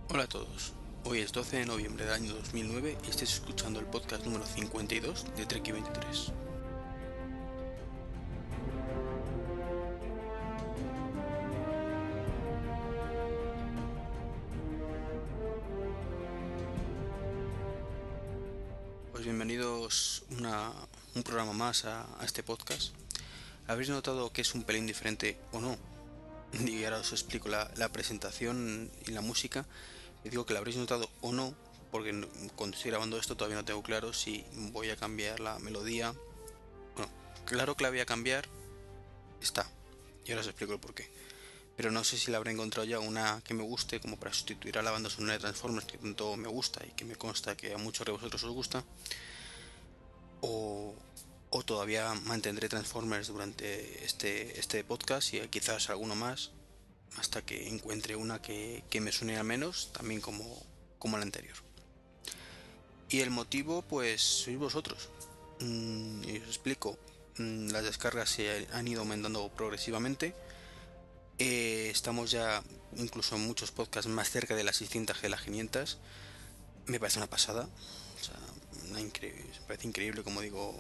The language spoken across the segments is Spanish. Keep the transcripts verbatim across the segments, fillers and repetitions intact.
Hola a todos, hoy es doce de noviembre del año dos mil nueve y estáis escuchando el podcast número cincuenta y dos de Treki veintitrés. Pues bienvenidos una, un programa más a, a este podcast. ¿Habéis notado que es un pelín diferente o no? Y ahora os explico la, la presentación y la música. Y digo que la habréis notado o no, porque cuando estoy grabando esto todavía no tengo claro si voy a cambiar la melodía. Bueno, claro que la voy a cambiar, está. Y ahora os explico el porqué. Pero no sé si la habré encontrado ya una que me guste como para sustituir a la banda sonora de Transformers que tanto me gusta y que me consta que a muchos de vosotros os gusta, o, o todavía mantendré Transformers durante este, este podcast y quizás alguno más hasta que encuentre una que, que me suene al menos también como, como la anterior. Y el motivo pues sois vosotros. Mm, y os explico. Mm, las descargas se han ido aumentando progresivamente. Eh, estamos ya incluso en muchos podcasts más cerca de las seiscientas que de las quinientas. Me parece una pasada. O sea, una incre- me parece increíble, como digo,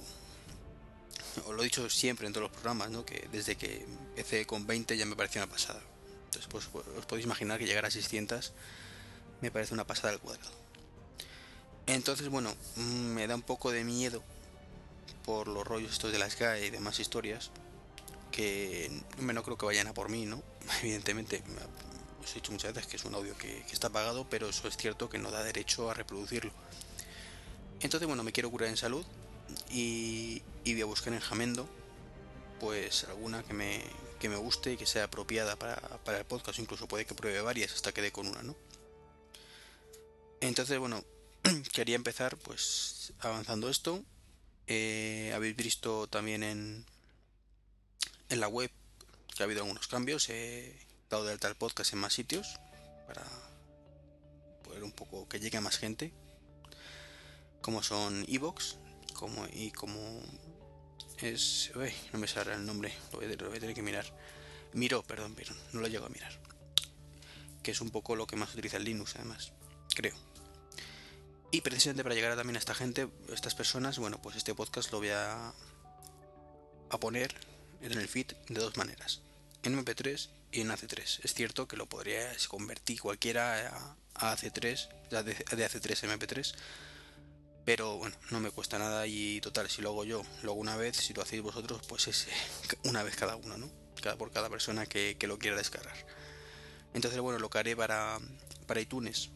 os lo he dicho siempre en todos los programas, ¿no? Que desde que empecé con veinte ya me parecía una pasada. Entonces, pues, pues, os podéis imaginar que llegar a seiscientas me parece una pasada al cuadrado. Entonces, bueno, mm, me da un poco de miedo por los rollos estos de las G A E y demás historias, que no creo que vayan a por mí, ¿no? Evidentemente, os he dicho muchas veces que es un audio que, que está pagado, pero eso es cierto que no da derecho a reproducirlo. Entonces, bueno, me quiero curar en salud y, y voy a buscar en Jamendo, pues alguna que me, que me guste y que sea apropiada para, para el podcast, incluso puede que pruebe varias hasta que dé con una, ¿no? Entonces, bueno, quería empezar pues avanzando esto. Eh, habéis visto también en, en la web que ha habido algunos cambios. He dado de alta el podcast en más sitios para poder un poco que llegue a más gente, como son iVoox, como y como es, uy, no me sale el nombre, lo voy, a, lo voy a tener que mirar. Miro, perdón, pero no lo llego a mirar, que es un poco lo que más utiliza el Linux, además, creo. Y precisamente para llegar a también a esta gente, a estas personas, bueno, pues este podcast lo voy a, a poner en el feed de dos maneras, en M P tres y en A C tres. Es cierto que lo podría convertir cualquiera a, a A C tres, de, de A C tres a M P tres, pero bueno, no me cuesta nada y total, si lo hago yo, lo hago una vez, si lo hacéis vosotros, pues es una vez cada uno, ¿no? Cada, por cada persona que, que lo quiera descargar. Entonces, bueno, lo que haré para, para iTunes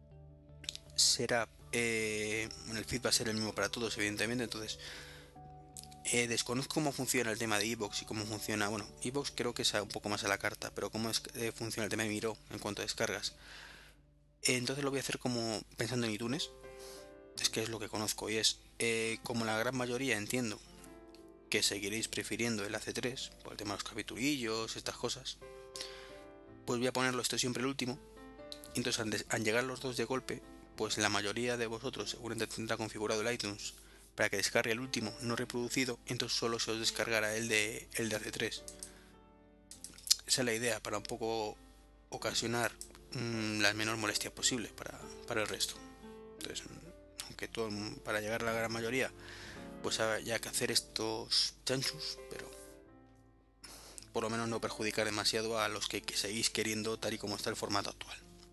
será, eh, el feed va a ser el mismo para todos, evidentemente, entonces eh, desconozco cómo funciona el tema de iVoox y cómo funciona, bueno, iVoox creo que es un poco más a la carta, pero cómo es, eh, funciona el tema de Miro en cuanto a descargas. Eh, entonces lo voy a hacer como pensando en iTunes, es que es lo que conozco y es, eh, como la gran mayoría entiendo que seguiréis prefiriendo el A C tres por el tema de los capitulillos, estas cosas, pues voy a ponerlo esto siempre el último. Entonces al, al llegar los dos de golpe, pues la mayoría de vosotros seguramente tendrá configurado el iTunes para que descargue el último no reproducido, entonces solo se os descargará el de, el de A C tres. Esa es la idea, para un poco ocasionar mmm, las menores molestias posibles para, para el resto. Entonces, aunque todo, para llegar a la gran mayoría, pues haya que hacer estos chanchus, pero por lo menos no perjudicar demasiado a los que, que seguís queriendo tal y como está el formato actual.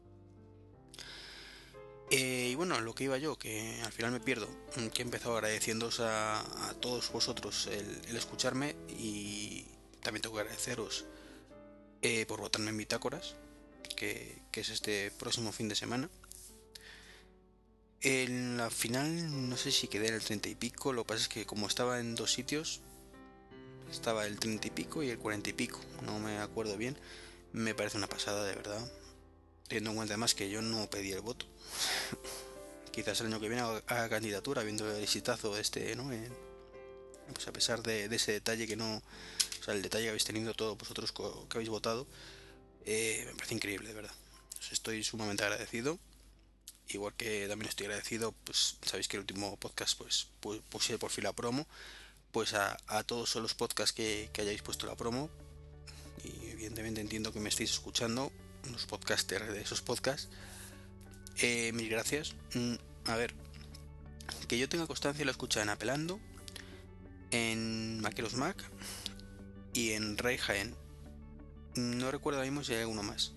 Eh, y bueno, lo que iba yo, que al final me pierdo, que he empezado agradeciéndoos a, a todos vosotros el, el escucharme y también tengo que agradeceros eh, por votarme en Bitácoras, que, que es este próximo fin de semana. En la final no sé si quedé en el treinta y pico, lo que pasa es que como estaba en dos sitios, estaba el treinta y pico y el cuarenta y pico, no me acuerdo bien, me parece una pasada de verdad, teniendo en cuenta además que yo no pedí el voto. Quizás el año que viene haga candidatura viendo el exitazo este, ¿no? En, pues a pesar de, de ese detalle que no, o sea, el detalle que habéis tenido todos vosotros que habéis votado, eh, me parece increíble de verdad. Os estoy sumamente agradecido. Igual que también estoy agradecido, pues sabéis que el último podcast pues puse por fin la promo, pues a, a todos los podcasts que, que hayáis puesto la promo, y evidentemente entiendo que me estáis escuchando, los podcasters de esos podcasts, Eh, mil gracias. Mm, a ver, que yo tenga constancia lo escucha en Apelando, en Maqueros Mac y en Rey Jaén. No recuerdo ahora mismo si hay alguno más.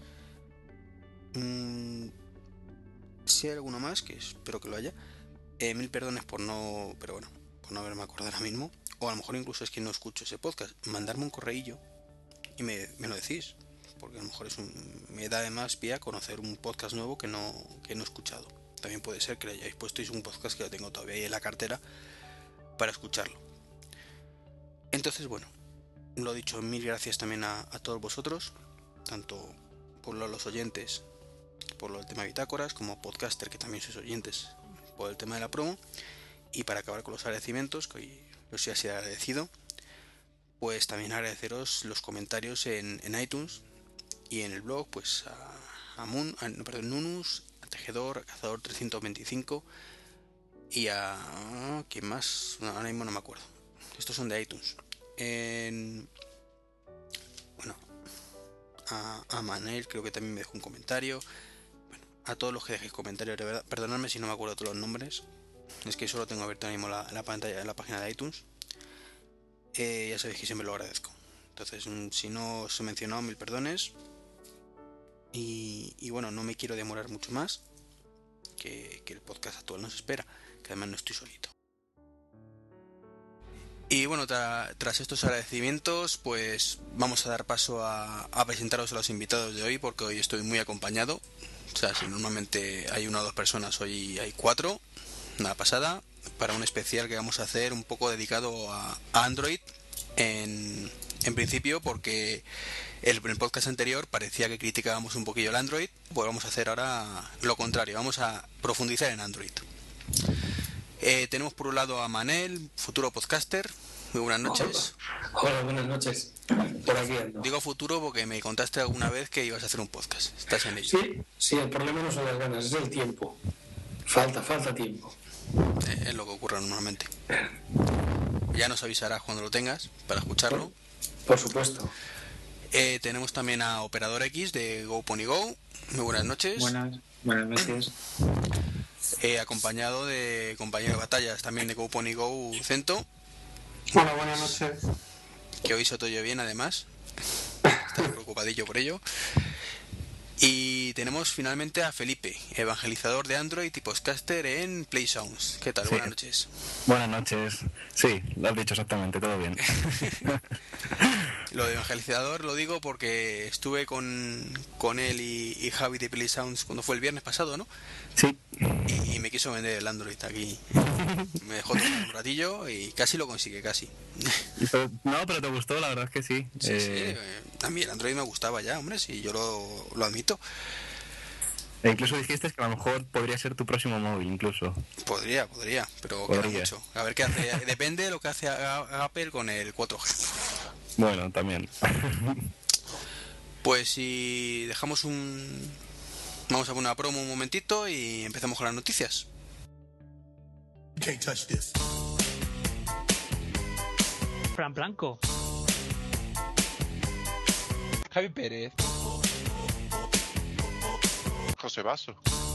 Mm, si hay alguno más, que espero que lo haya. Eh, mil perdones por no, pero bueno, por no haberme acordado ahora mismo. O a lo mejor incluso es que no escucho ese podcast. Mandarme un correillo y me, me lo decís, porque a lo mejor es un, me da además pie a conocer un podcast nuevo que no, que no he escuchado. También puede ser que le hayáis puesto y es un podcast que lo tengo todavía ahí en la cartera para escucharlo. Entonces, bueno, lo dicho, mil gracias también a, a todos vosotros, tanto por los oyentes, por lo del tema de bitácoras, como podcaster, que también sois oyentes, por el tema de la promo. Y para acabar con los agradecimientos, que hoy os he sido agradecido, pues también agradeceros los comentarios en, en iTunes y en el blog, pues a, a Moon, a, no, perdón, Nunus, a Tejedor, a Cazador trescientos veinticinco y a... ¿quién más? No, ahora mismo no me acuerdo. Estos son de iTunes. En, bueno, a, a Manel creo que también me dejó un comentario. Bueno, a todos los que dejéis comentarios, de verdad, perdonadme si no me acuerdo todos los nombres. Es que solo tengo abierto ahora mismo la, la pantalla, la página de iTunes. Eh, ya sabéis que siempre lo agradezco. Entonces, si no os he mencionado, mil perdones. Y, y bueno, no me quiero demorar mucho más, que, que el podcast actual nos espera, que además no estoy solito. Y bueno, tra, tras estos agradecimientos, pues vamos a dar paso a, a presentaros a los invitados de hoy, porque hoy estoy muy acompañado. O sea, si normalmente hay una o dos personas, hoy hay cuatro, una pasada, para un especial que vamos a hacer un poco dedicado a, a Android, en, en principio porque el, el podcast anterior parecía que criticábamos un poquillo el Android, pues vamos a hacer ahora lo contrario, vamos a profundizar en Android. Eh, tenemos por un lado a Manel, futuro podcaster. Muy buenas noches. Hola, Hola buenas noches. Por aquí ando. Digo futuro porque me contaste alguna vez que ibas a hacer un podcast. ¿Estás en ello? Sí, sí, el problema no son las ganas, es el tiempo. Falta, falta tiempo. Eh, es lo que ocurre normalmente. Ya nos avisarás cuando lo tengas para escucharlo. Por, por supuesto. Eh, tenemos también a Operador X de GoPonyGo. Muy buenas noches. Buenas, buenas noches. Eh, acompañado de compañero de batallas también de GoPonyGo, Cento. Hola, buenas noches. Que hoy se te oye bien además. Estás preocupadillo por ello. Y tenemos finalmente a Felipe, evangelizador de Android y podcaster en PlaySounds. ¿Qué tal? Sí. Buenas noches. Buenas noches. Sí, lo has dicho exactamente, todo bien. Lo de evangelizador lo digo porque estuve con, con él y, y Javi de PlaySounds cuando fue el viernes pasado, ¿no? Sí. Y, y me quiso vender el Android aquí. Me dejó tomar un ratillo y casi lo consigue, casi. Pero, no, pero te gustó, la verdad es que sí. Sí, eh... sí, a mí el Android me gustaba ya, hombre, sí, yo lo, lo admito. E incluso dijiste que a lo mejor podría ser tu próximo móvil, incluso. Podría, podría, pero podría. queda mucho. A ver qué hace. Depende de lo que hace Apple con el cuatro G. Bueno, también. Pues si dejamos un... Vamos a poner una promo un momentito y empezamos con las noticias. Fran Blanco. Javi Pérez. José Basso.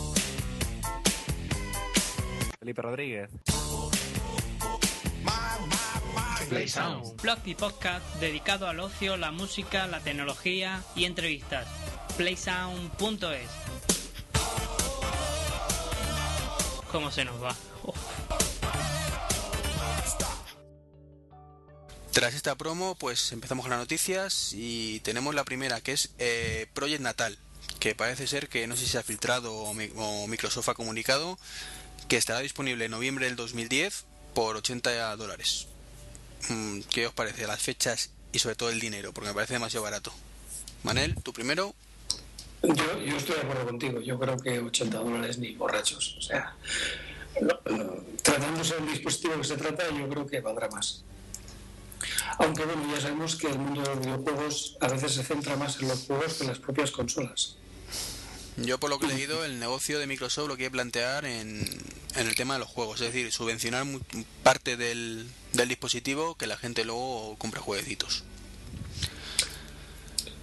Felipe Rodríguez. PlaySound, blog y podcast dedicado al ocio, la música, la tecnología y entrevistas. playsound punto es. ¿Cómo se nos va? Oh. Tras esta promo, pues empezamos con las noticias y tenemos la primera, que es eh, Project Natal, que parece ser que no sé si se ha filtrado o, mi, o Microsoft ha comunicado que estará disponible en noviembre del dos mil diez por ochenta dólares. ¿Qué os parece las fechas y sobre todo el dinero? Porque me parece demasiado barato. Manel, tú primero. Yo, yo estoy de acuerdo contigo. Yo creo que ochenta dólares ni borrachos. O sea, no, no, tratándose del dispositivo que se trata, yo creo que valdrá más. Aunque bueno, ya sabemos que el mundo de los videojuegos a veces se centra más en los juegos que en las propias consolas. Yo por lo que he leído, el negocio de Microsoft lo quiere plantear en, en el tema de los juegos, es decir, subvencionar parte del, del dispositivo que la gente luego compre jueguecitos.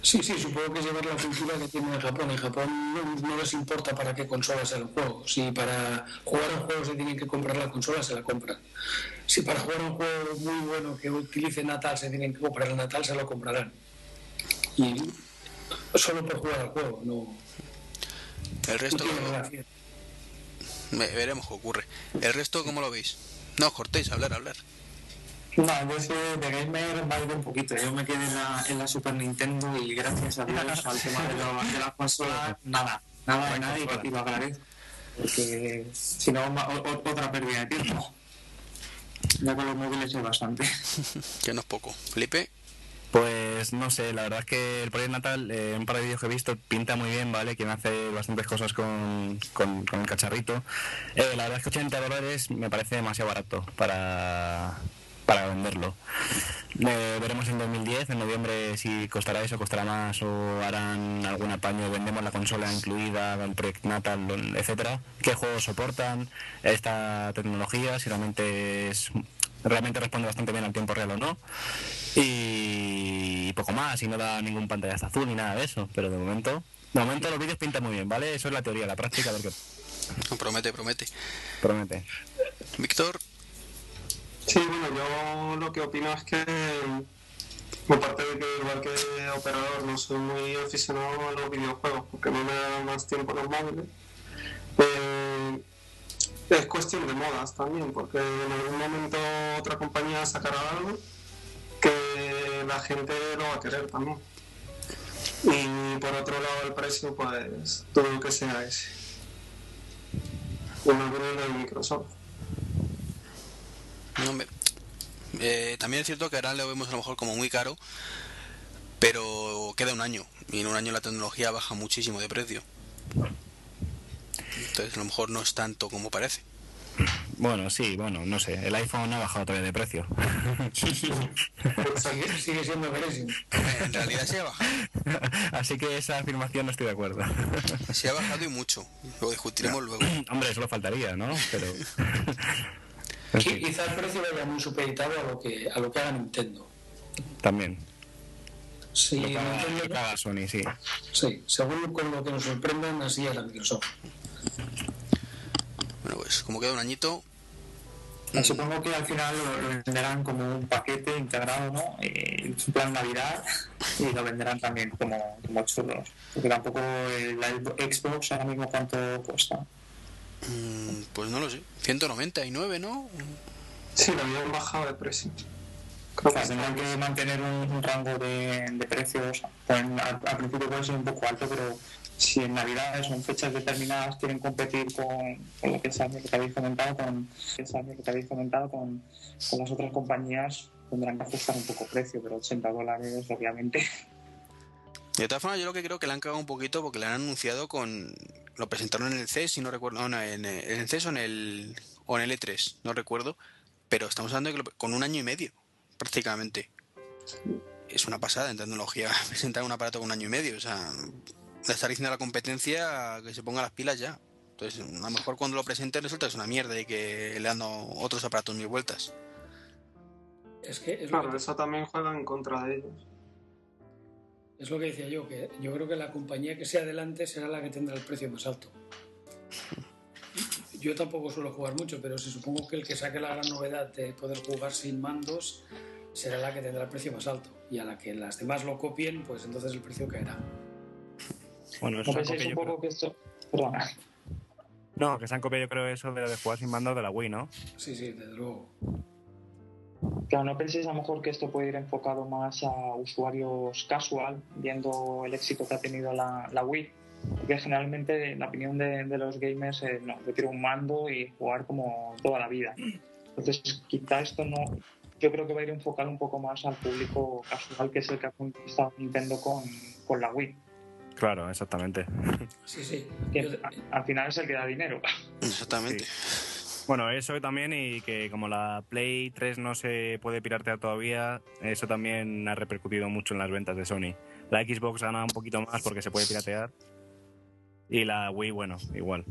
Sí, sí, supongo que es llevar la cultura que tiene en Japón. En Japón no, no les importa para qué consola sea el juego. Si para jugar a un juego se tienen que comprar la consola, se la compran. Si para jugar a un juego muy bueno que utilice Natal se tienen que comprar el Natal, se lo comprarán. Y solo por jugar al juego, no. El resto... No tiene relación. Veremos qué ocurre. ¿El resto cómo lo veis? No os cortéis, hablar, hablar. No, yo es que de gamer va a ir un poquito. Yo me quedé en la, en la Super Nintendo y gracias a Dios al tema de, lo, de las consolas, nada, nada de nada y, y lo agradezco. Porque si no, o, otra pérdida de tiempo. Ya con los móviles es bastante. Que no es poco. ¿Felipe? Pues no sé, la verdad es que el Project Natal, eh, un par de vídeos que he visto, pinta muy bien, ¿vale? Quieren hacer bastantes cosas con, con, con el cacharrito. Eh, la verdad es que ochenta dólares me parece demasiado barato para, para venderlo. Eh, veremos en dos mil diez, en noviembre, si costará eso, costará más o harán algún apaño, vendemos la consola incluida, el Project Natal, etcétera. ¿Qué juegos soportan esta tecnología? Si realmente es... realmente responde bastante bien al tiempo real o no, y poco más, y no da ningún pantallazo azul ni nada de eso, pero de momento de momento los vídeos pintan muy bien, ¿vale? Eso es la teoría, la práctica, a ver qué... Promete, promete. Promete. Víctor. Sí, bueno, yo lo que opino es que, aparte de que igual que operador no soy muy aficionado a los videojuegos, porque no me da más tiempo los móviles, eh, es cuestión de modas también, porque en algún momento otra compañía sacará algo que la gente lo va a querer también. Y por otro lado el precio, pues todo lo que sea ese. Una opinión de Microsoft. No, me... eh, también es cierto que ahora lo vemos a lo mejor como muy caro, pero queda un año, y en un año la tecnología baja muchísimo de precio. Entonces a lo mejor no es tanto como parece. Bueno, sí, bueno, no sé, el iPhone ha bajado todavía de precio. sigue, sigue siendo carísimo. En realidad sí ha bajado. Así que esa afirmación no estoy de acuerdo. Sí ha bajado y mucho, lo discutiremos no. luego. Hombre, eso lo faltaría, ¿no? Pero... sí. Quizá el precio vaya muy supeditado a lo que, a lo que haga Nintendo. También. Sí, lo que haga, Nintendo... lo que haga Sony, sí. Sí, según con lo que nos sorprendan, así es la Microsoft. Bueno, pues como queda un añito... Supongo que al final lo, lo venderán como un paquete integrado, ¿no? Eh, en plan Navidad, y lo venderán también como, como churros. Porque tampoco el, la Xbox ahora mismo cuánto cuesta. Mm, pues no lo sé, ciento noventa y nueve, ¿no? Sí, lo habían bajado de precio. Creo que tendrán que mantener un, un rango de, de precios. Pues, al, al principio puede ser un poco alto, pero si en Navidad son fechas determinadas, quieren competir con, con lo que es año que te habéis comentado, con ese año que te habéis comentado con, con las otras compañías, tendrán que ajustar un poco el precio, pero ochenta dólares, obviamente. De todas formas, yo lo que creo que le han cagado un poquito porque le han anunciado con... Lo presentaron en el C E S, si no recuerdo... No, en el, en el C E S o en el, o en el E tres, no recuerdo. Pero estamos hablando de que lo, con un año y medio, prácticamente. Es una pasada en tecnología presentar un aparato con un año y medio. O sea, le estar diciendo a la competencia que se ponga las pilas ya. Entonces, a lo mejor cuando lo presenten resulta que es una mierda y que le dan otros aparatos mil vueltas. Es que es claro, lo que... eso también juega en contra de ellos. Es lo que decía yo, que yo creo que la compañía que sea adelante será la que tendrá el precio más alto. Yo tampoco suelo jugar mucho, pero se supongo que el que saque la gran novedad de poder jugar sin mandos será la que tendrá el precio más alto. Y a la que las demás lo copien, pues entonces el precio caerá. Bueno, eso ¿No es pensáis un poco creo... que esto... Perdona. No, que se han copiado yo creo eso de lo de jugar sin mando de la Wii, ¿no? Sí, sí, desde luego. Claro, ¿no penséis a lo mejor que esto puede ir enfocado más a usuarios casual, viendo el éxito que ha tenido la, la Wii? Porque generalmente la opinión de, de los gamers es, no, yo quiero un mando y jugar como toda la vida. Entonces, quizá esto no... Yo creo que va a ir enfocado un poco más al público casual, que es el que ha conquistado Nintendo con, con la Wii. Claro, exactamente. Sí, sí. Que Yo... a, al final es el que da dinero. Exactamente. Sí. Bueno, eso también, y que como la Play tres no se puede piratear todavía, eso también ha repercutido mucho en las ventas de Sony. La Xbox gana un poquito más porque se puede piratear, y la Wii, bueno, igual.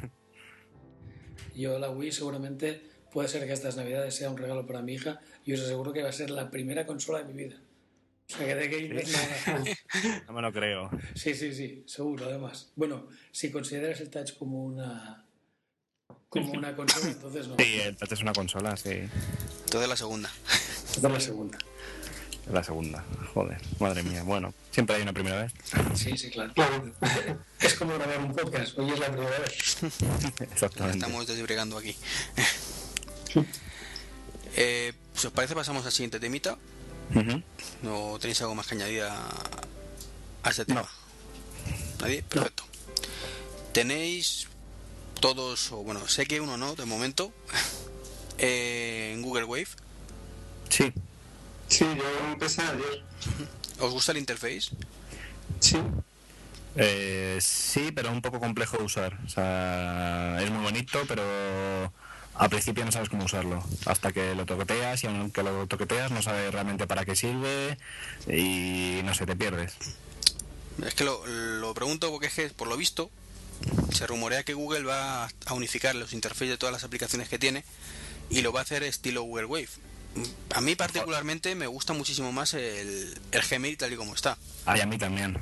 Yo la Wii seguramente puede ser que estas navidades sea un regalo para mi hija, y os aseguro que va a ser la primera consola de mi vida. O sea, que de gamer nada. No me lo creo. Sí, sí, sí, seguro, además. Bueno, si consideras el touch como una como una consola, entonces no. Sí, el touch es una consola, sí. Entonces la segunda. Esta es la segunda. La segunda, joder, madre mía. Bueno, siempre hay una primera vez. Sí, sí, claro. claro. Es como grabar un podcast, hoy es la primera vez. Exactamente. Estamos desbregando aquí. eh, si os parece, pasamos al siguiente temita. Uh-huh. ¿No tenéis algo más que añadir a, a este tema? No. ¿Nadie? Perfecto. Tenéis todos, o bueno, sé que uno no, de momento, eh, en Google Wave. Sí. Sí, yo empecé ayer. ¿Os gusta el interface? Sí. Eh, sí, pero un poco complejo de usar. O sea, es muy bonito, pero al principio no sabes cómo usarlo. Hasta que lo toqueteas y aunque lo toqueteas no sabes realmente para qué sirve y no sé, te pierdes. Es que lo, lo pregunto porque es que, por lo visto, se rumorea que Google va a unificar los interfaces de todas las aplicaciones que tiene y lo va a hacer estilo Google Wave. A mí particularmente me gusta muchísimo más el, el Gmail tal y como está. Ah, y a mí también.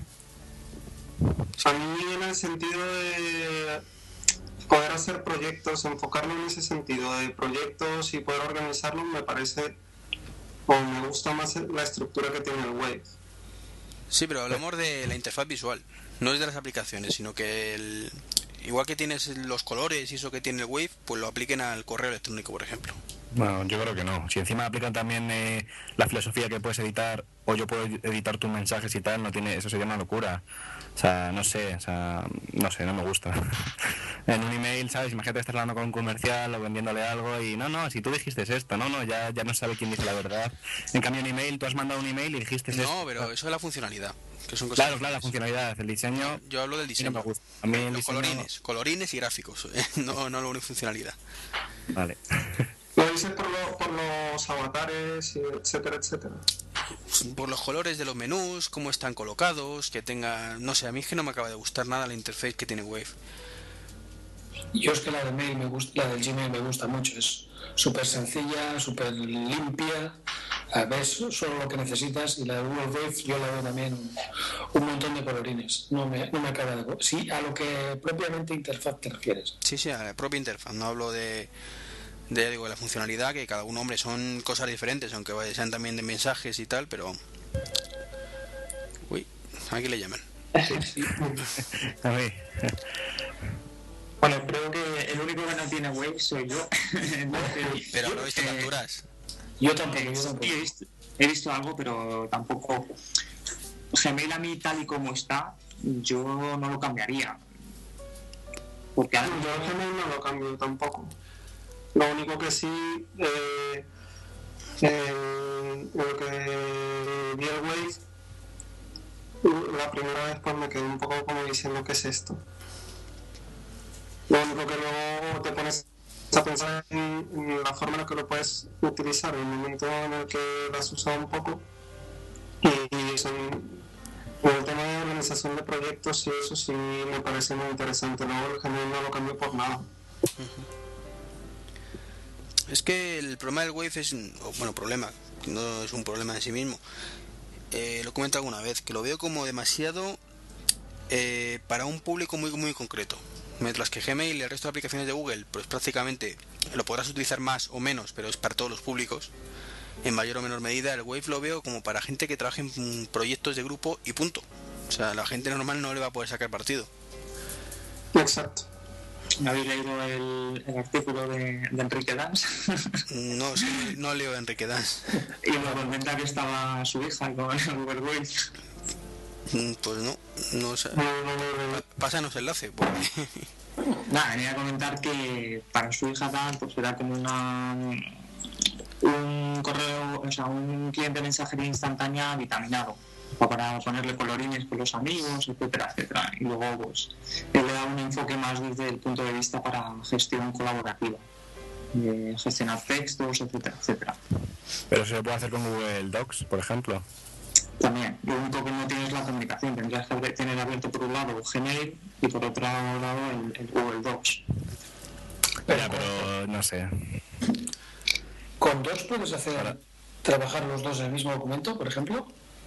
A mí en el sentido de poder hacer proyectos, enfocarlo en ese sentido de proyectos y poder organizarlos, me parece, o me gusta más la estructura que tiene el Wave. Sí, pero hablamos de la interfaz visual, no es de las aplicaciones, sino que el, igual que tienes los colores y eso que tiene el Wave, pues lo apliquen al correo electrónico, por ejemplo. Bueno, yo creo que no. Si encima aplican también eh, la filosofía que puedes editar, o yo puedo editar tus mensajes y tal, no tiene, eso sería una locura. O sea, no sé, o sea, no sé, no me gusta. En un email, ¿sabes? Imagínate estar hablando con un comercial o vendiéndole algo y no, no, si tú dijiste esto, no, no, ya, ya no sabe quién dice la verdad. En cambio, en email, tú has mandado un email y dijiste esto. No, pero eso es la funcionalidad. Que son cosas claro, claro, la funcionalidad, el diseño. Yo hablo del diseño. No me gusta. A mí el Los diseño... colorines, colorines y gráficos, no, no la funcionalidad. Vale. Lo dices por, lo, por los avatares, etcétera, etcétera. Por los colores de los menús, cómo están colocados, que tenga, no sé, a mí es que no me acaba de gustar nada la interface que tiene Wave. Yo es que la de mail me gusta, la del Gmail me gusta mucho, es súper sencilla, súper limpia, ves solo lo que necesitas, y la de Google Wave yo la veo también un, un montón de colorines, no me, no me acaba de... Sí, a lo que propiamente interfaz te refieres. Sí, sí, a la propia interfaz, no hablo de... de digo, la funcionalidad, que cada uno, hombre, son cosas diferentes, aunque sean también de mensajes y tal, pero... Uy, aquí le llaman. Sí. A ver. Bueno, creo que el único que no tiene Wave soy yo. Pero no he visto eh, capturas. Yo tampoco, Eh, yo tampoco. sí, he, visto, he visto algo, pero tampoco... Gmail a mí tal y como está, yo no lo cambiaría. Porque ahora... Yo el Gmail no lo cambio tampoco. Lo único que sí, eh, en lo que vi el Wave, la primera vez pues me quedé un poco como diciendo ¿qué es esto? Lo único que luego te pones a pensar en, en la forma en la que lo puedes utilizar, en el momento en el que lo has usado un poco, y, y eso, en el tema de organización de proyectos, y eso sí me parece muy interesante. Luego el Gmail no lo cambio por nada. Es que el problema del Wave es, bueno, problema, no es un problema en sí mismo. Eh, lo comento alguna vez, que lo veo como demasiado eh, para un público muy muy concreto. Mientras que Gmail y el resto de aplicaciones de Google, pues prácticamente lo podrás utilizar más o menos, pero es para todos los públicos, en mayor o menor medida. El Wave lo veo como para gente que trabaje en proyectos de grupo y punto. O sea, la gente normal no le va a poder sacar partido. Exacto. ¿No habéis leído el, el artículo de, de Enrique Dans? No, es que no leo a Enrique Dans. Y lo contenta que estaba su hija con el Google Wave. Pues no, no sé. No, no, no, no. Pásanos el enlace, porque... Nada, venía a comentar que para su hija tal, pues era como una un correo, o sea, un cliente de mensajería instantánea vitaminado, para ponerle colorines con los amigos, etcétera, etcétera. Y luego, pues, él le da un enfoque más desde el punto de vista para gestión colaborativa, de gestionar textos, etcétera, etcétera. Pero se puede hacer con Google Docs, por ejemplo. También, lo único que no tienes la comunicación, tendrías que tener abierto por un lado Gmail y por otro lado el, el Google Docs. Ya, pero no sé. ¿Con dos puedes hacer trabajar los dos en el mismo documento, por ejemplo?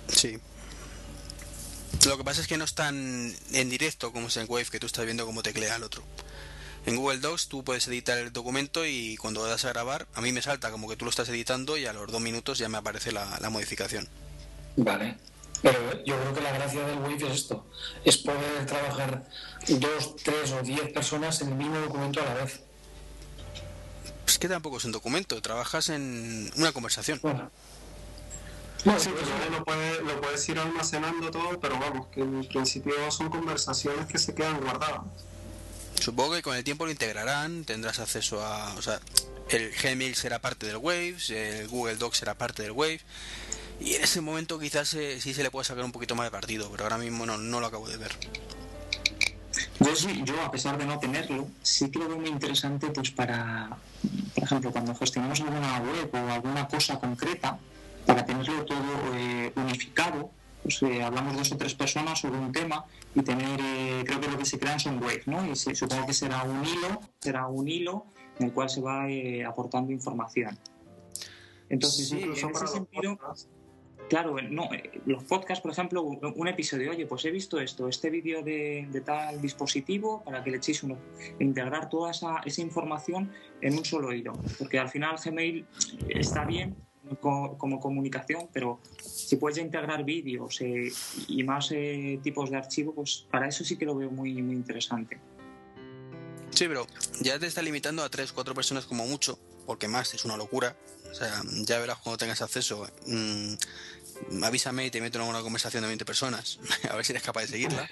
Sí. Lo que pasa es que no es tan en directo como es en Wave, que tú estás viendo cómo teclea el otro. En Google Docs tú puedes editar el documento y cuando das a grabar, a mí me salta como que tú lo estás editando y a los dos minutos ya me aparece la, la modificación. Vale. Pero yo creo que la gracia del Wave es esto, es poder trabajar dos, tres o diez personas en el mismo documento a la vez. Es que tampoco es un documento, trabajas en una conversación. Bueno. No, sí, pues ya lo puedes, lo puedes ir almacenando todo, pero vamos, que en principio son conversaciones que se quedan guardadas. Supongo que con el tiempo lo integrarán, tendrás acceso a... O sea, el Gmail será parte del Wave, el Google Docs será parte del Wave, y en ese momento quizás eh, sí se le puede sacar un poquito más de partido, pero ahora mismo no, no lo acabo de ver. Yo sí, yo a pesar de no tenerlo, sí que lo veo muy interesante pues para, por ejemplo, cuando gestionamos alguna web o alguna cosa concreta, para tenerlo todo eh, unificado, pues eh, hablamos dos o tres personas sobre un tema y tener, eh, creo que lo que se crean son waves, ¿no? Y se, supongo que será un hilo, será un hilo en el cual se va eh, aportando información. Entonces, Sí, en ese sentido, claro, no, eh, los podcasts, por ejemplo, un, un episodio, oye, pues he visto esto, este vídeo de, de tal dispositivo, para que le echéis uno, integrar toda esa, esa información en un solo hilo, porque al final Gmail está bien como comunicación, pero si puedes ya integrar vídeos eh, y más eh, tipos de archivo, pues para eso sí que lo veo muy, muy interesante. Sí, pero ya te está limitando a tres, cuatro personas como mucho, porque más es una locura. O sea, ya verás cuando tengas acceso. Mmm, avísame y te meto en una conversación de veinte personas, a ver si eres capaz de seguirla.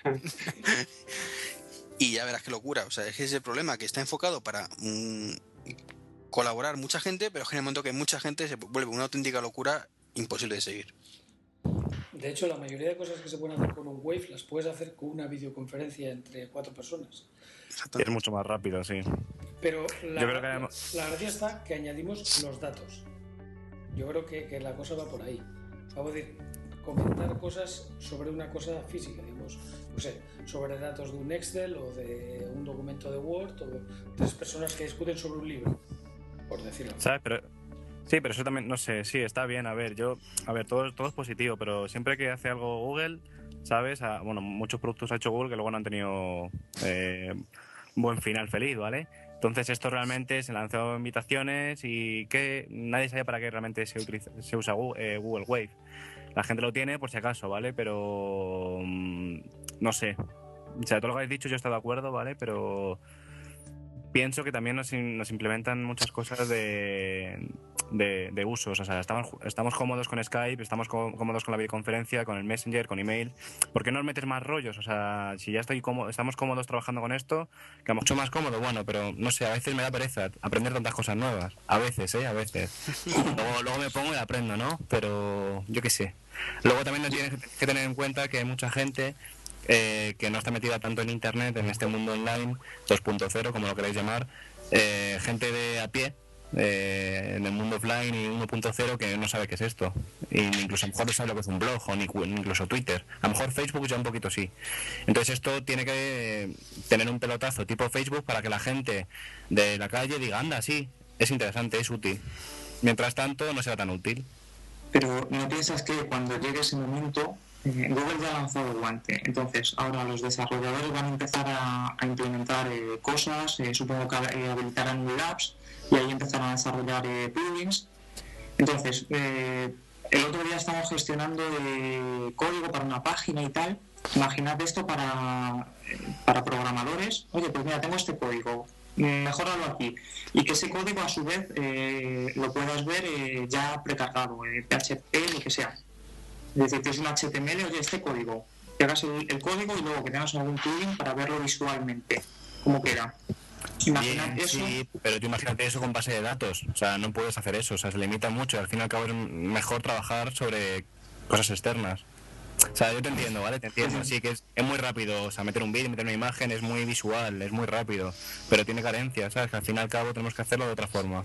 Y ya verás qué locura. O sea, es que ese es el problema, que está enfocado para... Mmm, colaborar mucha gente, pero en el momento que mucha gente se vuelve una auténtica locura imposible de seguir. De hecho, la mayoría de cosas que se pueden hacer con un Wave las puedes hacer con una videoconferencia entre cuatro personas. Es mucho más rápido, sí. Pero la, Yo creo que la, además... la gracia está que añadimos los datos. Yo creo que, que la cosa va por ahí. Vamos a decir, comentar cosas sobre una cosa física, digamos, no sé, sobre datos de un Excel o de un documento de Word, o tres personas que discuten sobre un libro, por decirlo. ¿Sabes? Pero sí, pero eso también, no sé, sí, está bien. A ver, yo, a ver, todo, todo es positivo, pero siempre que hace algo Google, ¿sabes? A, bueno, muchos productos ha hecho Google que luego no han tenido eh, buen final feliz, ¿vale? Entonces esto realmente se lanzó invitaciones y que nadie sabía para qué realmente se, utiliza, se usa Google, eh, Google Wave. La gente lo tiene por si acaso, ¿vale? Pero mmm, no sé. O sea, todo lo que habéis dicho yo estoy de acuerdo, ¿vale? Pero pienso que también nos, nos implementan muchas cosas de, de, de usos. O sea, estamos, estamos cómodos con Skype, estamos cómodos con la videoconferencia, con el Messenger, con email. ¿Por qué no nos metes más rollos? O sea, si ya estoy cómodo, estamos cómodos trabajando con esto, que mucho más cómodo, bueno, pero no sé, a veces me da pereza aprender tantas cosas nuevas. A veces, ¿eh? A veces. Luego, luego me pongo y aprendo, ¿no? Pero yo qué sé. Luego también tienes que tener en cuenta que hay mucha gente Eh, que no está metida tanto en internet, en este mundo online dos punto cero, como lo queréis llamar, eh, gente de a pie eh, en el mundo offline y uno punto cero que no sabe qué es esto, y incluso a lo mejor no sabe lo que es un blog o ni, incluso Twitter, a lo mejor Facebook ya un poquito sí. Entonces esto tiene que tener un pelotazo tipo Facebook para que la gente de la calle diga, anda, sí, es interesante, es útil. Mientras tanto no será tan útil. Pero ¿no piensas que cuando llegue ese momento Eh, Google ya ha lanzado el guante, entonces ahora los desarrolladores van a empezar a, a implementar eh, cosas, eh, supongo que eh, habilitarán Google Apps y ahí empezarán a desarrollar eh, plugins. Entonces, eh, el otro día estamos gestionando eh, código para una página y tal. Imaginad esto para, eh, para programadores. Oye, pues mira, tengo este código, mejorarlo aquí. Y que ese código a su vez eh, lo puedas ver eh, ya precargado, eh, P H P, lo que sea. Es decir, tienes un H T M L, oye, este código, que hagas el, el código y luego que tengas algún plugin para verlo visualmente, cómo queda. Imagínate Bien, eso. Sí, pero tú imagínate eso con base de datos, o sea, no puedes hacer eso, o sea, se limita mucho, al fin y al cabo es mejor trabajar sobre cosas externas. O sea, yo te entiendo, ¿vale? Te entiendo, sí, que es, es muy rápido, o sea, meter un vídeo, meter una imagen es muy visual, es muy rápido, pero tiene carencias, ¿sabes? Que al fin y al cabo tenemos que hacerlo de otra forma.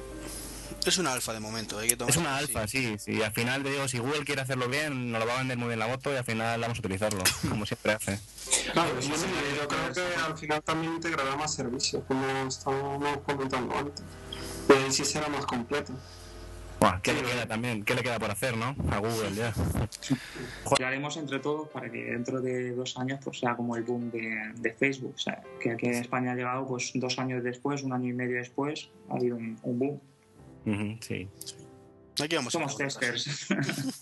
Es una alfa de momento, hay que tomar. Es una alfa, sí, sí, y al final te digo, si Google quiere hacerlo bien, nos lo va a vender muy bien la moto y al final vamos a utilizarlo, como siempre hace. Claro, sí, sí, yo creo que al final también integrará más servicios, como estábamos comentando antes, y ahí sí será más completo. Buah, ¿qué le queda también? ¿Qué le queda por hacer, no? A Google ya. Lo haremos entre todos para que dentro de dos años pues sea como el boom de, de Facebook. O sea, que aquí en España ha llegado pues dos años después, un año y medio después, ha habido un, un boom. Uh-huh, sí. Aquí vamos. Somos testers.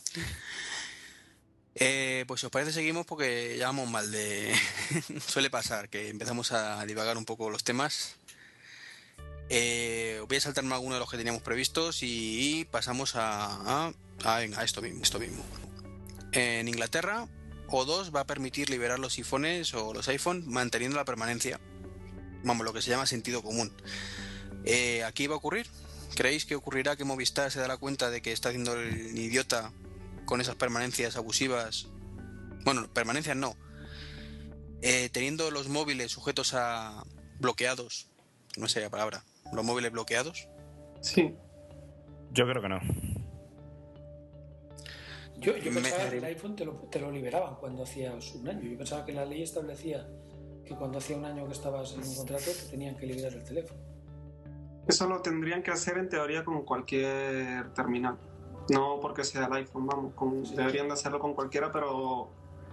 Eh, pues si os parece seguimos porque ya vamos mal de... Suele pasar que empezamos a divagar un poco los temas. Eh, voy a saltarme alguno de los que teníamos previstos y pasamos a, a, a, venga, esto mismo, esto mismo. En Inglaterra, O dos va a permitir liberar los iPhones o los iPhone manteniendo la permanencia. Vamos, lo que se llama sentido común. Eh, ¿Aquí va a ocurrir? ¿Creéis que ocurrirá que Movistar se dará cuenta de que está haciendo el idiota con esas permanencias abusivas? Bueno, permanencias no. Eh, teniendo los móviles sujetos a bloqueados, no sé la palabra, los móviles bloqueados. Sí. Yo creo que no. Yo, yo Me- pensaba que el iPhone te lo, te lo liberaban cuando hacías un año. Yo pensaba que la ley establecía que cuando hacía un año que estabas en un contrato te tenían que liberar el teléfono. Eso lo tendrían que hacer en teoría con cualquier terminal. No porque sea el iPhone, vamos. Con, Sí. Deberían de hacerlo con cualquiera, pero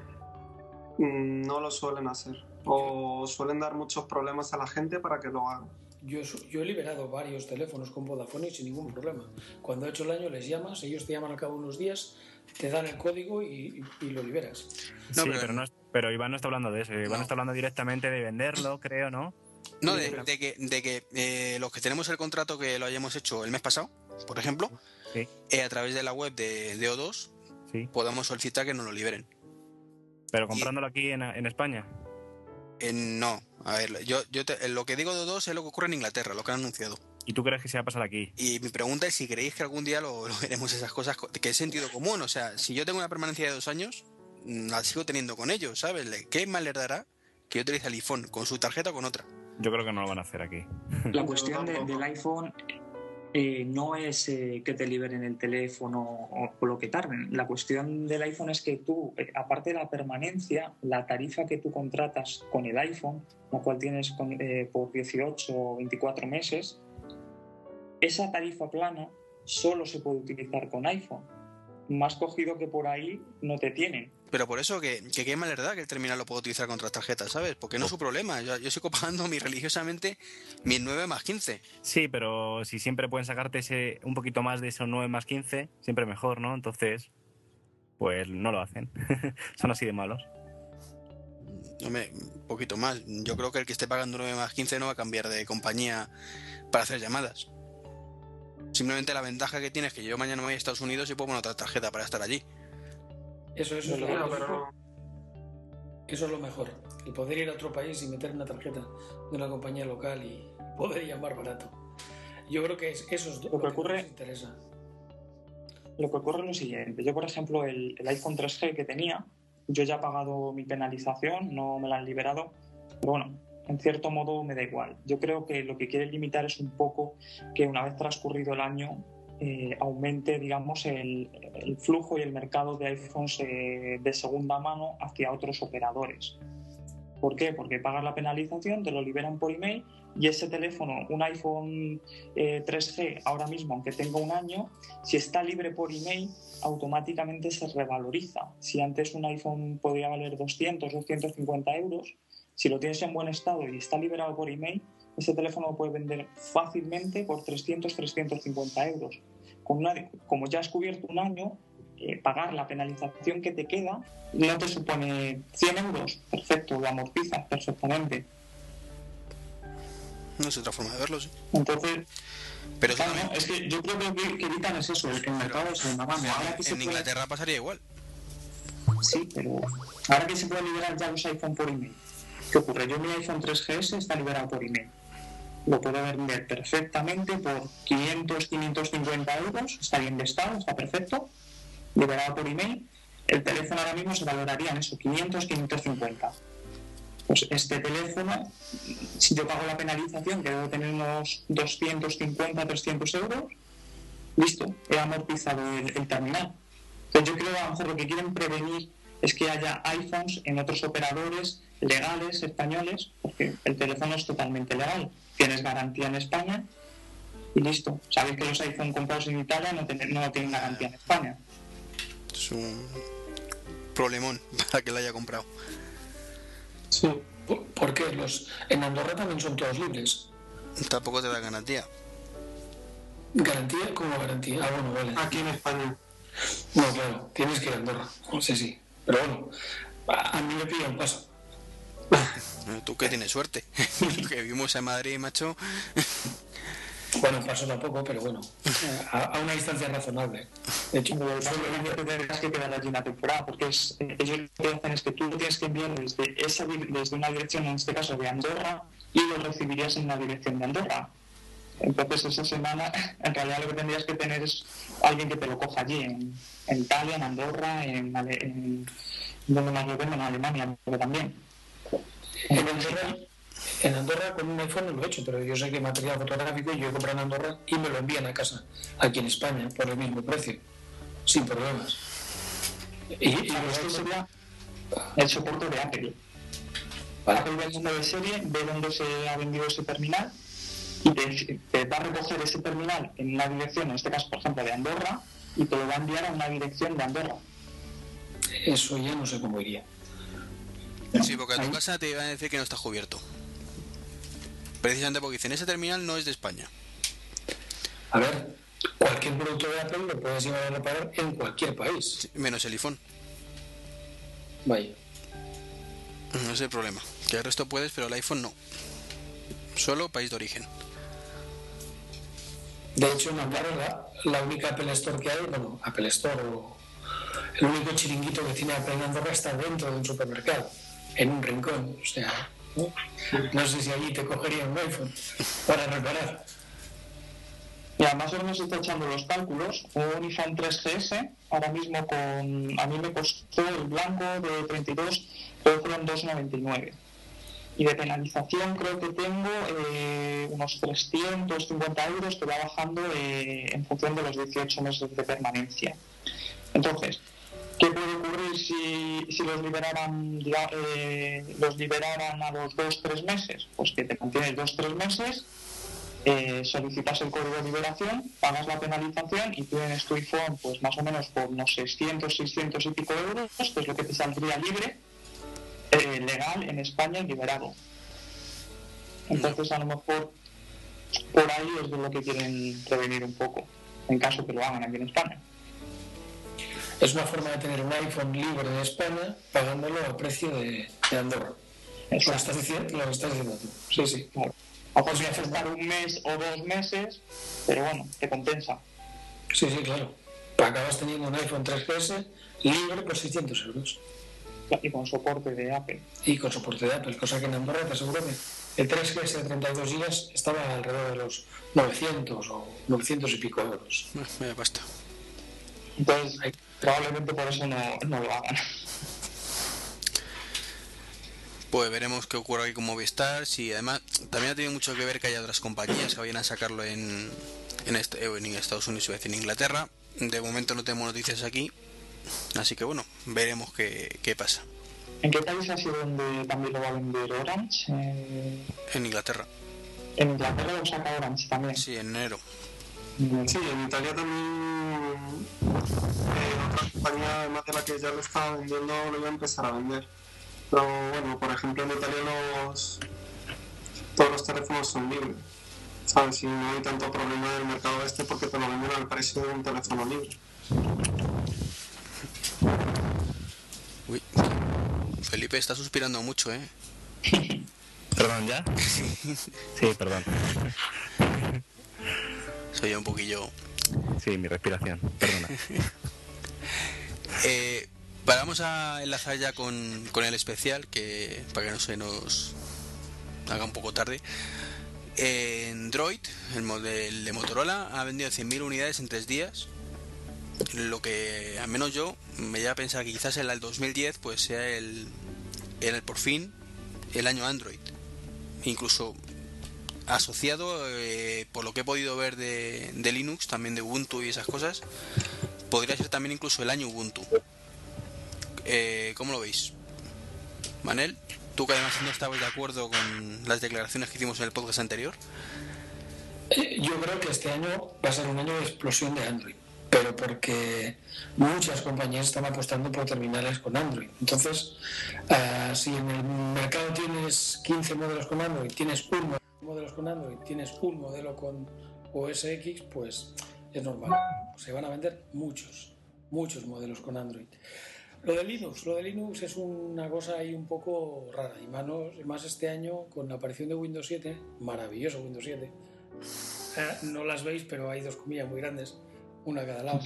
mm, no lo suelen hacer. O suelen dar muchos problemas a la gente para que lo hagan. Yo, he- yo he liberado varios teléfonos con Vodafone y sin ningún problema. Cuando he hecho el año les llamas, ellos te llaman al cabo de unos días, te dan el código y, y- y lo liberas. No, sí, pero- pero, no es- pero Iván no está hablando de eso. Iván No. está hablando directamente de venderlo, creo, ¿no? No, de, de que, de que eh, los que tenemos el contrato que lo hayamos hecho el mes pasado, por ejemplo, Sí, eh, a través de la web de, de O dos, sí. podamos solicitar que nos lo liberen. Pero comprándolo aquí en, en España. Eh, no, a ver, yo, yo te- lo que digo de O dos es lo que ocurre en Inglaterra, lo que han anunciado. ¿Y tú crees que se va a pasar aquí? Y mi pregunta es si creéis que algún día lo, lo veremos esas cosas, co- que es sentido común. O sea, si yo tengo una permanencia de dos años, mm, la sigo teniendo con ellos, ¿sabes? Le- ¿Qué más les dará que yo utilice el iPhone con su tarjeta o con otra? Yo creo que no lo van a hacer aquí. La cuestión de- del iPhone eh, no es eh, que te liberen el teléfono o, o lo que tarden. La cuestión del iPhone es que tú, eh, aparte de la permanencia, la tarifa que tú contratas con el iPhone, la cual tienes con- eh, por dieciocho o veinticuatro meses, esa tarifa plana solo se puede utilizar con iPhone. Más cogido que por ahí no te tienen. Pero por eso, que, que qué mal les da que el terminal lo puedo utilizar con otras tarjetas, ¿sabes? Porque no es su problema. Yo, yo sigo pagando mi, religiosamente mis nueve más quince. Sí, pero si siempre pueden sacarte ese un poquito más de esos nueve más quince, siempre mejor, ¿no? Entonces, pues no lo hacen. Son así de malos. Hombre, un poquito más. Yo creo que el que esté pagando nueve más quince no va a cambiar de compañía para hacer llamadas. Simplemente la ventaja que tiene es que yo mañana me voy a Estados Unidos y puedo poner otra tarjeta para estar allí. Eso, eso, es lo, Pero, eso, pero eso es lo mejor. El poder ir a otro país y meter una tarjeta de una compañía local y poder llamar barato. Yo creo que es, eso es lo que que ocurre- nos interesa. Lo que ocurre es lo siguiente. Yo, por ejemplo, el, el iPhone tres G que tenía, yo ya he pagado mi penalización, no me la han liberado. Pero bueno, en cierto modo me da igual. Yo creo que lo que quieren limitar es un poco que una vez transcurrido el año eh, aumente, digamos, el, el flujo y el mercado de iPhones eh, de segunda mano hacia otros operadores. ¿Por qué? Porque pagas la penalización, te lo liberan por email y ese teléfono, un iPhone eh, tres G, ahora mismo, aunque tenga un año, si está libre por email, automáticamente se revaloriza. Si antes un iPhone podía valer doscientos, doscientos cincuenta euros, si lo tienes en buen estado y está liberado por email, ese teléfono lo puedes vender fácilmente por trescientos, trescientos cincuenta euros. Con una, como ya has cubierto un año, eh, pagar la penalización que te queda no te supone cien euros. Perfecto, lo amortizas perfectamente. No es otra forma de verlo, sí. Entonces, Pero eso claro, también- es que yo creo que lo que evitan es eso, el, el mercado de segunda mano. Ahora que se en puede- Inglaterra pasaría igual. Sí, pero ahora que se puede liberar ya los iPhone por email, ¿qué ocurre? Yo mi iPhone tres G S está liberado por email. Lo puedo vender perfectamente por quinientos, quinientos cincuenta euros, está bien de estado, está perfecto, liberado por email. El teléfono ahora mismo se valoraría en eso, quinientos, quinientos cincuenta. Pues este teléfono, si yo pago la penalización, que debo tener unos doscientos cincuenta, trescientos euros, listo, he amortizado el, el terminal. Entonces yo creo que a lo mejor lo que quieren prevenir es que haya iPhones en otros operadores legales, españoles, porque el teléfono es totalmente legal. Tienes garantía en España y listo. Sabéis que los iPhone comprados en Italia no, ten, no tienen garantía en España. Es un problemón para que lo haya comprado. Sí. ¿Por qué? Los, en Andorra también son todos libres. Tampoco te da garantía. ¿Garantía? ¿Cómo garantía? Ah, bueno, vale. Aquí en España. No, claro, tienes que ir a Andorra. No sé si. Pero bueno, a, a mí me pilla un paso. Tú que tienes suerte. Que vivimos en Madrid, macho. Bueno, paso tampoco, pero bueno, a, a una distancia razonable. De hecho, Solamente tendrás que quedar allí una temporada, porque es, eh, ellos lo que hacen es que tú lo tienes que enviar desde, esa, desde una dirección, en este caso de Andorra, y lo recibirías en una dirección de Andorra. Entonces esa semana, en realidad lo que tendrías que tener es alguien que te lo coja allí, en, en Italia, en Andorra, en, en, en donde más lo venden, en Alemania, pero también. En Andorra, en Andorra con un iPhone no lo he hecho, pero yo sé que material fotográfico yo he comprado en Andorra y me lo envían a casa, aquí en España, por el mismo precio, sin problemas. Y, y Claro, los esto iPhone- sería el soporte de Apple. Vale. Apple ve el número de serie, ve dónde se ha vendido ese terminal y te, te va a recoger ese terminal en una dirección, en este caso, por ejemplo, de Andorra, y te lo va a enviar a una dirección de Andorra. Eso ya no sé cómo iría. Sí, porque a tu casa te iban a decir que no está cubierto. Precisamente porque dicen, ese terminal no es de España. A ver, cualquier producto de Apple lo puedes llevar a reparar en cualquier país. Sí, menos el iPhone. Vaya. No es el problema. Que el resto puedes, pero el iPhone no. Solo país de origen. De hecho, en Andorra la, la única Apple Store que hay, bueno, Apple Store o el único chiringuito que tiene Apple en Andorra está dentro de un supermercado, en un rincón. O sea, no, no sé si allí te cogería un iPhone para reparar. Y además ahora nos está echando los cálculos. Un iPhone tres G S, ahora mismo con... A mí me costó el blanco de treinta y dos, creo que fueron dos noventa y nueve. Y de penalización creo que tengo eh, unos trescientos cincuenta euros que va bajando eh, en función de los dieciocho meses de permanencia. Entonces, ¿qué puede ocurrir si, si los liberaran diga, eh, los liberaran a los dos tres meses? Pues que te mantienes dos tres meses, eh, solicitas el código de liberación, pagas la penalización y tienes tu iPhone pues más o menos por unos seiscientos, seiscientos y pico euros, que es lo que te saldría libre, eh, legal en España y liberado. Entonces a lo mejor por ahí es de lo que quieren prevenir un poco, en caso que lo hagan aquí en España. Es una forma de tener un iPhone libre de España pagándolo al precio de, de Andorra. Lo que estás diciendo, lo que estás diciendo tú. Sí, sí. Claro. A lo mejor estar un mes o dos meses, pero bueno, te compensa. Sí, sí, claro. Acabas teniendo un iPhone tres G S libre por seiscientos euros. Y con soporte de Apple. Y con soporte de Apple, cosa que en Andorra te aseguro que el tres G S de treinta y dos gigas estaba alrededor de los novecientos o novecientos y pico euros. Me basta. Entonces, probablemente por eso no, no lo hagan. Pues veremos qué ocurre aquí con Movistar. Si además también ha tenido mucho que ver que haya otras compañías que vayan a sacarlo en, en, este, en Estados Unidos y en Inglaterra. De momento no tenemos noticias aquí. Así que bueno, veremos qué, qué pasa. ¿En qué país ha sido donde también lo va a vender Orange? Eh, En Inglaterra. en Inglaterra lo saca Orange también. Sí, en enero. Sí, en Italia también eh, otra compañía, además de la que ya lo estaba vendiendo, lo iba a empezar a vender. Pero bueno, por ejemplo en Italia los todos los teléfonos son libres. ¿Sabes? Y no hay tanto problema del mercado este porque te lo venden al precio de un teléfono libre. Uy. Felipe está suspirando mucho, ¿eh? ¿Perdón ya? Sí, perdón. Soy yo un poquillo... Sí, mi respiración, perdona. Eh, vamos a enlazar ya con, con el especial, que para que no se nos haga un poco tarde. En Droid, el modelo de Motorola, ha vendido cien mil unidades en tres días. Lo que al menos yo me lleva a pensar que quizás en el dos mil diez pues sea el, el por fin el año Android. Incluso asociado, eh, por lo que he podido ver de, de Linux, también de Ubuntu y esas cosas, podría ser también incluso el año Ubuntu. Eh, ¿Cómo lo veis? Manel, tú que además no estabas de acuerdo con las declaraciones que hicimos en el podcast anterior. Eh, Yo creo que este año va a ser un año de explosión de Android, pero porque muchas compañías están apostando por terminales con Android. Entonces, uh, si en el mercado tienes quince modelos con Android, tienes un modelo modelos con Android, tienes un modelo con O S X, pues es normal. Se van a vender muchos, muchos modelos con Android. Lo de Linux, lo de Linux es una cosa ahí un poco rara, y más, más este año con la aparición de Windows siete, maravilloso Windows siete. Eh, no las veis, pero hay dos comillas muy grandes, una a cada lado.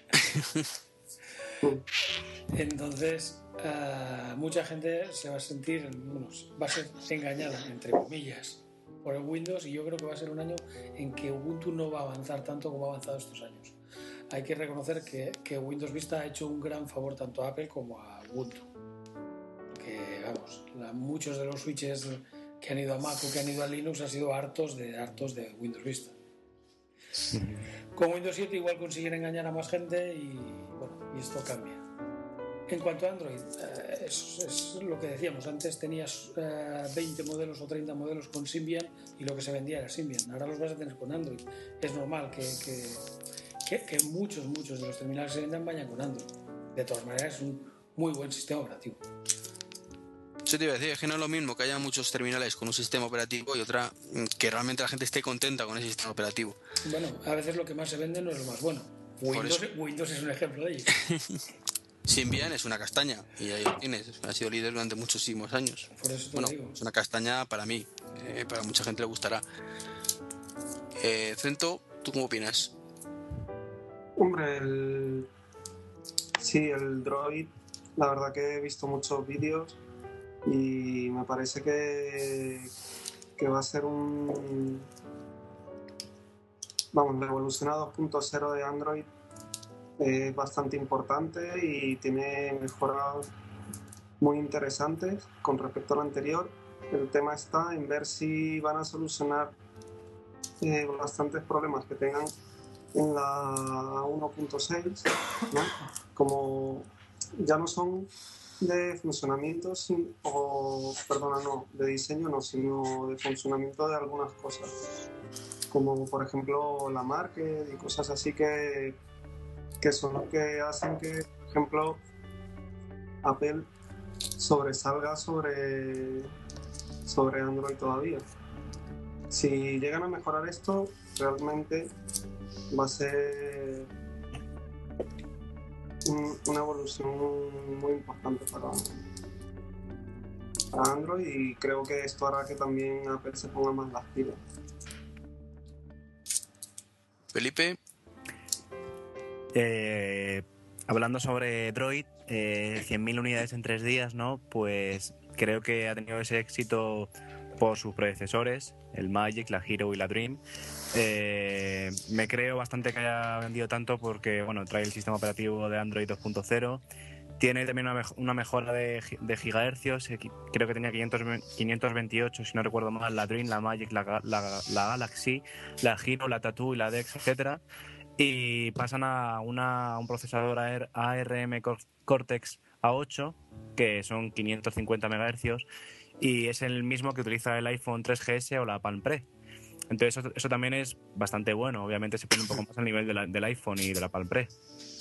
Entonces, uh, mucha gente se va a sentir, bueno, va a ser engañada, entre comillas, por el Windows, y yo creo que va a ser un año en que Ubuntu no va a avanzar tanto como ha avanzado estos años. Hay que reconocer que, que Windows Vista ha hecho un gran favor tanto a Apple como a Ubuntu. Que, vamos, la, muchos de los switches que han ido a Mac o que han ido a Linux han sido hartos de, hartos de Windows Vista. Con Windows siete igual consiguen engañar a más gente y, bueno, y esto cambia. En cuanto a Android, eh, es, es lo que decíamos, antes tenías eh, veinte modelos o treinta modelos con Symbian y lo que se vendía era Symbian, ahora los vas a tener con Android. Es normal que, que, que, que muchos, muchos de los terminales que se vendan vayan con Android. De todas maneras es un muy buen sistema operativo. Yo te iba a decir, es que no es lo mismo que haya muchos terminales con un sistema operativo y otra que realmente la gente esté contenta con ese sistema operativo. Bueno, a veces lo que más se vende no es lo más bueno. Windows, Windows es un ejemplo de ello. Symbian es una castaña y ahí lo tienes, ha sido líder durante muchísimos años. Por eso te bueno, digo. Es una castaña para mí, eh, para mucha gente le gustará. Eh, Cento, ¿tú cómo opinas? Hombre, el... sí, el Droid, la verdad que he visto muchos vídeos y me parece que, que va a ser un... Vamos, la evolución a dos punto cero de Android es bastante importante y tiene mejoras muy interesantes con respecto al anterior. El tema está en ver si van a solucionar eh, bastantes problemas que tengan en la uno punto seis, ¿no? Como ya no son de funcionamiento sin, o perdona no de diseño no sino de funcionamiento de algunas cosas, como por ejemplo la market y cosas así que que son los que hacen que, por ejemplo, Apple sobresalga sobre, sobre Android todavía. Si llegan a mejorar esto, realmente va a ser un, una evolución muy importante para, para Android, y creo que esto hará que también Apple se ponga más las pilas. Felipe. Eh, hablando sobre Droid, eh, cien mil unidades en tres días, ¿no? Pues creo que ha tenido ese éxito por sus predecesores, el Magic, la Hero y la Dream. Eh, me creo bastante que haya vendido tanto porque, bueno, trae el sistema operativo de Android dos punto cero. Tiene también una, mej- una mejora de, de gigahercios, creo que tenía quinientos veintiocho, si no recuerdo mal, la Dream, la Magic, la, la, la Galaxy, la Hero, la Tattoo y la Dex, etcétera. Y pasan a, una, a un procesador A R M Cortex A ocho, que son quinientos cincuenta megahercios, y es el mismo que utiliza el iPhone tres G S o la Palm Pre. Entonces eso, eso también es bastante bueno. Obviamente se pone un poco más al nivel de la, del iPhone y de la Palm Pre.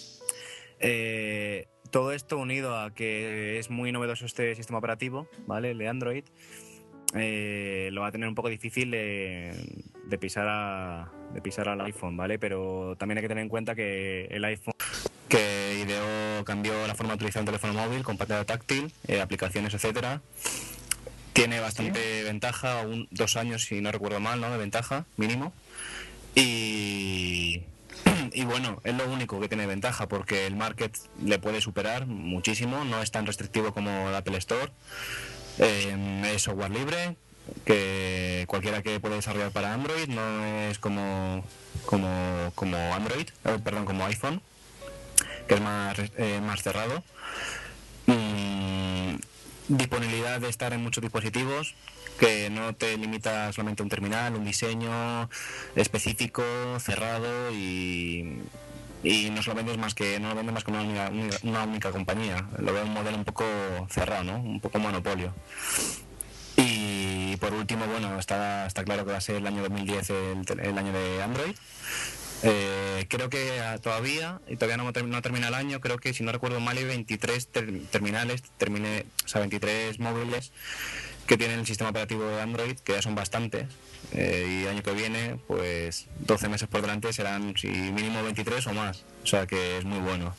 Eh, todo esto unido a que es muy novedoso este sistema operativo, ¿vale? El de Android, eh, lo va a tener un poco difícil de, de pisar a, de pisar al iPhone, ¿vale? Pero también hay que tener en cuenta que el iPhone que ideó, cambió la forma de utilizar un teléfono móvil con pantalla táctil, eh, aplicaciones, etcétera. Tiene bastante ¿Sí? ventaja, un, dos años si no recuerdo mal, ¿no? De ventaja mínimo. Y Y bueno, es lo único que tiene ventaja, porque el market le puede superar muchísimo, no es tan restrictivo como el Apple Store. Eh, es software libre, que cualquiera que pueda desarrollar para Android, no es como como, como Android, eh, perdón, como iPhone, que es más, eh, más cerrado. Mm, disponibilidad de estar en muchos dispositivos, que no te limita solamente a un terminal, un diseño específico, cerrado, y, y no lo vendes más que no lo vendes más que una única, una única compañía. Lo veo un modelo un poco cerrado, ¿no? Un poco monopolio. Y Y por último, bueno, está, está claro que va a ser el año dos mil diez el, el año de Android. Eh, creo que todavía, y todavía no, no termina el año, creo que si no recuerdo mal hay veintitrés ter, terminales, termine, o sea, veintitrés móviles que tienen el sistema operativo de Android, que ya son bastantes, eh, y el año que viene, pues doce meses por delante serán si mínimo veintitrés o más, o sea que es muy bueno.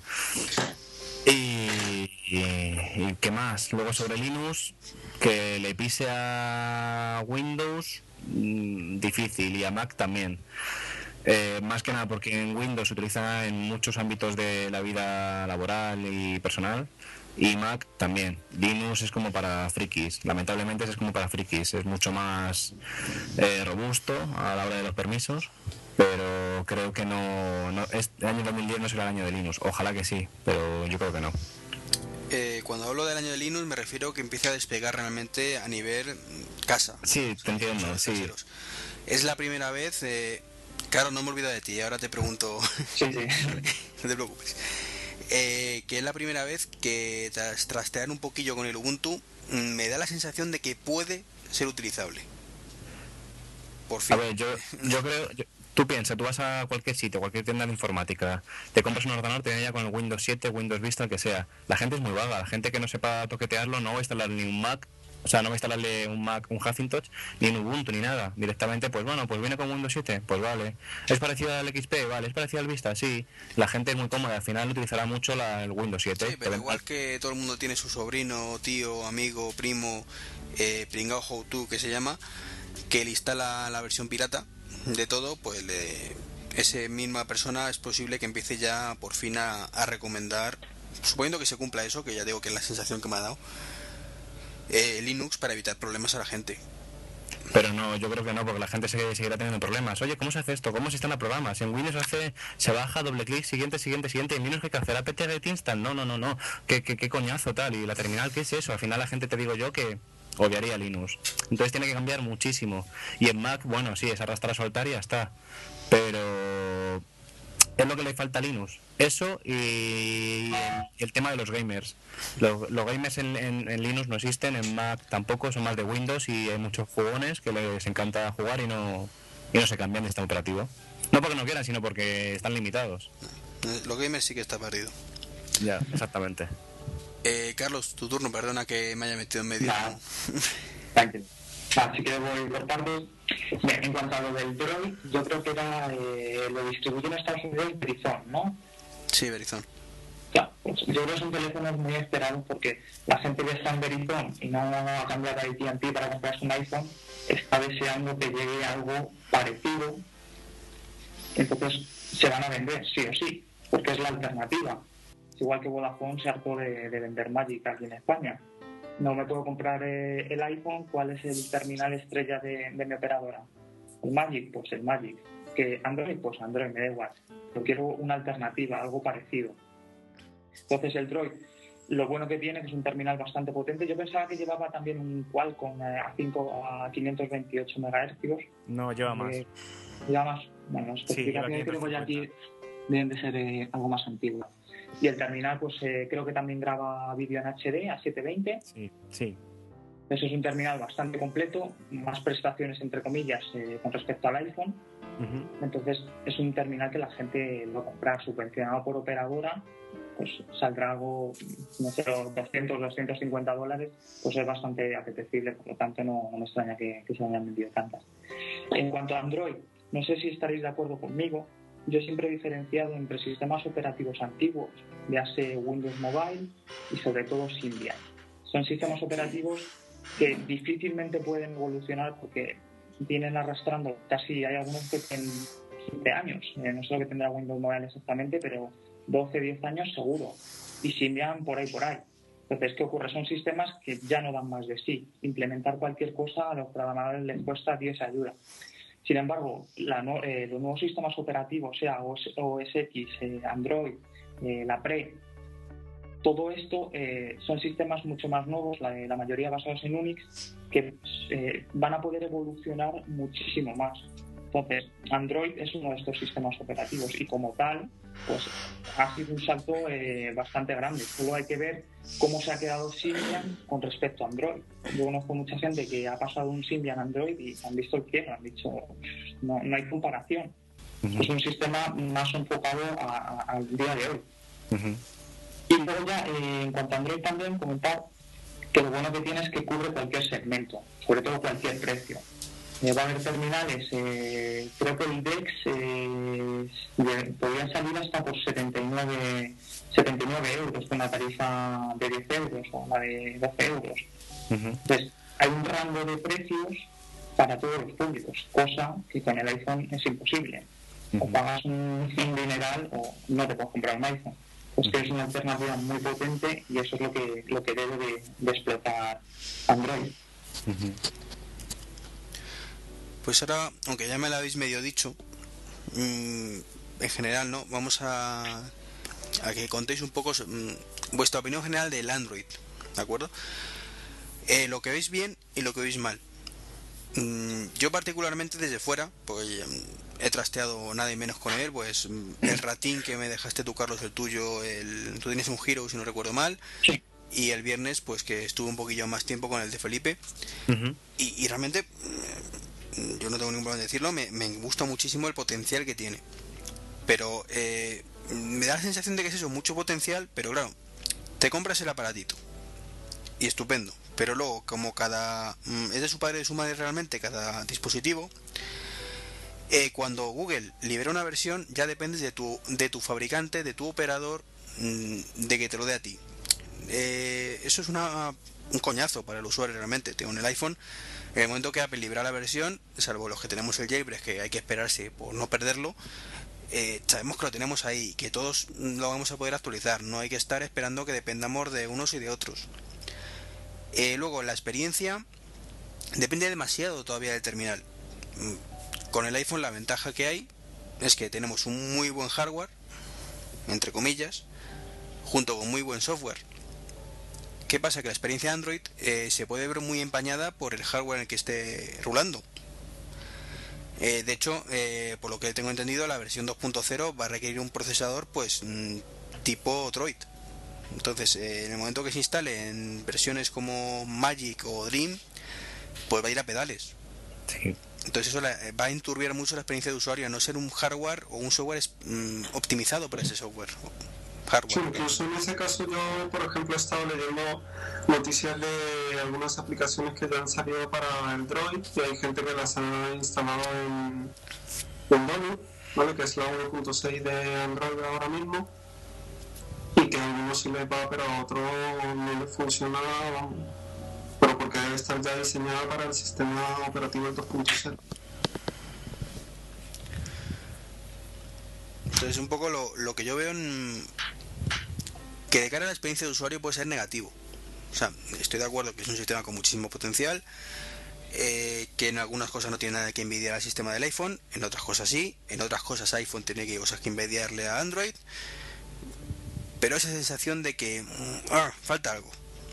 Y, y, y qué más, luego sobre Linux, que le pise a Windows, mmm, difícil, y a Mac también. Eh, más que nada porque en Windows se utiliza en muchos ámbitos de la vida laboral y personal, y Mac también. Linux es como para frikis, lamentablemente es como para frikis, es mucho más eh, robusto a la hora de los permisos, pero creo que no, no este año dos mil diez no será el año de Linux, ojalá que sí, pero yo creo que no. Eh, cuando hablo del año de Linux me refiero a que empiece a despegar realmente a nivel casa. Sí, te entiendo, sí. Terceros. Es la primera vez... Eh, Claro, no me he olvidado de ti, ahora te pregunto. Sí, sí. No te preocupes. Eh, que es la primera vez que tras trastear un poquillo con el Ubuntu me da la sensación de que puede ser utilizable. Por fin. A ver, yo, yo creo... Yo, tú piensas, tú vas a cualquier sitio, cualquier tienda de informática, te compras un ordenador, te viene ya con el Windows siete, Windows Vista, el que sea. La gente es muy vaga, la gente que no sepa toquetearlo no va a instalar ni un Mac. O sea, no va a instalarle un Mac, un Hackintosh, ni un Ubuntu, ni nada. Directamente, pues bueno, pues viene con Windows siete, pues vale. ¿Es parecido al X P? Vale. ¿Es parecido al Vista? Sí. La gente es muy cómoda, al final utilizará mucho la, el Windows siete. Sí, pero igual que todo el mundo tiene su sobrino, tío, amigo, primo, eh, pringao how to, que se llama, que le instala la versión pirata de todo, pues le, esa misma persona es posible que empiece ya por fin a, a recomendar, suponiendo que se cumpla eso, que ya digo que es la sensación que me ha dado, Eh, Linux para evitar problemas a la gente. Pero no, yo creo que no, porque la gente se seguirá teniendo problemas. Oye, ¿cómo se hace esto? ¿Cómo se instalan programas? En Windows hace, se baja, doble clic, siguiente, siguiente, siguiente, y Linux, ¿qué hay que hacer? apt get install, no, no, no, no, ¿Qué, qué, qué coñazo tal, y la terminal, ¿qué es eso? Al final la gente, te digo yo, que odiaría Linux. Entonces tiene que cambiar muchísimo. Y en Mac, bueno, sí, es arrastrar a soltar y ya está. Pero es lo que le falta a Linux. Eso y el, el tema de los gamers. Los, los gamers en, en, en Linux no existen, en Mac tampoco, son más de Windows, y hay muchos jugones que les encanta jugar y no, y no se cambian de sistema operativo. No porque no quieran, sino porque están limitados. Los gamers sí que está perdido. Ya, exactamente. Eh, Carlos, tu turno, perdona que me haya metido en medio. Nah, tranquilo. Así que voy cortando. Bien, en cuanto a lo del Droid, yo creo que era eh, lo distribuye en Estados Unidos Verizon, ¿no? Sí, Verizon. Ya, pues yo creo que son teléfonos muy esperados porque la gente que está en Verizon y no ha cambiado a A T and T para comprarse un iPhone está deseando que llegue algo parecido. Entonces se van a vender, sí o sí, porque es la alternativa. Es igual que Vodafone se hartó de, de vender Magic aquí en España. No me puedo comprar eh, el iPhone, ¿cuál es el terminal estrella de, de mi operadora? ¿El Magic? Pues el Magic. ¿Que Android? Pues Android, me da igual. Yo quiero una alternativa, algo parecido. Entonces el Droid, lo bueno que tiene, que es un terminal bastante potente. Yo pensaba que llevaba también un Qualcomm eh, A cinco a quinientos veintiocho megahercios. No, lleva más. Eh, lleva más. Bueno, las especificaciones sí, creo que ya aquí deben de ser eh, algo más antiguas. Y el terminal, pues eh, creo que también graba vídeo en H D a setecientos veinte. Sí, sí. Eso es un terminal bastante completo, más prestaciones entre comillas eh, con respecto al iPhone. Uh-huh. Entonces es un terminal que la gente lo va a comprar subvencionado por operadora, pues saldrá algo, no sé, doscientos, doscientos cincuenta dólares, pues es bastante apetecible, por lo tanto no, no me extraña que, que se hayan vendido tantas. En cuanto a Android, no sé si estaréis de acuerdo conmigo. Yo siempre he diferenciado entre sistemas operativos antiguos, ya sea Windows Mobile y sobre todo Symbian. Son sistemas operativos que difícilmente pueden evolucionar porque vienen arrastrando casi, hay algunos que tienen quince años, eh, no sé lo que tendrá Windows Mobile exactamente, pero doce, diez años seguro, y Symbian por ahí, por ahí. Entonces, ¿qué ocurre? Son sistemas que ya no dan más de sí. Implementar cualquier cosa a los programadores les cuesta diez ayuda. Sin embargo, la, eh, los nuevos sistemas operativos, sea O S X, eh, Android, eh, la Pre, todo esto eh, son sistemas mucho más nuevos, la, la mayoría basados en Unix, que eh, van a poder evolucionar muchísimo más. Entonces, Android es uno de estos sistemas operativos y como tal, pues ha sido un salto eh, bastante grande. Solo hay que ver cómo se ha quedado Symbian con respecto a Android. Yo conozco mucha gente que ha pasado un Symbian a Android y han visto el cielo, han dicho, no, no hay comparación. Uh-huh. Es un sistema más enfocado a, a, al día de hoy. Uh-huh. Y luego ya, eh, en cuanto a Android también, comentar que lo bueno que tiene es que cubre cualquier segmento, sobre todo cualquier precio. Eh, va a haber terminales, eh, creo que el D E X eh, de, podría salir hasta por setenta y nueve euros con la tarifa de diez euros o la de doce euros. Uh-huh. Entonces, hay un rango de precios para todos los públicos, cosa que con el iPhone es imposible. Uh-huh. O pagas un, un dineral o no te puedes comprar un iPhone. Pues que es una alternativa muy potente y eso es lo que, lo que debe de, de explotar Android. Uh-huh. Pues ahora, aunque ya me lo habéis medio dicho, mmm, en general, ¿no? Vamos a, a que contéis un poco mmm, vuestra opinión general del Android, ¿de acuerdo? Eh, lo que veis bien y lo que veis mal. Mm, yo particularmente desde fuera, porque he trasteado nada y menos con él, pues el ratín que me dejaste tú, Carlos, el tuyo, el, tú tienes un Hero, si no recuerdo mal, sí. Y el viernes, pues que estuve un poquillo más tiempo con el de Felipe, uh-huh. y, y realmente... yo no tengo ningún problema en decirlo, me, me gusta muchísimo el potencial que tiene, pero eh, me da la sensación de que es eso, mucho potencial, pero claro, te compras el aparatito y estupendo, pero luego como cada es de su padre y de su madre realmente cada dispositivo, eh, cuando Google libera una versión ya dependes de tu, de tu fabricante, de tu operador, de que te lo dé a ti. Eh, eso es una, un coñazo para el usuario realmente. Tengo en el iPhone, en el momento que Apple libera la versión, salvo los que tenemos el jailbreak, que hay que esperarse por no perderlo, eh, sabemos que lo tenemos ahí, que todos lo vamos a poder actualizar, no hay que estar esperando que dependamos de unos y de otros. Eh, luego, la experiencia depende demasiado todavía del terminal. Con el iPhone la ventaja que hay es que tenemos un muy buen hardware, entre comillas, junto con muy buen software. ¿Qué pasa? Que la experiencia de Android eh, se puede ver muy empañada por el hardware en el que esté rulando. Eh, de hecho, eh, por lo que tengo entendido, la versión dos punto cero va a requerir un procesador pues mmm, tipo Droid. Entonces, eh, en el momento que se instale en versiones como Magic o Dream, pues va a ir a pedales. Sí. Entonces eso la, va a enturbiar mucho la experiencia de usuario, a no ser un hardware o un software mmm, optimizado para ese software. Hardware, sí, incluso en ese caso yo, por ejemplo, he estado leyendo noticias de algunas aplicaciones que ya han salido para Android y hay gente que las ha instalado en, en Donut, ¿vale? Que es la uno punto seis de Android ahora mismo, y que a algunos sí les va, pero a otros no les funciona, pero porque debe estar ya diseñada para el sistema operativo del dos punto cero. Entonces un poco lo, lo que yo veo en, que de cara a la experiencia de usuario puede ser negativo. O sea, estoy de acuerdo que es un sistema con muchísimo potencial, eh, que en algunas cosas no tiene nada que envidiar al sistema del iPhone, en otras cosas sí, en otras cosas iPhone tiene que cosas que envidiarle a Android, pero esa sensación de que ah, falta algo.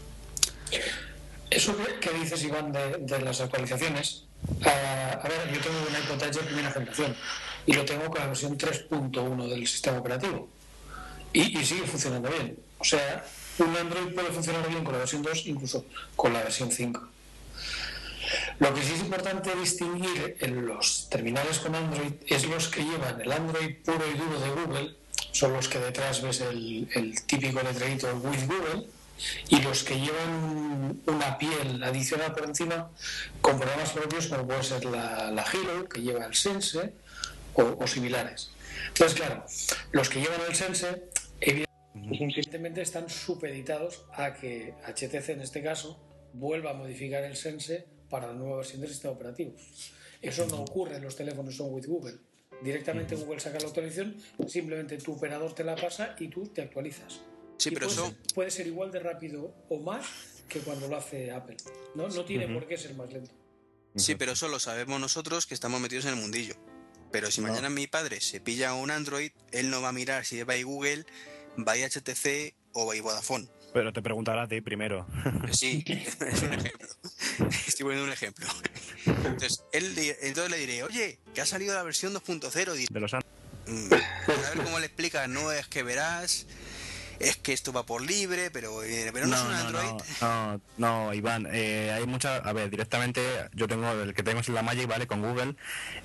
Eso que, que dices, Iván, de, de las actualizaciones, uh, a ver, yo tengo un iPod Touch de primera generación y lo tengo con la versión tres punto uno del sistema operativo y, y sigue funcionando bien. O sea, un Android puede funcionar bien con la versión dos, incluso con la versión cinco. Lo que sí es importante distinguir en los terminales con Android es los que llevan el Android puro y duro de Google, son los que detrás ves el, el típico letrerito with Google, y los que llevan una piel adicional por encima con programas propios como puede ser la, la Hero, que lleva el Sense o, o similares. Entonces, claro, los que llevan el Sense evidentemente están supeditados a que H T C en este caso vuelva a modificar el Sense para la nueva versión del sistema operativo. Eso no ocurre en los teléfonos son with Google. Directamente Google saca la actualización, simplemente tu operador te la pasa y tú te actualizas. Sí, pero puede, eso ser, puede ser igual de rápido o más que cuando lo hace Apple. No, no tiene uh-huh. por qué ser más lento. Sí, pero eso lo sabemos nosotros que estamos metidos en el mundillo. Pero si no. mañana mi padre se pilla un Android, él no va a mirar si va a Google, va a H T C o va a Vodafone. Pero te preguntará a ti primero. Sí, es un ejemplo. Estoy poniendo un ejemplo. Entonces, él, entonces le diré, oye, que ha salido la versión dos punto cero. De los an- Mm, a ver cómo le explica, no es que verás, es que esto va por libre, pero, eh, pero no, es un no, Android. no, no, no, Iván, eh, hay muchas, a ver, directamente yo tengo el que tenemos en la Magic, ¿vale? Con Google,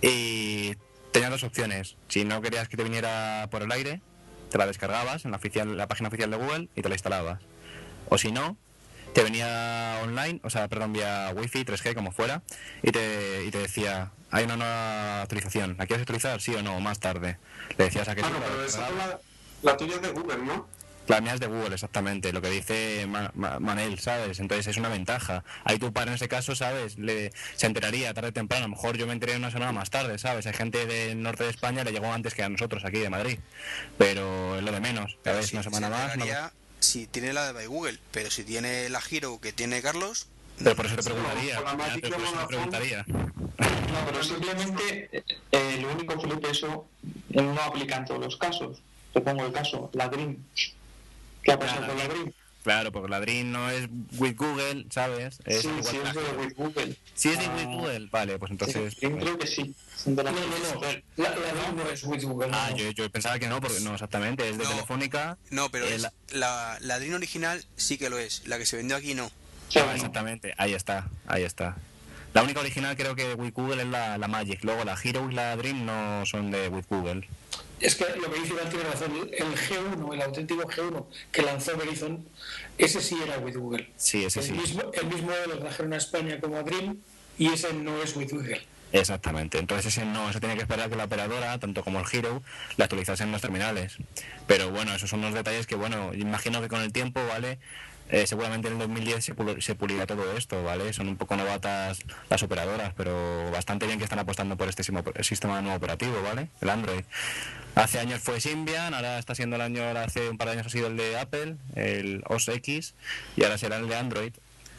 y tenía dos opciones. Si no querías que te viniera por el aire, te la descargabas en la, oficial, la página oficial de Google y te la instalabas. O si no, te venía online, o sea, perdón, vía Wi-Fi, tres G, como fuera, y te, y te decía, hay una nueva actualización, ¿la quieres actualizar? Sí o no, más tarde. Le decías a que Ah, sí, no, la pero esa es descargabas. la, la tuya es de Google, ¿no? La mía es de Google, exactamente, lo que dice Ma- Ma- Manel, ¿sabes? Entonces es una ventaja. Ahí tu padre en ese caso, ¿sabes? Le, se enteraría tarde o temprano. A lo mejor yo me enteré una semana más tarde, ¿sabes? Hay gente del norte de España le llegó antes que a nosotros aquí de Madrid. Pero es lo de menos, Pero ¿sabes? si, Una semana se más. no- enteraría si tiene la de Google, pero si tiene la Hero que tiene Carlos, Pero por eso te Sí, preguntaría. con la ya, Magic pero por eso te Vodafone. preguntaría. No, pero simplemente eh, el único Felipe eso eh, no aplica en todos los casos. Te pongo el caso, la Dream. ¿Qué ha pasado Claro. con la Dream? Claro, porque la Dream no es with Google, ¿sabes? Es Sí, igual sí, que la es de Hero. with Google. Si es de Ah, with Google, vale, pues entonces... sí, Dream pues- creo que sí. Son de No, la- no, no. La, la Dream no es with Google. Ah, no. yo, yo pensaba que no, porque no exactamente, es de No. Telefónica. no, pero eh, es, la- la, la Dream original sí que lo es, la que se vendió aquí no. Sí, Ah, bueno. exactamente, ahí está, ahí está. La única original creo que de with Google es la, la Magic, luego la Hero y la Dream no son de with Google. Es que lo que dice Iván tiene razón. El G uno, el auténtico G uno que lanzó Verizon, ese sí era with Google. Sí, ese El sí. mismo, el mismo lo trajeron a España como Dream y ese no es with Google. Exactamente, entonces ese no, eso tiene que esperar que la operadora, tanto como el Hero, la actualizase en los terminales. Pero bueno, esos son unos detalles que, bueno, imagino que con el tiempo, ¿vale? Eh, seguramente en el dos mil diez se, pul- se pulirá todo esto, ¿vale? Son un poco novatas las operadoras, pero bastante bien que están apostando por este simo- sistema nuevo operativo, ¿vale? El Android. Hace años fue Symbian, ahora está siendo el año, ahora hace un par de años ha sido el de Apple, el O S X, y ahora será el de Android.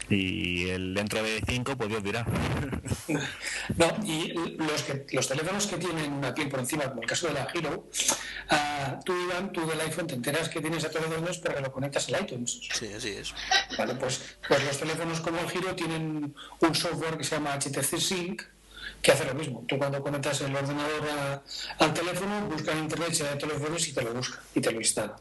Y el dentro de cinco, pues Dios dirá. No, y los, que, los teléfonos que tienen una piel por encima, como el caso de la Hero, uh, tú, Iván, tú del iPhone te enteras que tienes a todos los porque lo conectas al iTunes. Sí, así es. Vale, pues, pues los teléfonos como el Hero tienen un software que se llama H T C Sync, que hace lo mismo. Tú cuando conectas el ordenador a, al teléfono, buscas en internet, se da teléfonos y te lo busca y te lo instala.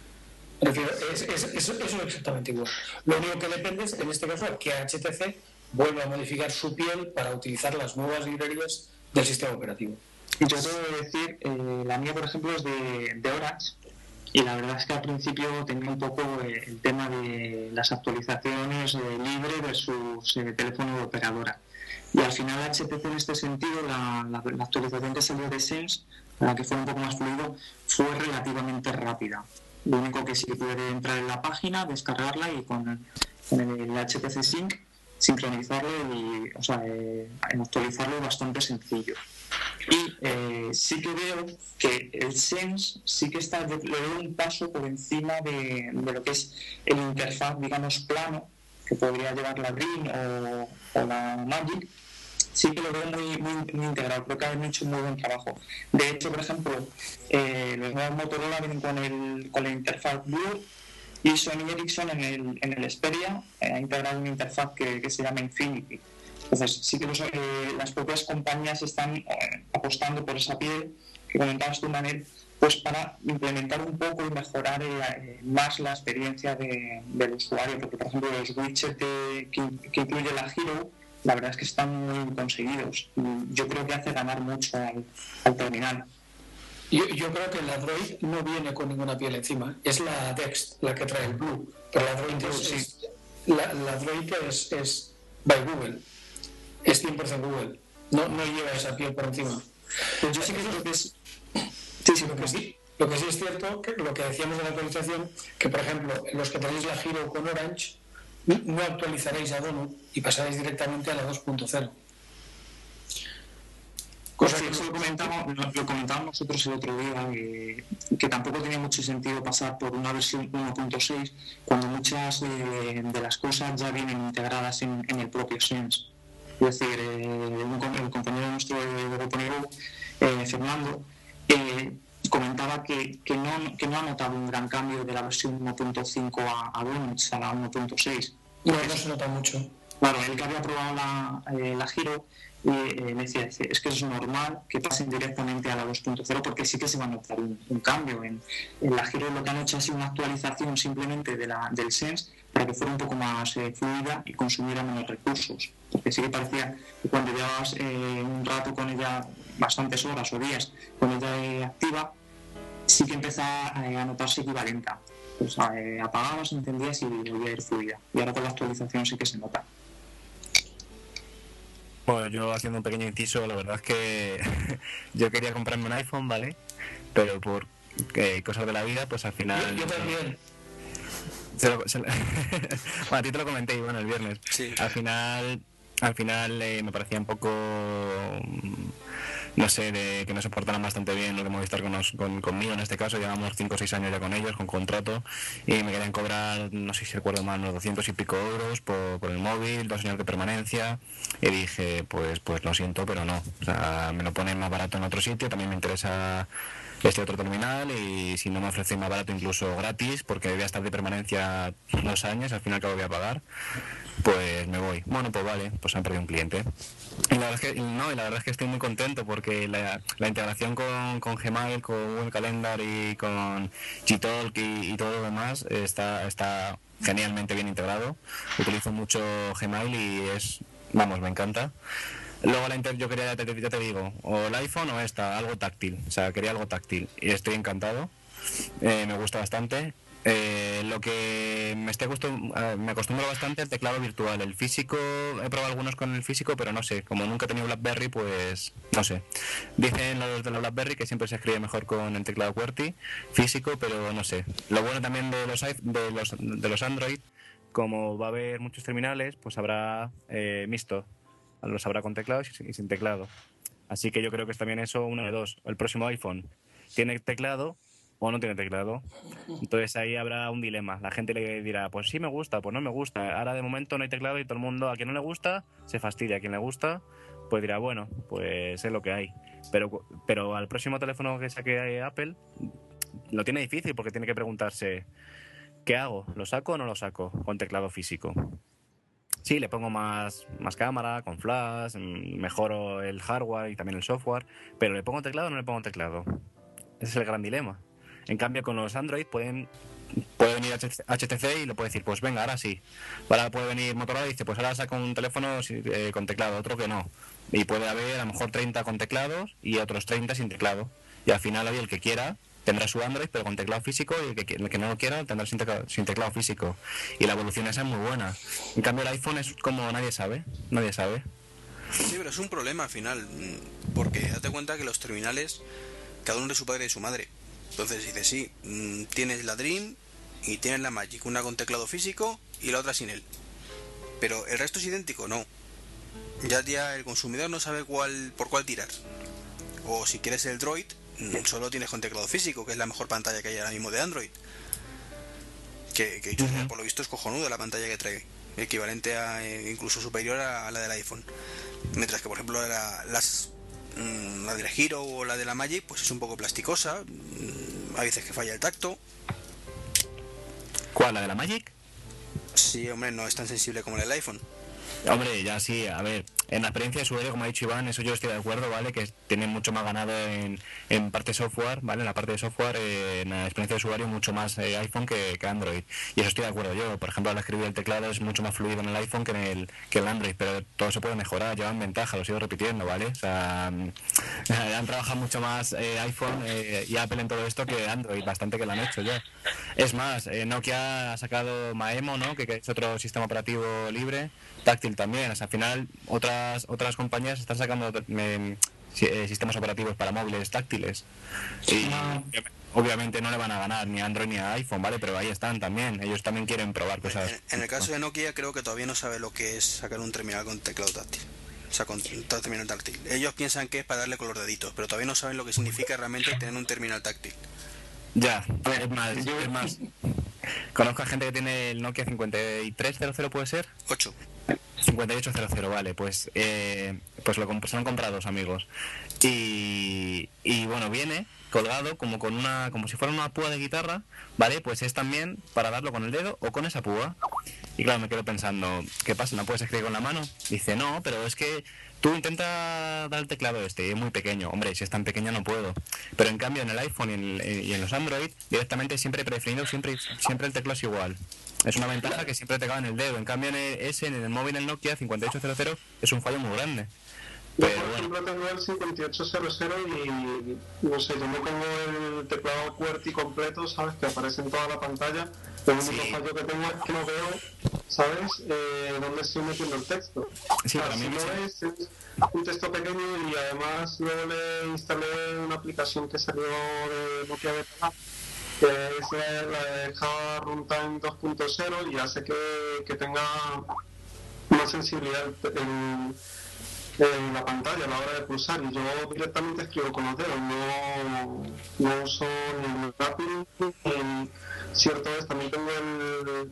Me refiero, es, es, es, eso es exactamente igual. Lo único que depende es, en este caso, que H T C vuelva a modificar su piel para utilizar las nuevas librerías del sistema operativo. Yo debo decir, eh, la mía, por ejemplo, es de, de Orange, y la verdad es que al principio tenía un poco eh, el tema de las actualizaciones eh, libre versus eh, teléfono de operadora. Y al final H T C en este sentido, la, la, la actualización que salió de Sense, para que fuera un poco más fluido, fue relativamente rápida. Lo único que sí que puede entrar en la página, descargarla y con, con el H T C Sync sincronizarlo y, o sea, eh, actualizarlo es bastante sencillo. Y eh, sí que veo que el Sense sí que está, yo le veo un paso por encima de, de lo que es el interfaz, digamos, plano, que podría llevar la Dream o, o la Magic. Sí que lo veo muy, muy, muy integrado, creo que han hecho un muy buen trabajo. De hecho, por ejemplo, eh, los nuevos Motorola vienen con, el, con la interfaz Blue, y Sony Ericsson en el, en el Xperia eh, ha integrado una interfaz que, que se llama Infinity. Entonces, sí que los, eh, las propias compañías están eh, apostando por esa piel que comentabas tú, Manel, pues para implementar un poco y mejorar eh, más la experiencia de, del usuario, porque, por ejemplo, los widgets de, que, que incluye la Hero, la verdad es que están muy conseguidos. Y yo creo que hace ganar mucho al, al terminal. Yo, yo creo que el Android no viene con ninguna piel encima, es la Dext la que trae el Blue, pero el Android es, Sí. es, la, la Android es, es by Google, es cien por ciento Google, no, no lleva esa piel por encima. Pues yo sí que creo que es... Sí, sí, lo que sí, lo que sí es cierto, que lo que decíamos de la actualización, que por ejemplo, los que tenéis la Hero con Orange, no actualizaréis a Donut y pasaréis directamente a la dos punto cero. Cosa que eso lo comentábamos, lo comentábamos nosotros el otro día, eh, que tampoco tenía mucho sentido pasar por una versión uno punto seis cuando muchas eh, de las cosas ya vienen integradas en, en el propio Sense. Es decir, eh, un, el compañero nuestro de Goponero, eh, Fernando, eh, comentaba que, que, no, que no ha notado un gran cambio de la versión uno punto cinco a, a Donuts, a la uno punto seis. No, no se nota mucho. Claro, él que había probado la, eh, la Hero y eh, me decía, es que es normal que pasen directamente a la dos punto cero porque sí que se va a notar un, un cambio. En, en la Hero lo que han hecho ha sido una actualización simplemente de la, del Sense para que fuera un poco más eh, fluida y consumiera menos recursos. Porque sí que parecía que cuando llevabas eh, un rato con ella, bastantes horas o días con ella eh, activa, sí que empezaba eh, a notarse equivalenta. Pues eh, apagabas, encendías y volvía a ir fluida. Y ahora con la actualización sí que se nota. Bueno, yo haciendo un pequeño inciso, la verdad es que yo quería comprarme un iPhone, ¿vale? Pero por eh, cosas de la vida, pues al final... Yo, yo también. Se lo, se lo... bueno, a ti te lo comenté, bueno, el viernes. Sí. Al final, al final eh, me parecía un poco... no sé, de que no se portaran bastante bien lo de Movistar con nos, con, conmigo en este caso. Llevamos cinco o seis años ya con ellos, con contrato, y me querían cobrar, no sé si recuerdo mal, unos doscientos y pico euros por, por el móvil, dos años de permanencia, y dije, pues pues lo siento, pero no, o sea, me lo ponen más barato en otro sitio, también me interesa este otro terminal, y si no me ofrecen más barato, incluso gratis, porque voy a estar de permanencia dos años, al final que lo voy a pagar, pues me voy. Bueno, pues vale, pues han perdido un cliente. Y la verdad es que, no, y la verdad es que estoy muy contento porque la, la integración con, con Gmail, con Google Calendar y con Gtalk y, y todo lo demás está, está genialmente bien integrado. Utilizo mucho Gmail y es, vamos, me encanta. Luego la inter, yo quería, ya te, ya te digo, o el iPhone o esta, algo táctil, o sea, quería algo táctil y estoy encantado, eh, me gusta bastante. Eh, lo que me estoy acostum uh, me acostumbro bastante al teclado virtual. El físico, he probado algunos con el físico, pero no sé, como nunca he tenido BlackBerry, pues no sé. Dicen los de la BlackBerry que siempre se escribe mejor con el teclado QWERTY físico, pero no sé. Lo bueno también de los de los, de los Android, como va a haber muchos terminales, pues habrá eh, mixto. Los habrá con teclado y sin teclado. Así que yo creo que es también eso, uno de dos. El próximo iPhone tiene teclado o no tiene teclado. Entonces ahí habrá un dilema. La gente le dirá, pues sí me gusta, pues no me gusta. Ahora de momento no hay teclado y todo el mundo, a quien no le gusta, se fastidia. A quien le gusta, pues dirá, bueno, pues es lo que hay. Pero, pero al próximo teléfono que saque Apple, lo tiene difícil porque tiene que preguntarse, ¿qué hago? ¿Lo saco o no lo saco con teclado físico? Sí, le pongo más, más cámara, con flash, mejoro el hardware y también el software, pero ¿le pongo teclado o no le pongo teclado? Ese es el gran dilema. En cambio, con los Android pueden puede venir H T C y le puede decir, pues venga, ahora sí. Ahora puede venir Motorola y dice, pues ahora saco un teléfono eh, con teclado, otro que no. Y puede haber a lo mejor treinta con teclados y otros treinta sin teclado. Y al final, hoy el que quiera tendrá su Android, pero con teclado físico, y el que, el que no lo quiera tendrá sin teclado, sin teclado físico. Y la evolución esa es muy buena. En cambio, el iPhone es como nadie sabe, nadie sabe. Sí, pero es un problema al final, porque date cuenta que los terminales, cada uno de su padre y de su madre. Entonces dices, sí, tienes la Dream y tienes la Magic, una con teclado físico y la otra sin él. Pero el resto es idéntico, no. Ya, ya el consumidor no sabe cuál por cuál tirar. O si quieres el Droid, solo tienes con teclado físico, que es la mejor pantalla que hay ahora mismo de Android. Que, que uh-huh. por lo visto es cojonuda la pantalla que trae, equivalente a, eh, incluso superior a, a la del iPhone. Mientras que por ejemplo la, las, mmm, la de la Hero o la de la Magic pues es un poco plasticosa, mmm, hay veces que falla el tacto. ¿Cuál? ¿La de la Magic? Sí, hombre, no es tan sensible como la del iPhone. Hombre, ya sí, a ver, en la experiencia de usuario, como ha dicho Iván, eso yo estoy de acuerdo, ¿vale? Que tienen mucho más ganado en, en parte software, ¿vale? En la parte de software, eh, en la experiencia de usuario, mucho más eh, iPhone que, que Android. Y eso estoy de acuerdo yo. Por ejemplo, al escribir el teclado es mucho más fluido en el iPhone que en el, que en el Android, pero todo se puede mejorar, llevan ventaja, lo sigo repitiendo, ¿vale? O sea, han trabajado mucho más eh, iPhone eh, y Apple en todo esto que Android, bastante que lo han hecho ya. Es más, eh, Nokia ha sacado Maemo, ¿no? Que, que es otro sistema operativo libre, táctil también. O sea, al final otras otras compañías están sacando eh, sistemas operativos para móviles táctiles y obviamente no le van a ganar ni a Android ni a iPhone, ¿vale? Pero ahí están también, ellos también quieren probar cosas. En, en el caso de Nokia creo que todavía no sabe lo que es sacar un terminal con teclado táctil, o sea, con terminal táctil. Ellos piensan que es para darle con los deditos, pero todavía no saben lo que significa realmente tener un terminal táctil. Ya, es más, es más. Conozco a gente que tiene el Nokia cincuenta y tres cero cero, ¿puede ser? ocho. cincuenta y ocho cero cero, vale, pues eh, pues lo se lo han comprado dos amigos. Y, y bueno, viene colgado como con una, como si fuera una púa de guitarra, ¿vale? Pues es también para darlo con el dedo o con esa púa. Y claro, me quedo pensando, ¿qué pasa? ¿No puedes escribir con la mano? Dice, no, pero es que tú intenta dar el teclado este, es muy pequeño. Hombre, si es tan pequeño no puedo. Pero en cambio en el iPhone y en, y en los Android, directamente siempre he preferido, siempre, siempre el teclado es igual. Es una ventaja que siempre te cabe en el dedo. En cambio en el, ese, en el móvil, el Nokia cincuenta y ocho cero cero, es un fallo muy grande. Yo, por ejemplo, tengo el cincuenta y ocho cero cero y, no sé, yo no tengo el teclado QWERTY completo, ¿sabes? Que aparece en toda la pantalla. El único sí. fallo que tengo es que no veo, ¿sabes? Eh, dónde estoy metiendo el texto. Sí, o sea, para mí si no es, es un texto pequeño y además luego le instalé una aplicación que salió de Nokia Beta, que es la de Java Runtime dos punto cero y hace que, que tenga más sensibilidad en, en la pantalla a la hora de pulsar, y yo directamente escribo con los dedos, no, no uso ni el lápiz ni cierto es, también tengo el,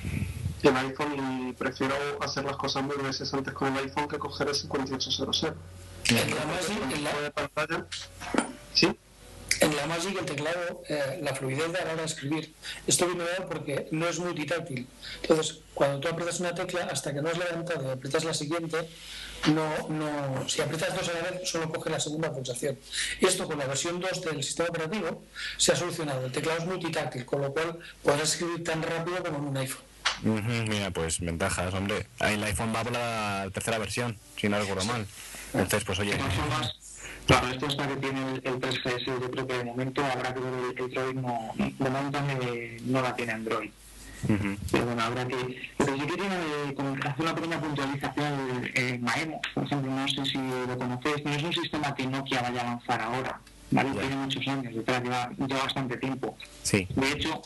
el iPhone y prefiero hacer las cosas mil veces antes con el iPhone que coger el cincuenta y ocho cero cero. En la Magic, en la... de pantalla, ¿sí? En la Magic el teclado, eh, la fluidez de a la hora de escribir, esto viene dado porque no es multitáctil. Entonces, cuando tú aprietas una tecla, hasta que no has levantado y aprietas la siguiente, no, no, si aprietas dos a la vez, solo coge la segunda pulsación. Y esto con la versión dos del sistema operativo se ha solucionado. El teclado es multitáctil, con lo cual podrás escribir tan rápido como en un iPhone. Uh-huh, mira, pues ventajas, hombre. Ahí el iPhone va por la tercera versión, si no recuerdo mal. Entonces, pues oye... Claro, esto es para que tiene el, el tres G S, yo creo que de momento habrá que ver el, el Droid, no, de momento eh, no la tiene Android. Uh-huh. Pero bueno, habrá que... Pero yo quería eh, hacer una pequeña puntualización en eh, Maemo, por ejemplo, no sé si lo conocéis, no es un sistema que Nokia vaya a lanzar ahora, ¿vale? Yeah. Tiene muchos años detrás, lleva, lleva bastante tiempo. Sí. De hecho,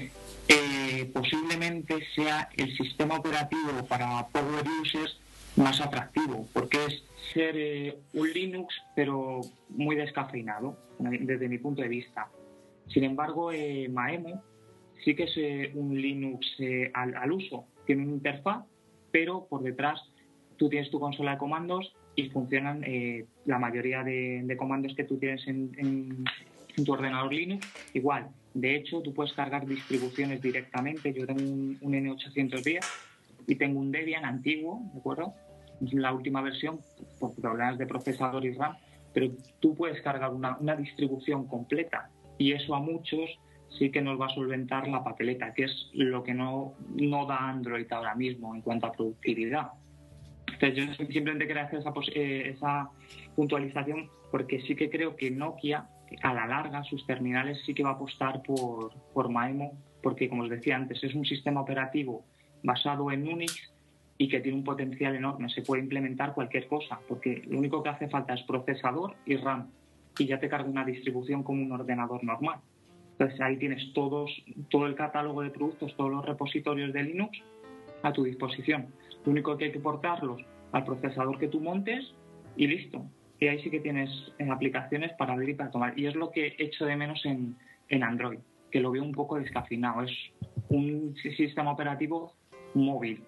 eh, posiblemente sea el sistema operativo para Power Users más atractivo, porque es ser eh, un Linux pero muy descafeinado desde mi punto de vista. Sin embargo, eh, Maemo sí que es eh, un Linux eh, al, al uso, tiene una interfaz, pero por detrás tú tienes tu consola de comandos y funcionan eh, la mayoría de, de comandos que tú tienes en, en, en tu ordenador Linux igual. De hecho, tú puedes cargar distribuciones directamente. Yo tengo un, un N ochocientos diez y tengo un Debian antiguo, ¿de acuerdo? La última versión, por problemas de procesador y RAM, pero tú puedes cargar una, una distribución completa y eso a muchos sí que nos va a solventar la papeleta, que es lo que no, no da Android ahora mismo en cuanto a productividad. Entonces yo simplemente quería hacer esa, eh, esa puntualización porque sí que creo que Nokia a la larga sus terminales sí que va a apostar por, por Maemo, porque como os decía antes es un sistema operativo basado en Unix y que tiene un potencial enorme, se puede implementar cualquier cosa, porque lo único que hace falta es procesador y RAM, y ya te carga una distribución como un ordenador normal. Entonces ahí tienes todos, todo el catálogo de productos, todos los repositorios de Linux a tu disposición. Lo único que hay que portarlos al procesador que tú montes y listo. Y ahí sí que tienes en aplicaciones para abrir y para tomar. Y es lo que echo de menos en, en Android, que lo veo un poco descafeinado. Es un sistema operativo móvil.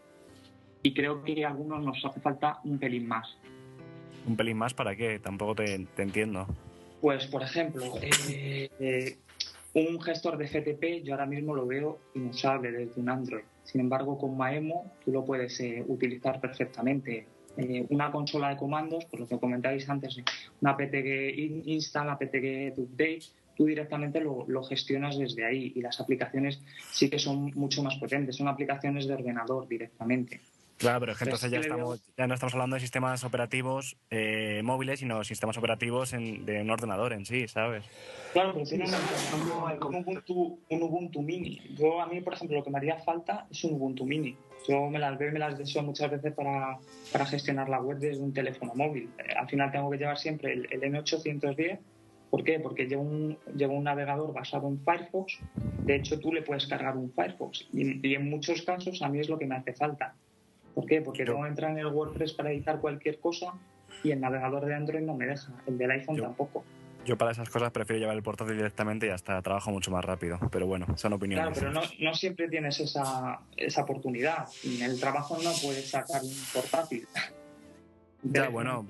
Y creo que a algunos nos hace falta un pelín más. ¿Un pelín más para qué? Tampoco te, te entiendo. Pues, por ejemplo, eh, eh, un gestor de F T P yo ahora mismo lo veo inusable desde un Android. Sin embargo, con Maemo tú lo puedes eh, utilizar perfectamente. Eh, una consola de comandos, por lo que comentáis antes, una apt-get install, apt-get update, tú directamente lo, lo gestionas desde ahí y las aplicaciones sí que son mucho más potentes. Son aplicaciones de ordenador directamente. Claro, pero es que entonces ya, estamos, ya no estamos hablando de sistemas operativos eh, móviles, sino sistemas operativos en, de un ordenador en sí, ¿sabes? Claro, pero tiene un, un, Ubuntu, un Ubuntu Mini. Yo, a mí, por ejemplo, lo que me haría falta es un Ubuntu Mini. Yo me las veo y me las deseo muchas veces para, para gestionar la web desde un teléfono móvil. Eh, al final tengo que llevar siempre el, el N ochocientos diez. ¿Por qué? Porque llevo un, llevo un navegador basado en Firefox. De hecho, tú le puedes cargar un Firefox. Y, y en muchos casos a mí es lo que me hace falta. ¿Por qué? Porque tengo que entrar en el WordPress para editar cualquier cosa y el navegador de Android no me deja, el del iPhone yo, tampoco. Yo para esas cosas prefiero llevar el portátil directamente y hasta trabajo mucho más rápido, pero bueno, son opiniones. Claro, pero no, no siempre tienes esa, esa oportunidad. En el trabajo no puedes sacar un portátil. Ya, bueno.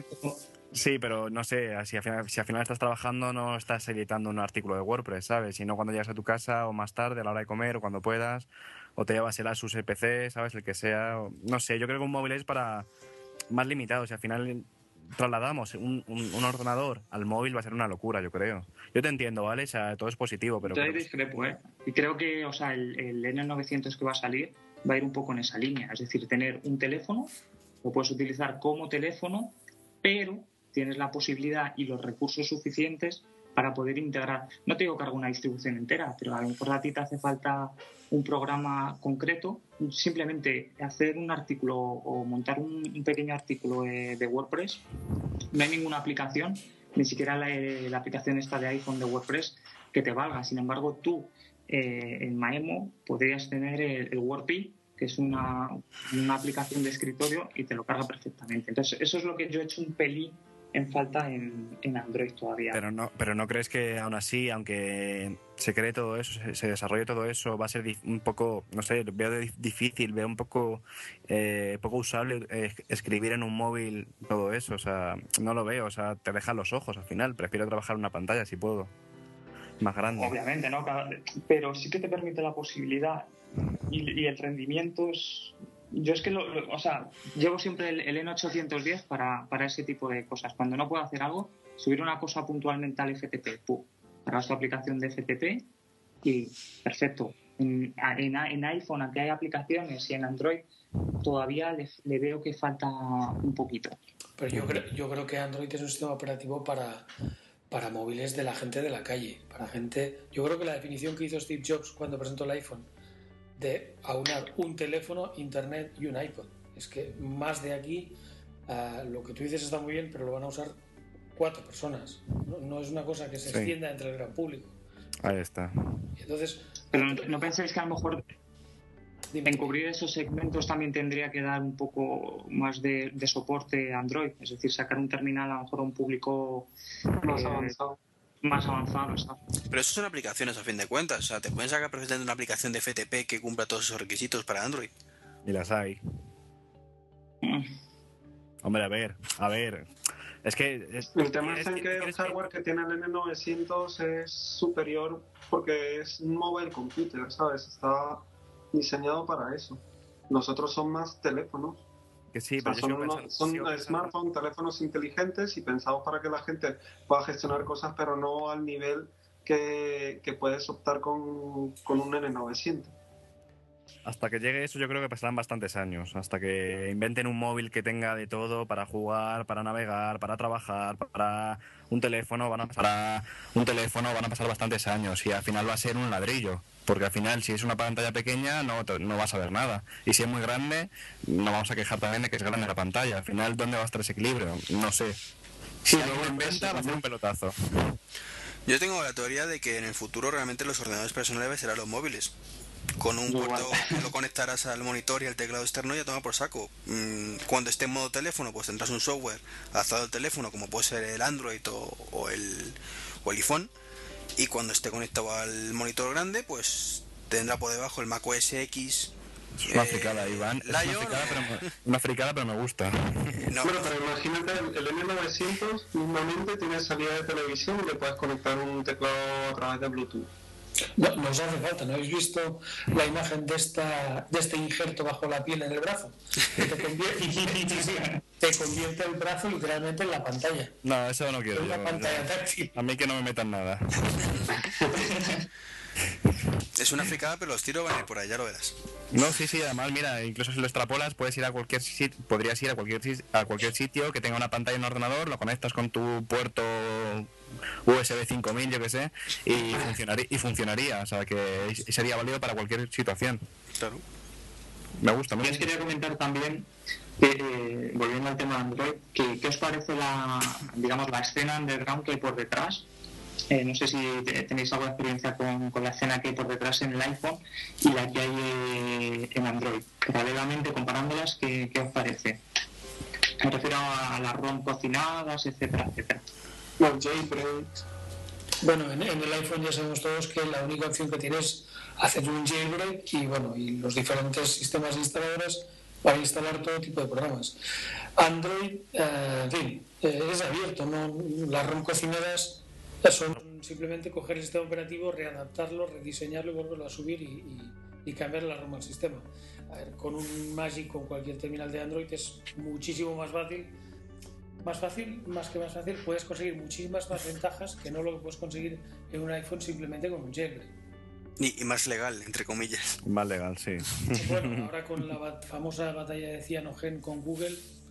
Sí, pero no sé, si al, final, si al final estás trabajando no estás editando un artículo de WordPress, ¿sabes? Sino cuando llegas a tu casa o más tarde, a la hora de comer o cuando puedas, o te llevas el Asus E P C, ¿sabes? El que sea. O, no sé, yo creo que un móvil es para más limitado. Si al final trasladamos un, un, un ordenador al móvil va a ser una locura, yo creo. Yo te entiendo, ¿vale? O sea, todo es positivo, pero... Yo creo... discrepo, ¿eh? Y creo que, o sea, el, el N novecientos que va a salir va a ir un poco en esa línea. Es decir, tener un teléfono, lo puedes utilizar como teléfono, pero tienes la posibilidad y los recursos suficientes para poder integrar. No te digo que haga una distribución entera, pero a lo mejor a ti te hace falta un programa concreto, simplemente hacer un artículo o montar un, un pequeño artículo de, de WordPress. No hay ninguna aplicación, ni siquiera la, la aplicación esta de iPhone de WordPress que te valga. Sin embargo, tú eh, en Maemo podrías tener el, el WordPi, que es una, una aplicación de escritorio y te lo carga perfectamente. Entonces, eso es lo que yo he hecho un pelín en falta en, en Android todavía. Pero no, pero no crees que aún así, aunque se cree todo eso, se, se desarrolle todo eso, va a ser un poco, no sé, veo de, difícil, veo un poco eh, poco usable eh, escribir en un móvil todo eso, o sea, no lo veo, o sea, te dejan los ojos al final, prefiero trabajar en una pantalla si puedo, más grande. Obviamente, ¿no? Pero sí que te permite la posibilidad y, y el rendimiento es... Yo es que, lo, lo, o sea, llevo siempre el, el N ochocientos diez para, para ese tipo de cosas. Cuando no puedo hacer algo, subir una cosa puntualmente al F T P, ¡pum! Cargas tu aplicación de F T P y perfecto. En, en, en iPhone, aunque hay aplicaciones, y en Android todavía le, le veo que falta un poquito. Pero yo creo, yo creo que Android es un sistema operativo para, para móviles de la gente de la calle. Para gente. Yo creo que la definición que hizo Steve Jobs cuando presentó el iPhone, de aunar un teléfono, internet y un iPod. Es que más de aquí, uh, lo que tú dices está muy bien, pero lo van a usar cuatro personas. No, no es una cosa que se sí. extienda entre el gran público. Ahí está. Entonces, pero no, ¿no pensáis que a lo mejor dime, en cubrir esos segmentos también tendría que dar un poco más de, de soporte a Android? Es decir, sacar un terminal a lo mejor a un público más eh, avanzado. Más avanzado, ¿sabes? Pero eso son aplicaciones a fin de cuentas. O sea, te pueden sacar perfectamente una aplicación de F T P que cumpla todos esos requisitos para Android. Y las hay. Mm. Hombre, a ver, a ver. Es que... Es, el tema es, es en que, que el hardware que... que tiene el N novecientos es superior porque es un mobile computer, ¿sabes? Está diseñado para eso. Los otros son más teléfonos. Que sí, o sea, pero son yo unos, pensando, son pensando... smartphones, teléfonos inteligentes y pensados para que la gente pueda gestionar cosas, pero no al nivel que, que puedes optar con, con un N novecientos. Hasta que llegue eso yo creo que pasarán bastantes años, hasta que inventen un móvil que tenga de todo para jugar, para navegar, para trabajar, para un teléfono, van a pasar, para un teléfono van a pasar bastantes años y al final va a ser un ladrillo, porque al final si es una pantalla pequeña no, no vas a ver nada, y si es muy grande no vamos a quejar también de que es grande la pantalla. Al final, ¿dónde va a estar ese equilibrio? No sé. Si alguien lo inventa va a ser un pelotazo. Yo tengo la teoría de que en el futuro realmente los ordenadores personales serán los móviles. Con un Igual. puerto que lo conectarás al monitor y al teclado externo y ya toma por saco. Cuando esté en modo teléfono, pues tendrás un software adaptado al teléfono, como puede ser el Android o, o, el, o el iPhone. Y cuando esté conectado al monitor grande, pues tendrá por debajo el macOS X. Es una eh, fricada, Iván. Es Lion, una fricada, pero, una fricada, pero me gusta. No. Bueno, pero imagínate, el, el N novecientos mismamente tiene salida de televisión y le puedes conectar un teclado a través de Bluetooth. No, nos hace falta. ¿No habéis visto la imagen de esta de este injerto bajo la piel en el brazo? Que te convierte, te convierte el brazo literalmente en la pantalla. No, eso no quiero. En una yo, pantalla yo. táctil. A mí que no me metan nada. Es una fricada, pero los tiros van a ir por ahí, ya lo verás. No, sí, sí, además, mira, incluso si lo extrapolas, puedes ir a cualquier sitio, podrías ir a cualquier, a cualquier sitio que tenga una pantalla en un ordenador, lo conectas con tu puerto U S B cinco mil, yo que sé, y funcionaría, y funcionaría, o sea, que sería válido para cualquier situación. Claro. Me gusta, me Yo os gusta. quería comentar también, que, eh, volviendo al tema de Android, que, ¿qué os parece la, digamos, la escena underground que hay por detrás? Eh, no sé si tenéis alguna experiencia con, con la escena que hay por detrás en el iPhone y la que hay eh, en Android. Paralelamente, comparándolas, ¿qué, qué os parece? Me refiero a las ROM cocinadas, etcétera, etcétera. Los jailbreak. Bueno, en, en el iPhone ya sabemos todos que la única opción que tienes es hacer un jailbreak y bueno, y los diferentes sistemas instaladores para instalar todo tipo de programas. Android, eh, en fin, eh, es abierto, ¿no? Las ROM cocinadas son simplemente coger el sistema operativo, readaptarlo, rediseñarlo y volverlo a subir y, y, y cambiar la ROM al sistema. A ver, con un Magic, con cualquier terminal de Android es muchísimo más fácil. Más fácil, más que más fácil, puedes conseguir muchísimas más ventajas que no lo que puedes conseguir en un iPhone simplemente con un jailbreak. Y, y más legal, entre comillas. Más legal, sí. Bueno, ahora con la bat- famosa batalla de Cyanogen con Google.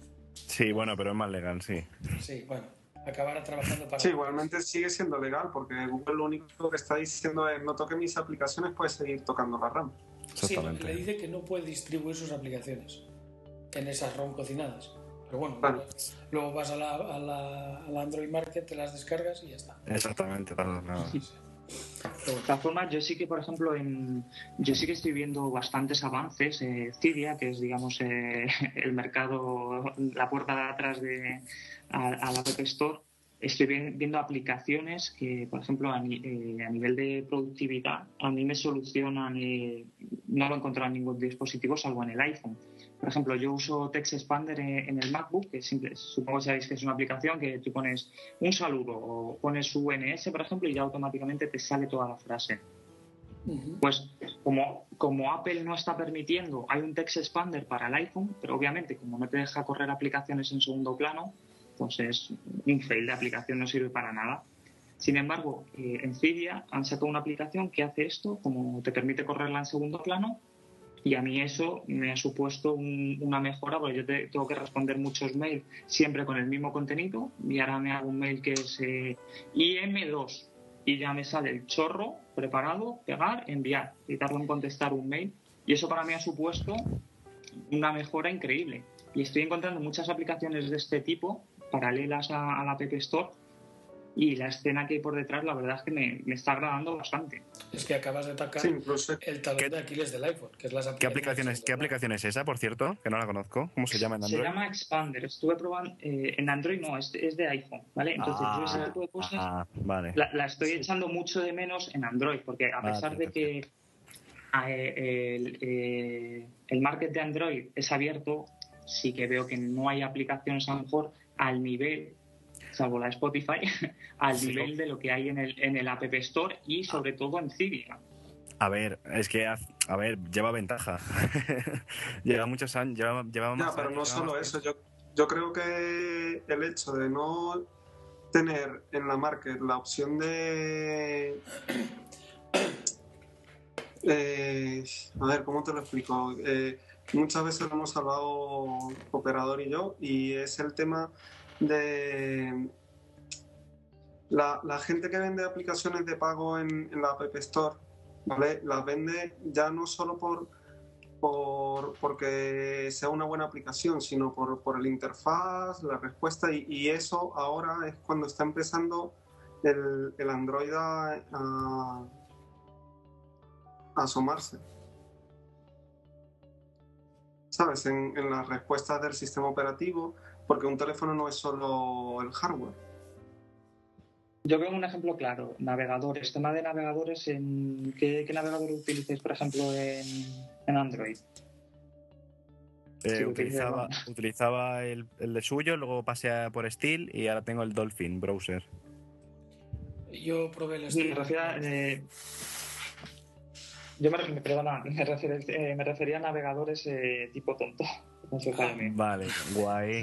Sí, bueno, pero es más legal, sí. Sí, bueno, acabará trabajando para... Sí, igualmente sigue siendo legal porque Google lo único que está diciendo es no toque mis aplicaciones, puedes seguir tocando la RAM. Sí, le dice que no puede distribuir sus aplicaciones en esas ROM cocinadas. Pero bueno, Vale. luego, luego vas a la, a, la, a la Android Market, te las descargas y ya está. Exactamente, claro, no. Sí, sí. De todas formas, yo sí que, por ejemplo, en, yo sí que estoy viendo bastantes avances. Eh, Cydia, que es, digamos, eh, el mercado, la puerta de atrás de, a, a la App Store, estoy viendo aplicaciones que, por ejemplo, a, eh, a nivel de productividad, a mí me solucionan, eh, no lo he encontrado en ningún dispositivo salvo en el iPhone. Por ejemplo, yo uso Text Expander en el MacBook, que simple, supongo que sabéis que es una aplicación que tú pones un saludo o pones U N S, por ejemplo, y ya automáticamente te sale toda la frase. Uh-huh. Pues como, como Apple no está permitiendo, hay un Text Expander para el iPhone, pero obviamente como no te deja correr aplicaciones en segundo plano, pues es un fail de aplicación, no sirve para nada. Sin embargo, eh, en Cydia han sacado una aplicación que hace esto, como te permite correrla en segundo plano, y a mí eso me ha supuesto un, una mejora, porque yo te, tengo que responder muchos mails siempre con el mismo contenido, y ahora me hago un mail que es eh, I M dos, y ya me sale el chorro preparado, pegar, enviar, y tardo en contestar un mail, y eso para mí ha supuesto una mejora increíble. Y estoy encontrando muchas aplicaciones de este tipo, paralelas a, a la App Store, y la escena que hay por detrás, la verdad es que me, me está agradando bastante. Es que acabas de atacar sí, incluso... el talón de Aquiles del iPhone, que es las aplicaciones. ¿Qué aplicación es, ¿qué aplicación es esa, por cierto? Que no la conozco. ¿Cómo se llama en Android? Se llama Expander. Estuve probando... Eh, en Android no, es, es de iPhone, ¿vale? Entonces ah, yo ese tipo de cosas ah, vale. la, la estoy echando mucho de menos en Android, porque a pesar ah, de que eh, el, eh, el market de Android es abierto, sí que veo que no hay aplicaciones a lo mejor al nivel, salvo la Spotify, al sí. nivel de lo que hay en el, en el App Store y sobre todo en Cydia. A ver, es que, a ver, lleva ventaja. lleva muchos años, lleva, lleva más Ya, pero años, no solo eso, yo, yo creo que el hecho de no tener en la market la opción de... Eh, a ver, ¿cómo te lo explico? Eh, muchas veces lo hemos hablado Operador y yo, y es el tema de la, la gente que vende aplicaciones de pago en, en la App Store, ¿vale? Las vende ya no solo por, por porque sea una buena aplicación, sino por, por el interfaz, la respuesta, y, y eso ahora es cuando está empezando el, el Android a, a, a asomarse, ¿sabes? En, en las respuestas del sistema operativo, porque un teléfono no es solo el hardware. Yo veo un ejemplo claro, navegadores, tema de navegadores, en ¿qué, qué navegador utilizáis, por ejemplo, en, en Android? Eh, sí, utilizaba utilizaba el, el de suyo, luego pasé a por Steel y ahora tengo el Dolphin browser. Yo probé el Steel. Me refiero, eh, yo me, perdona, me, refiero, eh, me refería a navegadores eh, tipo tonto. No sé, ah, vale, guay.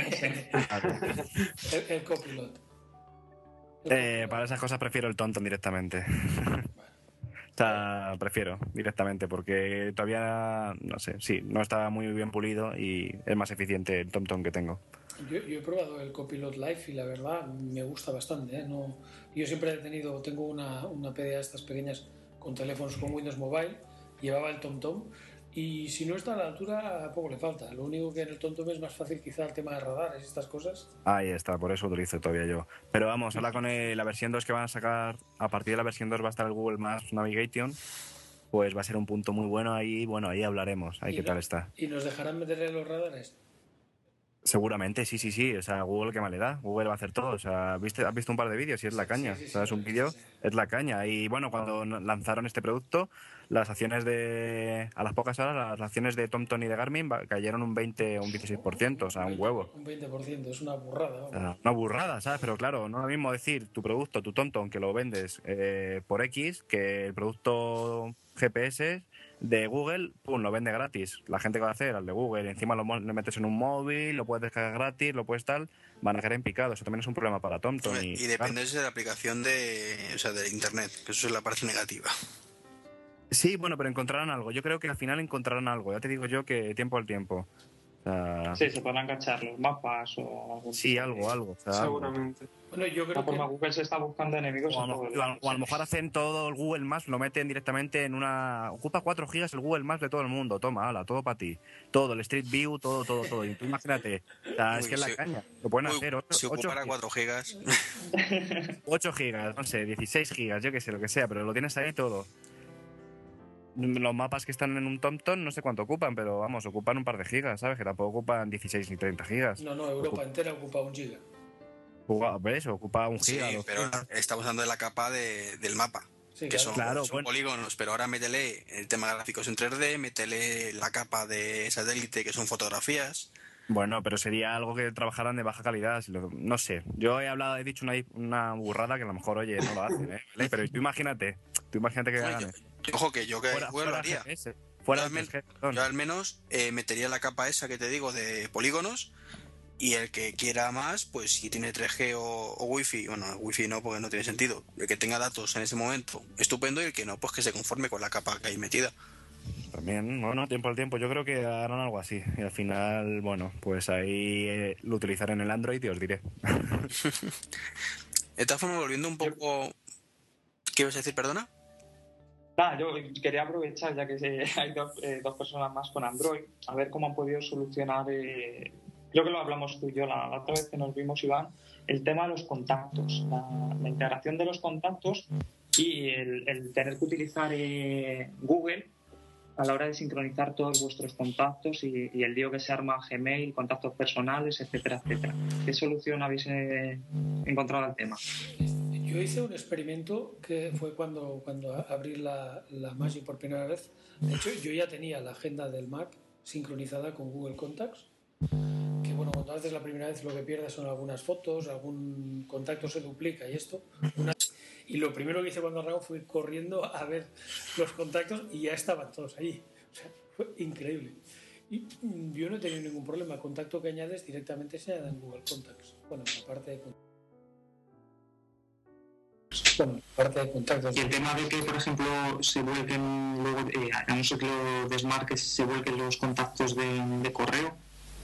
el, el copilot. Eh, para esas cosas prefiero el TomTom directamente. O sea, prefiero directamente porque todavía, no sé, sí, no está muy bien pulido y es más eficiente el TomTom que tengo. Yo, yo he probado el Copilot Live y la verdad me gusta bastante, ¿eh? No, yo siempre he tenido, tengo una, una P D A estas pequeñas con teléfonos con Windows Mobile, llevaba el TomTom y si no está a la altura poco le falta. Lo único que en el TomTom es más fácil quizá el tema de radares y estas cosas. Ahí está, por eso utilizo todavía yo. Pero vamos, ahora con el, la versión dos que van a sacar, a partir de la versión dos va a estar el Google Maps Navigation, pues va a ser un punto muy bueno ahí, bueno, ahí hablaremos, ahí qué no, tal está. ¿Y nos dejarán meterle los radares? Seguramente, sí, sí, sí. O sea, Google, ¿qué mal le da? Google va a hacer todo. O sea, ¿viste, has visto un par de vídeos y es la caña. Sí, sí, O sea, sí, es un sí, vídeo, sí. es la caña. Y bueno, cuando no- lanzaron este producto, las acciones de... A las pocas horas, las acciones de TomTom y de Garmin va- cayeron un veinte o un dieciséis por ciento. O sea, un huevo. Un veinte por ciento, es una burrada. O Vamos. sea, una burrada, ¿sabes? Pero claro, no es lo mismo decir tu producto, tu TomTom, que lo vendes eh, por X, que el producto G P S de Google, pum, lo vende gratis. La gente que va a hacer al de Google, encima lo, mo- lo metes en un móvil, lo puedes descargar gratis, lo puedes tal, van a quedar en picado. Eso también es un problema para TomTom. Hombre, Y, y claro, depende de la aplicación de, o sea, de internet, que eso es la parte negativa. sí, bueno, pero encontrarán algo. Yo creo que al final encontrarán algo. Ya te digo yo que tiempo al tiempo. O sea, Sí, se podrán cachar los mapas o algún sí, tipo algo, de- algo. O sea, algo. Seguramente. Bueno, yo De creo todas formas, que Google se está buscando enemigos O a, en lo, todo el o a- mundo. o a lo mejor hacen todo el Google Maps, lo meten directamente en una... Ocupa cuatro gigas el Google Maps de todo el mundo. Toma, ala, todo para ti. Todo, el Street View, todo, todo, todo. Y tú imagínate, o sea, es Uy, que es la si, caña. Lo pueden uy, hacer si ocho ocupara cuatro gigas. gigas, no sé, dieciséis gigas, yo qué sé, lo que sea, pero lo tienes ahí todo. Los mapas que están en un TomTom no sé cuánto ocupan, pero vamos, ocupan un par de gigas, ¿sabes? Que tampoco ocupan dieciséis ni treinta gigas. no, no, Europa entera ocupa un giga. Ocupa, ¿ves? Ocupa un Sí, giga, dos pero gigas. estamos hablando de la capa de- del mapa. Sí, Que claro. son, Claro, son bueno. polígonos, pero ahora métele el tema gráficos en tres D, métele la capa de satélite que son fotografías. Bueno, pero sería algo que trabajaran de baja calidad. si lo- No sé. Yo he hablado, he dicho una, una burrada que a lo mejor, oye, no lo hacen, ¿eh? ¿Vale? Pero tú imagínate, tú imagínate que Hombre, hagan yo- yo- ojo que yo que fuera, Google lo fuera haría. G P S, fuera Yo al, del men- tres G, perdón. yo al menos eh, metería la capa esa que te digo de polígonos, y el que quiera más, pues si tiene tres G o, o Wi-Fi, bueno, Wi-Fi no porque no tiene sentido, el que tenga datos en ese momento, estupendo, y el que no, pues que se conforme con la capa que hay metida. También, bueno, tiempo al tiempo. Yo creo que harán algo así. Y al final, bueno, pues ahí eh, lo utilizaré en el Android y os diré. De todas formas, volviendo un poco... ¿Qué ibas a decir, perdona? Nada, yo quería aprovechar, ya que se- hay dos, eh, dos personas más con Android, a ver cómo han podido solucionar, eh, creo que lo hablamos tú y yo la, la otra vez que nos vimos, Iván, el tema de los contactos, la, la integración de los contactos y el, el tener que utilizar eh, Google a la hora de sincronizar todos vuestros contactos y, y el lío que se arma Gmail, contactos personales, etcétera, etcétera. ¿Qué solución habéis eh, encontrado al tema? Yo hice un experimento que fue cuando, cuando abrí la, la Magic por primera vez. De hecho, yo ya tenía la agenda del Mac sincronizada con Google Contacts. Que bueno, cuando haces la primera vez lo que pierdes son algunas fotos, algún contacto se duplica y esto. Una... Y lo primero que hice cuando arrancó fue corriendo a ver los contactos y ya estaban todos ahí. O sea, fue increíble. Y yo no he tenido ningún problema. El contacto que añades directamente se añade en Google Contacts. Bueno, en la parte de contactos. Bueno, parte de contactos. Y el tema de que, por ejemplo, se vuelquen, luego, eh, a no ser que lo desmarques, se vuelquen los contactos de, de correo.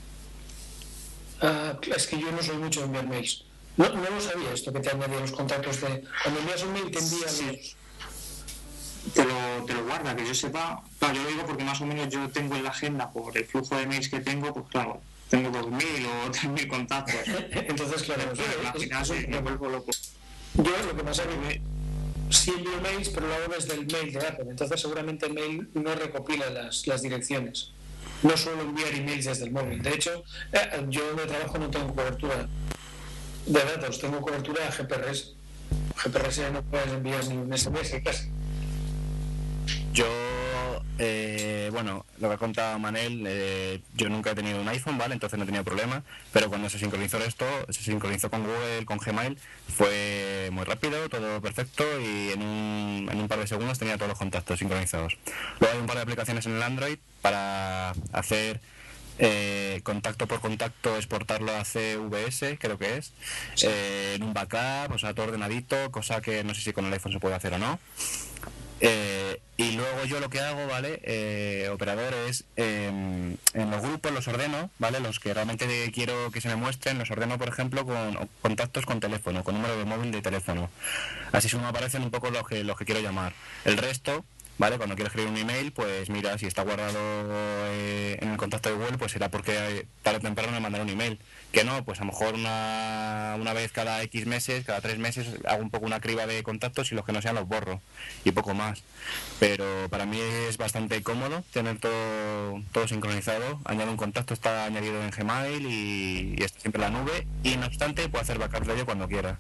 Ah, es que yo no soy mucho de enviar mails. No, no lo sabía esto, que te añadía los contactos de... Cuando envías un mail te envía Sí. los... Te lo, te lo guarda, que yo sepa. Claro, yo lo digo porque más o menos yo tengo en la agenda, por el flujo de mails que tengo, pues claro, tengo dos mil o tres mil contactos. Entonces, claro, Pero, es- al es- final es sí, un me problema. vuelvo loco. Yo lo que pasa es que sí envío mails, pero lo hago desde el mail de Apple. Entonces seguramente el mail no recopila las, las direcciones. No suelo enviar emails desde el móvil. De hecho, eh, yo donde trabajo no tengo cobertura de datos, tengo cobertura a G P R S. G P R S no puedes enviar ni un S M S casi. Yo, eh, bueno, lo que ha contado Manel, eh, yo nunca he tenido un iPhone, ¿vale? Entonces no he tenido problema, pero cuando se sincronizó esto, se sincronizó con Google, con Gmail, fue muy rápido, todo perfecto y en un, en un par de segundos tenía todos los contactos sincronizados. Luego hay un par de aplicaciones en el Android para hacer eh, contacto por contacto, exportarlo a C V S, creo que es, eh, en un backup, o sea, todo ordenadito, cosa que no sé si con el iPhone se puede hacer o no. Eh, y luego yo lo que hago, ¿vale? Eh, operador es eh, en los grupos los ordeno, ¿vale? Los que realmente quiero que se me muestren, los ordeno, por ejemplo, con contactos con teléfono, con número de móvil de teléfono. Así solo me aparecen un poco los que, los que quiero llamar. El resto ¿vale? Cuando quieres escribir un email, pues mira, si está guardado eh, en el contacto de Google, pues será porque eh, tarde o temprano me mandará un email. Que no, pues a lo mejor una, una vez cada X meses, cada tres meses, hago un poco una criba de contactos y los que no sean los borro, y poco más. Pero para mí es bastante cómodo tener todo, todo sincronizado. Añado un contacto, está añadido en Gmail y, y está siempre en la nube, y no obstante puedo hacer backups de ello cuando quiera.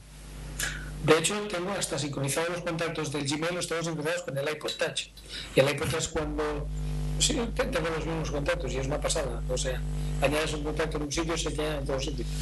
De hecho, tengo hasta sincronizados los contactos del Gmail, los tengo sincronizados con el iPod Touch. Y el iPod Touch, cuando sí, tengo los mismos contactos, y es una pasada. O sea, añades un contacto en un sitio y se añade en todos sitios.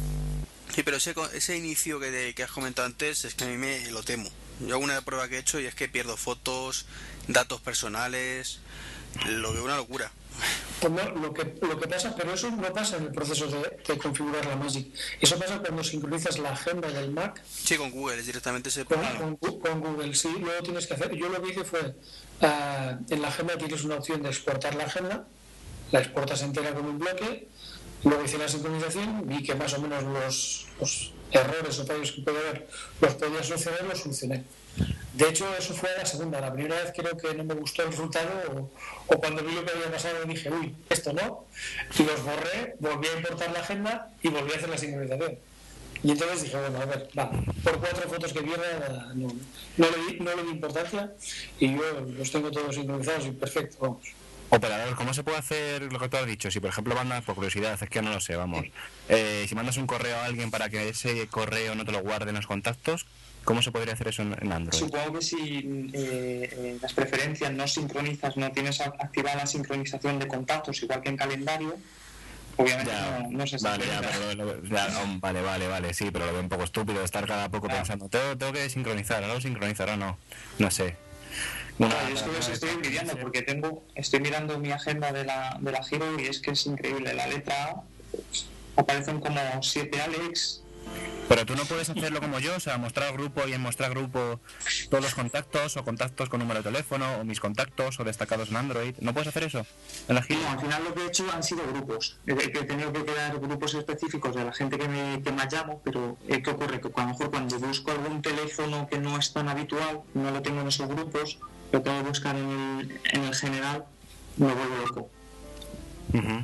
Sí, pero ese, ese inicio que, de, que has comentado antes es que a mí me lo temo. Yo hago una prueba que he hecho y es que pierdo fotos, datos personales, lo veo una locura. Pues no, lo que, lo que pasa, pero eso no pasa en el proceso de, de configurar la Magic. Eso pasa cuando sincronizas la agenda del Mac. Sí, con Google, es directamente ese con, con, con Google, sí, luego tienes que hacer. Yo lo que hice fue, uh, en la agenda tienes una opción de exportar la agenda, la exportas entera con un bloque, luego hice la sincronización, vi que más o menos los, los errores o fallos que podía haber los podía solucionar, los solucioné. De hecho, eso fue la segunda. La primera vez creo que no me gustó el resultado, o, o cuando vi lo que había pasado dije, uy, esto no, y los borré, volví a importar la agenda y volví a hacer la sincronización. Y entonces dije, bueno, a ver, va, por cuatro fotos que pierda, no, no, le di, no le di importancia, y yo los tengo todos sincronizados y perfecto, vamos. Operador, ¿cómo se puede hacer lo que tú has dicho? Si por ejemplo mandas, por curiosidad, es que no lo sé, vamos, eh, si mandas un correo a alguien para que ese correo no te lo guarde en los contactos, ¿cómo se podría hacer eso en Android? Supongo que si eh, en las preferencias no sincronizas, no tienes activada la sincronización de contactos, igual que en calendario, obviamente ya, no, no se vale, ya, pero lo, ya, oh, vale, vale, vale, sí, pero lo veo un poco estúpido estar cada poco ah. pensando, tengo, tengo que sincronizar, ¿no? Sincronizar o no, no sé. Una, no, es que los estoy envidiando porque tengo, estoy mirando mi agenda de la, de la Giro y es que es increíble. La letra A, pues, aparecen como siete Alex. Pero tú no puedes hacerlo como yo, o sea, mostrar grupo y en mostrar grupo todos los contactos o contactos con número de teléfono o mis contactos o destacados en Android. ¿No puedes hacer eso en la Giro? No, al final lo que he hecho han sido grupos. He, he tenido que crear grupos específicos de la gente que me, que me llamo, pero eh, ¿qué ocurre? Que a lo mejor cuando busco algún teléfono que no es tan habitual, no lo tengo en esos grupos, lo tengo que buscar en el, en el general, me vuelvo loco. Uh-huh.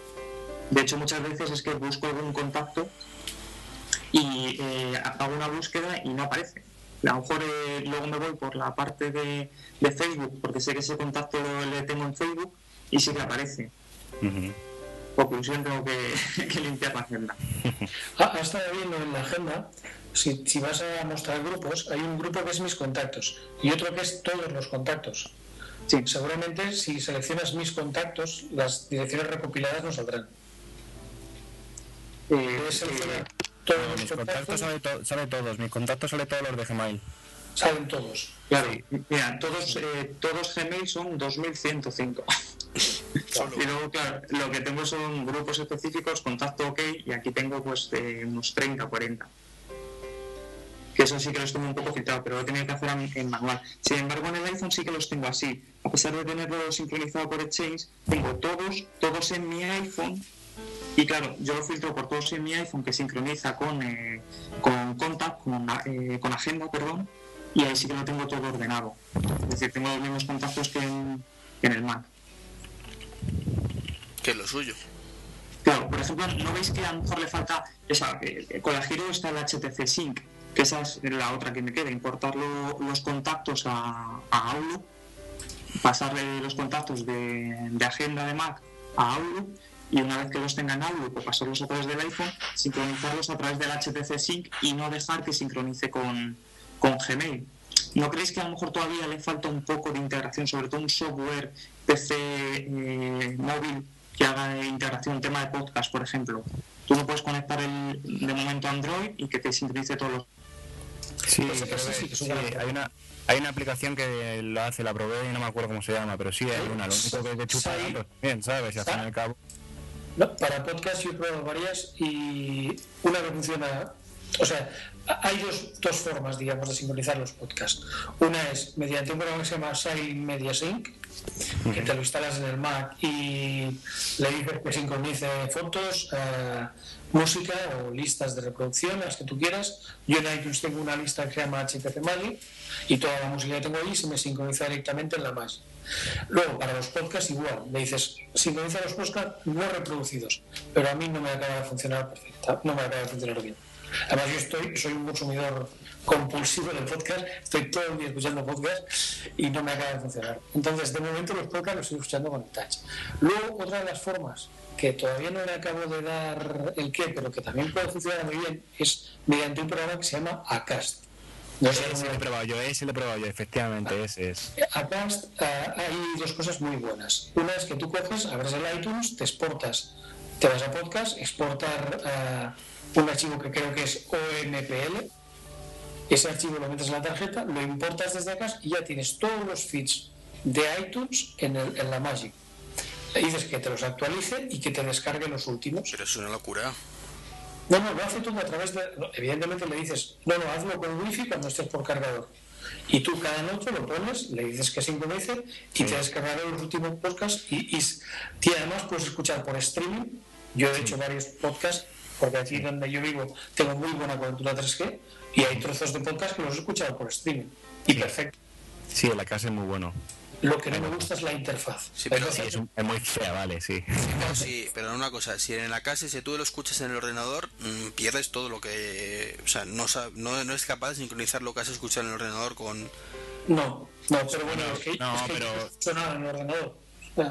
De hecho, muchas veces es que busco algún contacto y eh, hago una búsqueda y no aparece. A lo mejor eh, luego me voy por la parte de, de Facebook, porque sé que ese contacto lo, le tengo en Facebook y sí que aparece. Uh-huh. Conclusión, tengo que, que limpiar la agenda. Ah, ha estado viendo en la agenda, si, si vas a mostrar grupos, hay un grupo que es mis contactos y otro que es todos los contactos. Sí, seguramente si seleccionas mis contactos, las direcciones recopiladas no saldrán. Eh, eh, todos no, los mis contactos sale, to- sale todos, mis contactos sale todos los de Gmail. Salen todos. Claro, mira, todos, eh, todos Gmail son dos mil ciento cinco. Y luego, claro, lo que tengo son grupos específicos, contacto OK, y aquí tengo pues de unos treinta o cuarenta. Que eso sí que los tengo un poco filtrado, pero lo he tenido que hacer en manual. Sin embargo, en el iPhone sí que los tengo así. A pesar de tenerlo sincronizado por Exchange, tengo todos, todos en mi iPhone. Y claro, yo lo filtro por todos en mi iPhone, que sincroniza con, eh, con Contact, con, eh, con Agenda, perdón, y ahí sí que lo tengo todo ordenado. Es decir, tengo los mismos contactos que en, que en el Mac. Que es lo suyo. Claro, por ejemplo, ¿no veis que a lo mejor le falta esa, eh, con la Giro está el H T C Sync, que esa es la otra que me queda, importar lo, los contactos a, a Outlook, pasarle los contactos de, de agenda de Mac a Outlook, y una vez que los tenga en Outlook o pasarlos a través del iPhone, sincronizarlos a través del H T C Sync y no dejar que sincronice con, con Gmail. ¿No creéis que a lo mejor todavía le falta un poco de integración, sobre todo un software P C eh, móvil que haga integración, tema de podcast, por ejemplo? Tú no puedes conectar el, de momento Android y que te sincronice todos los... Sí, pues creo que, sí, sí, hay una hay una aplicación que lo hace, la probé y no me acuerdo cómo se llama, pero sí hay una, lo único que te chupa datos, bien, ¿sabes? Y al fin y al cabo... No, para podcast yo he probado varias y una que funciona... O sea, hay dos, dos formas, digamos, de sincronizar los podcasts. Una es mediante un programa que se llama Silent Media Sync, que te lo instalas en el Mac y le dices que sincronice fotos, eh, música o listas de reproducción, las que tú quieras. Yo en iTunes tengo una lista que se llama H T C Magic y toda la música que tengo ahí se me sincroniza directamente en la Magic. Luego, para los podcasts igual, le dices sincroniza los podcasts no reproducidos, pero a mí no me acaba de funcionar perfecta, no me acaba de funcionar bien. Además yo estoy, soy un consumidor compulsivo de podcast, estoy todo el día escuchando podcast y no me acaba de funcionar. Entonces, de momento los podcasts los estoy escuchando con el touch. Luego, otra de las formas que todavía no le acabo de dar el qué, pero que también puede funcionar muy bien, es mediante un programa que se llama Acast. No sé, ese lo he probado yo, ese lo he probado yo, efectivamente, ah, ese es. Acast uh, hay dos cosas muy buenas. Una es que tú coges, abres el iTunes, te exportas, te vas a podcast, exportar uh, un archivo que creo que es O M P L, ese archivo lo metes en la tarjeta, lo importas desde Acast y ya tienes todos los feeds de iTunes en, el, en la Magic. Le dices que te los actualice y que te descargue los últimos. Pero es una locura. No, no, lo hace todo a través de... Evidentemente le dices, no, no, hazlo con wifi cuando estés por cargador. Y tú cada noche lo pones, le dices que sincronice y sí. te descargará los últimos podcasts y, y, y además puedes escuchar por streaming. Yo he sí. hecho varios podcasts, porque aquí donde yo vivo tengo muy buena cobertura tres G y hay trozos de podcast que los he escuchado por streaming. Y sí. perfecto. Sí, la casa es muy bueno. Lo que no me gusta es la interfaz. Sí, pero sí, es, un, es muy fea, vale, sí. No, sí, pero una cosa, si en la casa, si tú lo escuchas en el ordenador, mmm, pierdes todo lo que... O sea, no, no, no es capaz de sincronizar lo que has escuchado en el ordenador con... No, no, pero bueno, es que, no, es que pero... no suena en el ordenador. Ah.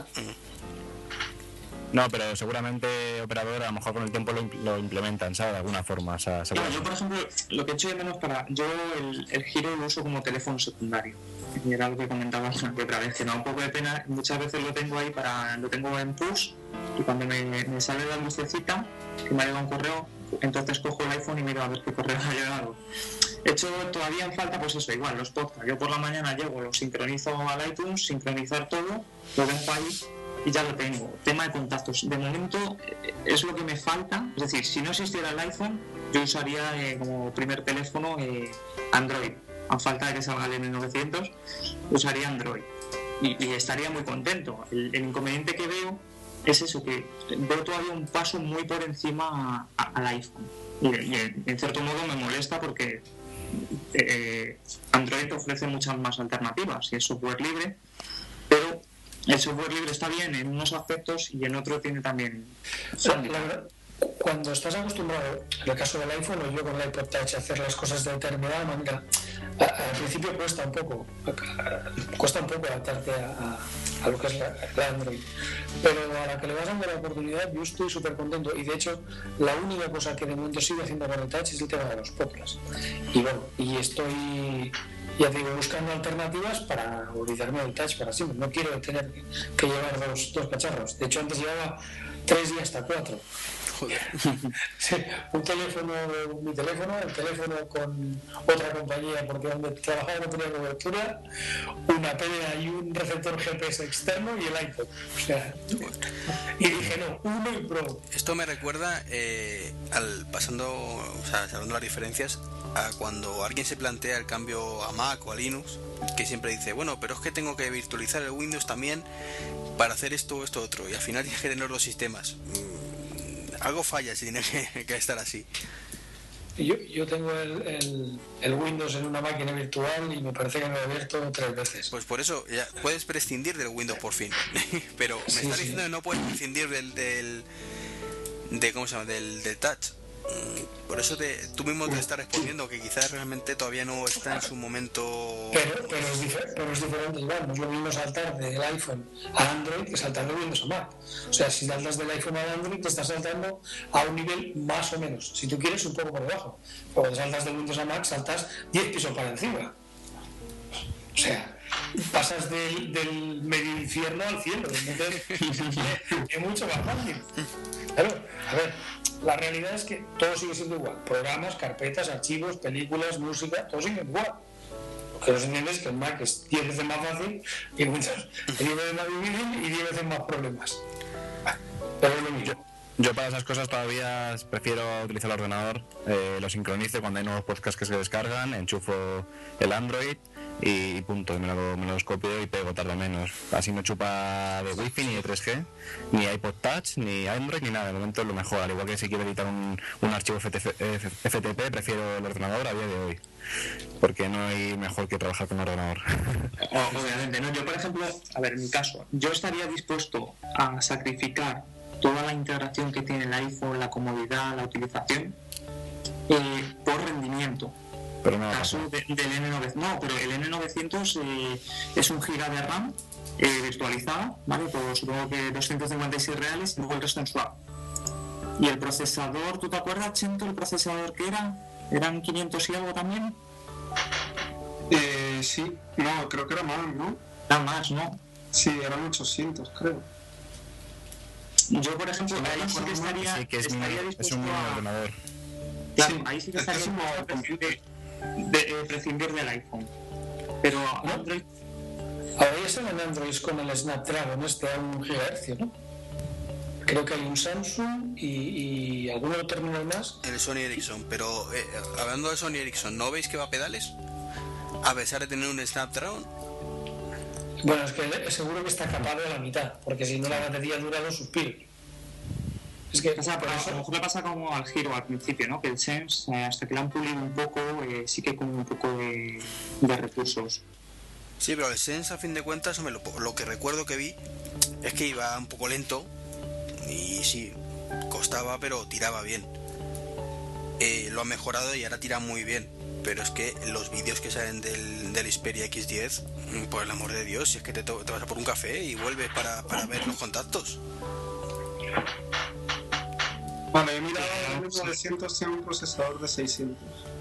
No, pero seguramente operador a lo mejor con el tiempo lo, lo implementan, ¿sabes? De alguna forma, o sea, claro, yo por ejemplo, lo que echo de menos para... Yo el, el giro lo uso como teléfono secundario. Y era lo que comentaba de otra vez, que me da un poco de pena, muchas veces lo tengo ahí para, lo tengo en push y cuando me, me sale la lucecita, que me ha llegado un correo, entonces cojo el iPhone y miro a ver qué correo ha llegado. He hecho todavía en falta, pues eso, igual, los podcasts. Yo por la mañana llego, lo sincronizo al iTunes, sincronizar todo, lo dejo ahí y ya lo tengo. Tema de contactos. De momento es lo que me falta, es decir, si no existiera el iPhone, yo usaría eh, como primer teléfono eh, Android. A falta de que salga el mil novecientos, usaría Android y, y estaría muy contento. El, el inconveniente que veo es eso, que veo todavía un paso muy por encima a, a, al iPhone y, y en cierto modo me molesta porque eh, Android ofrece muchas más alternativas y es software libre, pero el software libre está bien en unos aspectos y en otros tiene también... La, la, cuando estás acostumbrado, en el caso del iPhone o yo con el iPod Touch, a hacer las cosas de determinada manera, a, al principio cuesta un poco, a, cuesta un poco adaptarte a, a, a lo que es la, la Android, pero a la que le vas dando la oportunidad yo estoy súper contento y de hecho la única cosa que de momento sigo haciendo con el Touch es el tema de los podcasts y bueno, y estoy... ya te digo, buscando alternativas para olvidarme del Touch para siempre. No quiero tener que llevar dos, dos cacharros. De hecho, antes llevaba tres y hasta cuatro. Joder. Sí, un teléfono, mi teléfono, el teléfono con otra compañía porque donde trabajaba no tenía cobertura, una P D A y un receptor G P S externo y el iPod. O sea, y dije no, uno y pro. Esto me recuerda eh, al pasando, o sea, hablando de las diferencias, a cuando alguien se plantea el cambio a Mac o a Linux, que siempre dice, bueno, pero es que tengo que virtualizar el Windows también para hacer esto o esto otro, y al final tienes que tener los sistemas. Algo falla si tiene que, que estar así. Yo, yo tengo el, el, el Windows en una máquina virtual y me parece que me he abierto tres veces. Pues por eso ya puedes prescindir del Windows por fin. Pero me sí, estás sí. diciendo que no puedes prescindir del, del de cómo se llama del, del touch. Por eso te, tú mismo te estás respondiendo que quizás realmente todavía no está en su momento. Pero, pero, es, difer- pero es diferente, igual. No es lo mismo saltar del iPhone a Android que saltar de Windows a Mac. O sea, si saltas del iPhone a Android te estás saltando a un nivel más o menos. Si tú quieres, un poco por debajo. Cuando saltas de Windows a Mac, saltas diez pisos para encima. O sea, pasas del, del medio infierno al cielo. Entonces, es mucho más fácil. Claro, a ver. La realidad es que todo sigue siendo igual. Programas, carpetas, archivos, películas, música, todo sigue igual. Lo que no se entiende es que el Mac es diez veces más fácil y Windows es diez veces más difícil y diez veces más problemas. Pero es lo mismo. Yo para esas cosas todavía prefiero utilizar el ordenador, eh, lo sincronizo cuando hay nuevos podcasts que se descargan, enchufo el Android y punto, me lo, me los copio y pego, tarda menos. Así no chupa de Wi-Fi ni de tres G, ni iPod Touch, ni Android, ni nada. De momento es lo mejor, al igual que si quiero editar un, un archivo F T P, prefiero el ordenador a día de hoy, porque no hay mejor que trabajar con un ordenador. Obviamente, ¿no? Yo, por ejemplo, a ver, en mi caso, yo estaría dispuesto a sacrificar toda la integración que tiene el iPhone, la comodidad, la utilización, eh, por rendimiento. Pero no caso de, del N novecientos, no, pero el N novecientos eh, es un giga de RAM eh, virtualizada, ¿vale? Pues supongo que doscientos cincuenta y seis reales y luego el resto en swap. Y el procesador, ¿tú te acuerdas, Chento, el procesador que era? ¿Eran quinientos y algo también? Eh, sí, no, creo que era más, ¿no? Era más, ¿no? Sí, eran ochocientos, creo. Yo, por ejemplo, ahí sí que estaría, sí, que es, estaría un, dispuesto es un a... ordenador. Claro, Sí, ahí sí que es estaría un dispuesto a computer. prescindir, de, eh, prescindir del iPhone. Pero Android... Ahora ya salen Android con el Snapdragon este a un gigahercio, ¿no? Creo que hay un Samsung y, y alguno terminal más. El Sony Ericsson, pero eh, hablando de Sony Ericsson, ¿no veis que va a pedales? A pesar de tener un Snapdragon. Bueno, es que seguro que está capado a la mitad, porque si no la batería dura dos suspiros. Es que O sea, por pero eso... a lo mejor le pasa como al Giro al principio, ¿no? Que el Sense, eh, hasta que le han pulido un poco, eh, sí que con un poco de, de recursos. Sí, pero el Sense, a fin de cuentas, hombre, lo, lo que recuerdo que vi es que iba un poco lento y sí, costaba, pero tiraba bien. Eh, lo han mejorado y ahora tira muy bien, pero es que los vídeos que salen del, del Xperia X diez, por el amor de Dios, si es que te, te vas a por un café y vuelves para, para ver los contactos. Vale, mira, el novecientos tiene un procesador de seiscientos.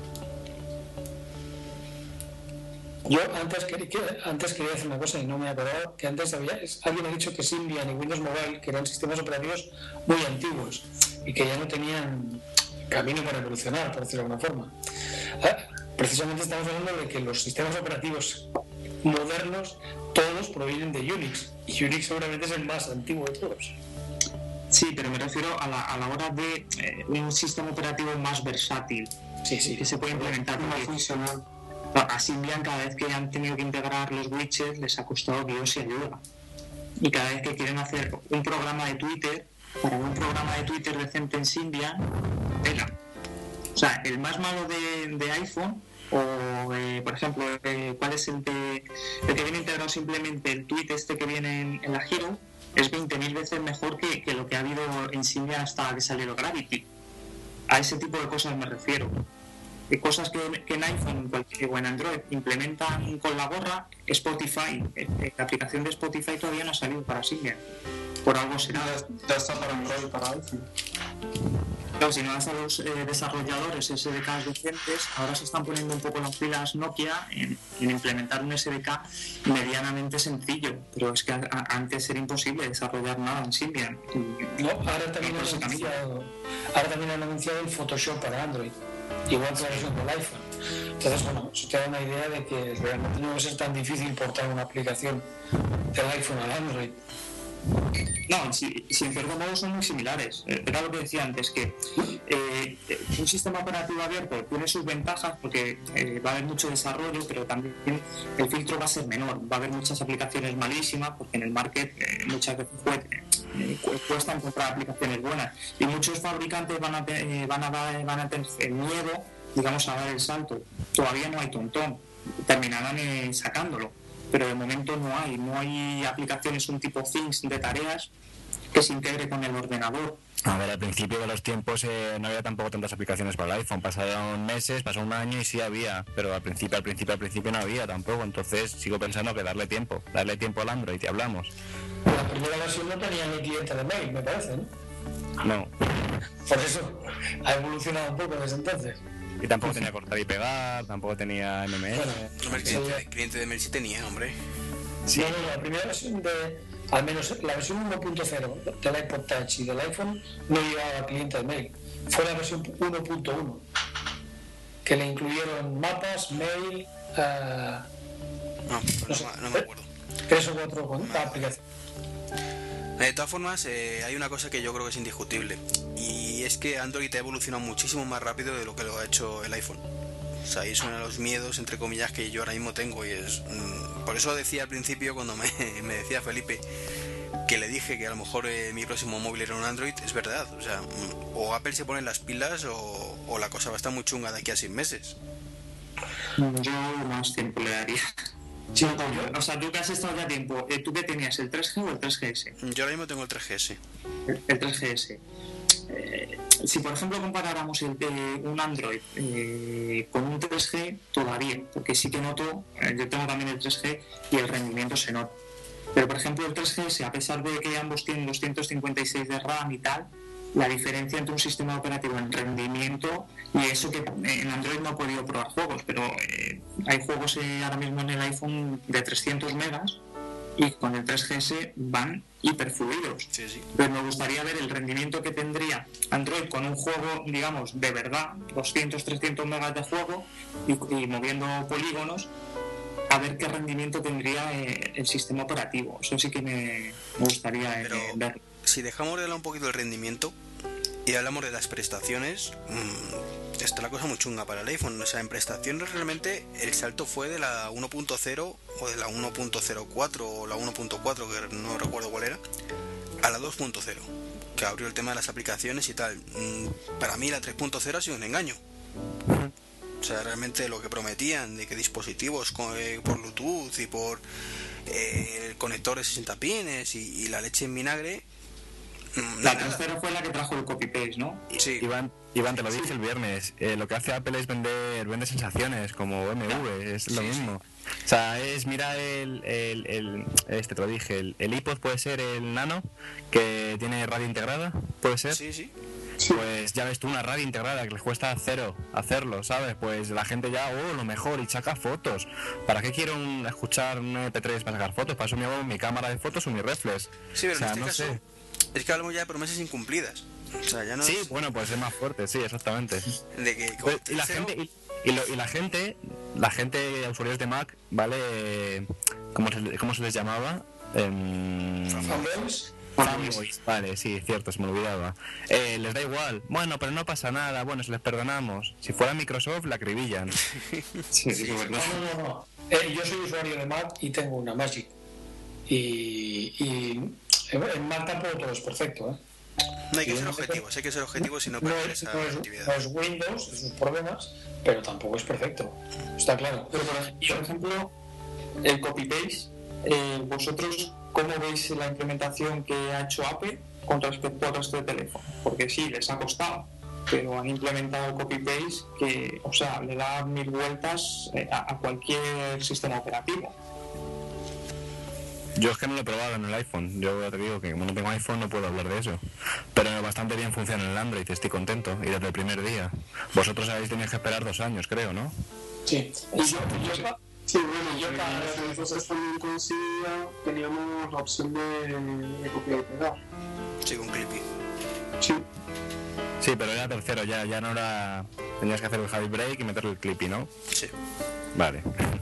Yo antes, quería, antes quería hacer una cosa y no me he acordado, que antes había, alguien ha dicho que Symbian y Windows Mobile, que eran sistemas operativos muy antiguos y que ya no tenían camino para evolucionar, por decirlo de alguna forma. Ah, precisamente estamos hablando de que los sistemas operativos modernos todos provienen de Unix, y Unix seguramente es el más antiguo de todos. Sí, pero me refiero a la, a la hora de eh, un sistema operativo más versátil, sí, sí, que se puede implementar. Más funcional. A Symbian, cada vez que han tenido que integrar los widgets, les ha costado Dios y ayuda. Y cada vez que quieren hacer un programa de Twitter, para un programa de Twitter decente en Symbian, pela. O sea, el más malo de, de iPhone, o eh, por ejemplo, eh, ¿cuál es el de el que viene integrado simplemente el tweet este que viene en, en la Hero? Es veinte mil veces mejor que, que lo que ha habido en Symbian hasta que salió Gravity. A ese tipo de cosas me refiero. De cosas que, que en iPhone o en Android implementan con la gorra. Spotify, la aplicación de Spotify todavía no ha salido para Symbian. Por algo será. Ya, ya está para Android y para iPhone. Claro, si no das a los eh, desarrolladores S D Ks decentes, ahora se están poniendo un poco las pilas Nokia en, en implementar un S D K medianamente sencillo, pero es que a, a, antes era imposible desarrollar nada en Symbian. Y, no, ahora también, han anunciado, ahora también han anunciado el Photoshop para Android, igual que la versión del iPhone. Entonces, bueno, eso te da una idea de que realmente no va a ser tan difícil portar una aplicación del iPhone al Android. No, si, si en cierto modo son muy similares. Era lo que decía antes, que eh, un sistema operativo abierto tiene sus ventajas porque eh, va a haber mucho desarrollo, pero también el filtro va a ser menor. Va a haber muchas aplicaciones malísimas porque en el market eh, muchas veces eh, cuesta encontrar aplicaciones buenas y muchos fabricantes van a, eh, van a, dar, van a tener miedo, digamos, a dar el salto. Todavía no hay tontón, terminarán eh, sacándolo. Pero de momento no hay, no hay aplicaciones un tipo Things de tareas que se integre con el ordenador. A ver, al principio de los tiempos eh, no había tampoco tantas aplicaciones para el iPhone, pasaron meses, pasó un año y sí había, pero al principio, al principio, al principio no había tampoco, entonces sigo pensando que darle tiempo, darle tiempo al Android y hablamos. La primera versión no tenía ni cliente de mail, me parece, ¿no? No. Por eso ha evolucionado un poco desde entonces. Y tampoco tenía cortar y pegar, tampoco tenía M M S. Bueno, hombre, el cliente, el cliente de mail sí tenía, hombre. Sí. No, no, la primera versión de, al menos la versión uno punto cero del iPod Touch y del iPhone no llevaba cliente de mail. Fue la versión uno punto uno, que le incluyeron mapas, mail, uh, no, no, no, sé, no me acuerdo. Tres o cuatro con la aplicación. De todas formas, eh, hay una cosa que yo creo que es indiscutible, y es que Android ha evolucionado muchísimo más rápido de lo que lo ha hecho el iPhone. O sea, es uno de los miedos, entre comillas, que yo ahora mismo tengo, y es... Mmm, por eso decía al principio, cuando me, me decía Felipe, que le dije que a lo mejor eh, mi próximo móvil era un Android, es verdad. O sea, o Apple se pone las pilas o, o la cosa va a estar muy chunga de aquí a seis meses. Yo más tiempo le daría. Sí, o sea, tú que has estado ya tiempo, ¿tú qué tenías, el tres G o el tres G S? Yo ahora mismo tengo el tres G S. El, el tres G S. Eh, si por ejemplo comparáramos el, eh, un Android eh, con un tres G, todavía, porque sí que noto, eh, yo tengo también el tres G y el rendimiento se nota. Pero por ejemplo el tres G S, a pesar de que ambos tienen doscientos cincuenta y seis de RAM y tal, la diferencia entre un sistema operativo en rendimiento, y eso que en Android no he podido probar juegos, pero eh, hay juegos eh, ahora mismo en el iPhone de trescientos megas y con el tres G S van hiperfluidos. Sí, sí. Pero me gustaría ver el rendimiento que tendría Android con un juego, digamos, de verdad, doscientos trescientos megas de juego y, y moviendo polígonos, a ver qué rendimiento tendría eh, el sistema operativo. Eso sí que me, me gustaría eh, ver. Si dejamos de hablar un poquito del rendimiento y hablamos de las prestaciones, mmm, está la cosa muy chunga para el iPhone. O sea, en prestaciones realmente el salto fue de la uno punto cero o de la uno punto cero cuatro o la uno punto cuatro, que no recuerdo cuál era, a la dos punto cero, que abrió el tema de las aplicaciones y tal. Mm, para mí la tres punto cero ha sido un engaño. O sea, realmente lo que prometían de que dispositivos con, eh, por Bluetooth y por eh, el conector de sesenta pines y, y la leche en vinagre. La tercera fue la que trajo el copy-paste, ¿no? Sí. Iván, Iván, te lo dije el viernes. Eh, lo que hace Apple es vender, vender sensaciones, como M V, es lo sí, mismo. Sí. O sea, es, mira el, el, el este te lo dije, el, el iPod puede ser el Nano, que tiene radio integrada, puede ser. Sí, sí. Pues ya ves tú, una radio integrada que les cuesta cero hacerlo, ¿sabes? Pues la gente ya, oh, lo mejor, y saca fotos. ¿Para qué quiero un, escuchar un eme pe tres para sacar fotos? Para eso me hago mi cámara de fotos o mi reflex. Sí, pero o sea, en este no caso, sé. Es que hablamos ya de promesas incumplidas. O sea, ya no sí, es... bueno, pues es más fuerte, sí, exactamente. De que, pues, y la gente... Y... Y, lo, y la gente, la gente, usuarios de Mac, ¿vale? ¿Cómo se, cómo se les llamaba? Eh, ¿Fanboys? Fanboys, vale, sí, cierto, se me olvidaba. Eh, les da igual, bueno, pero no pasa nada, bueno, se les perdonamos. Si fuera Microsoft, la acribillan. Sí, sí, no, no, no, no. Eh, yo soy usuario de Mac y tengo una Magic. Y, y en Mac tampoco todo es perfecto, ¿eh? No hay que ser objetivos, hay que ser objetivos y no perder esa no es, actividad. No es Windows, es sus problemas, pero tampoco es perfecto, está claro. Pero por ejemplo, el copy-paste, eh, vosotros, ¿cómo veis la implementación que ha hecho Apple con respecto al resto de teléfono? Porque sí, les ha costado, pero han implementado el copy-paste que, o sea, le da mil vueltas a, a cualquier sistema operativo. Yo es que no lo he probado en el iPhone. Yo te digo que como no tengo iPhone no puedo hablar de eso. Pero bastante bien funciona en el Android, estoy contento. Y desde el primer día. Vosotros habéis tenido que esperar dos años, creo, ¿no? Sí. Y yo, yo, sí, bueno, yo cada vez que nosotros también coincidía, teníamos la opción de, de copiar y pegar. Sí, con Clippy. Sí. Sí, pero era tercero ya, ya no era... Tenías que hacer el jailbreak y meterle el Clippy, ¿no? Sí. Vale.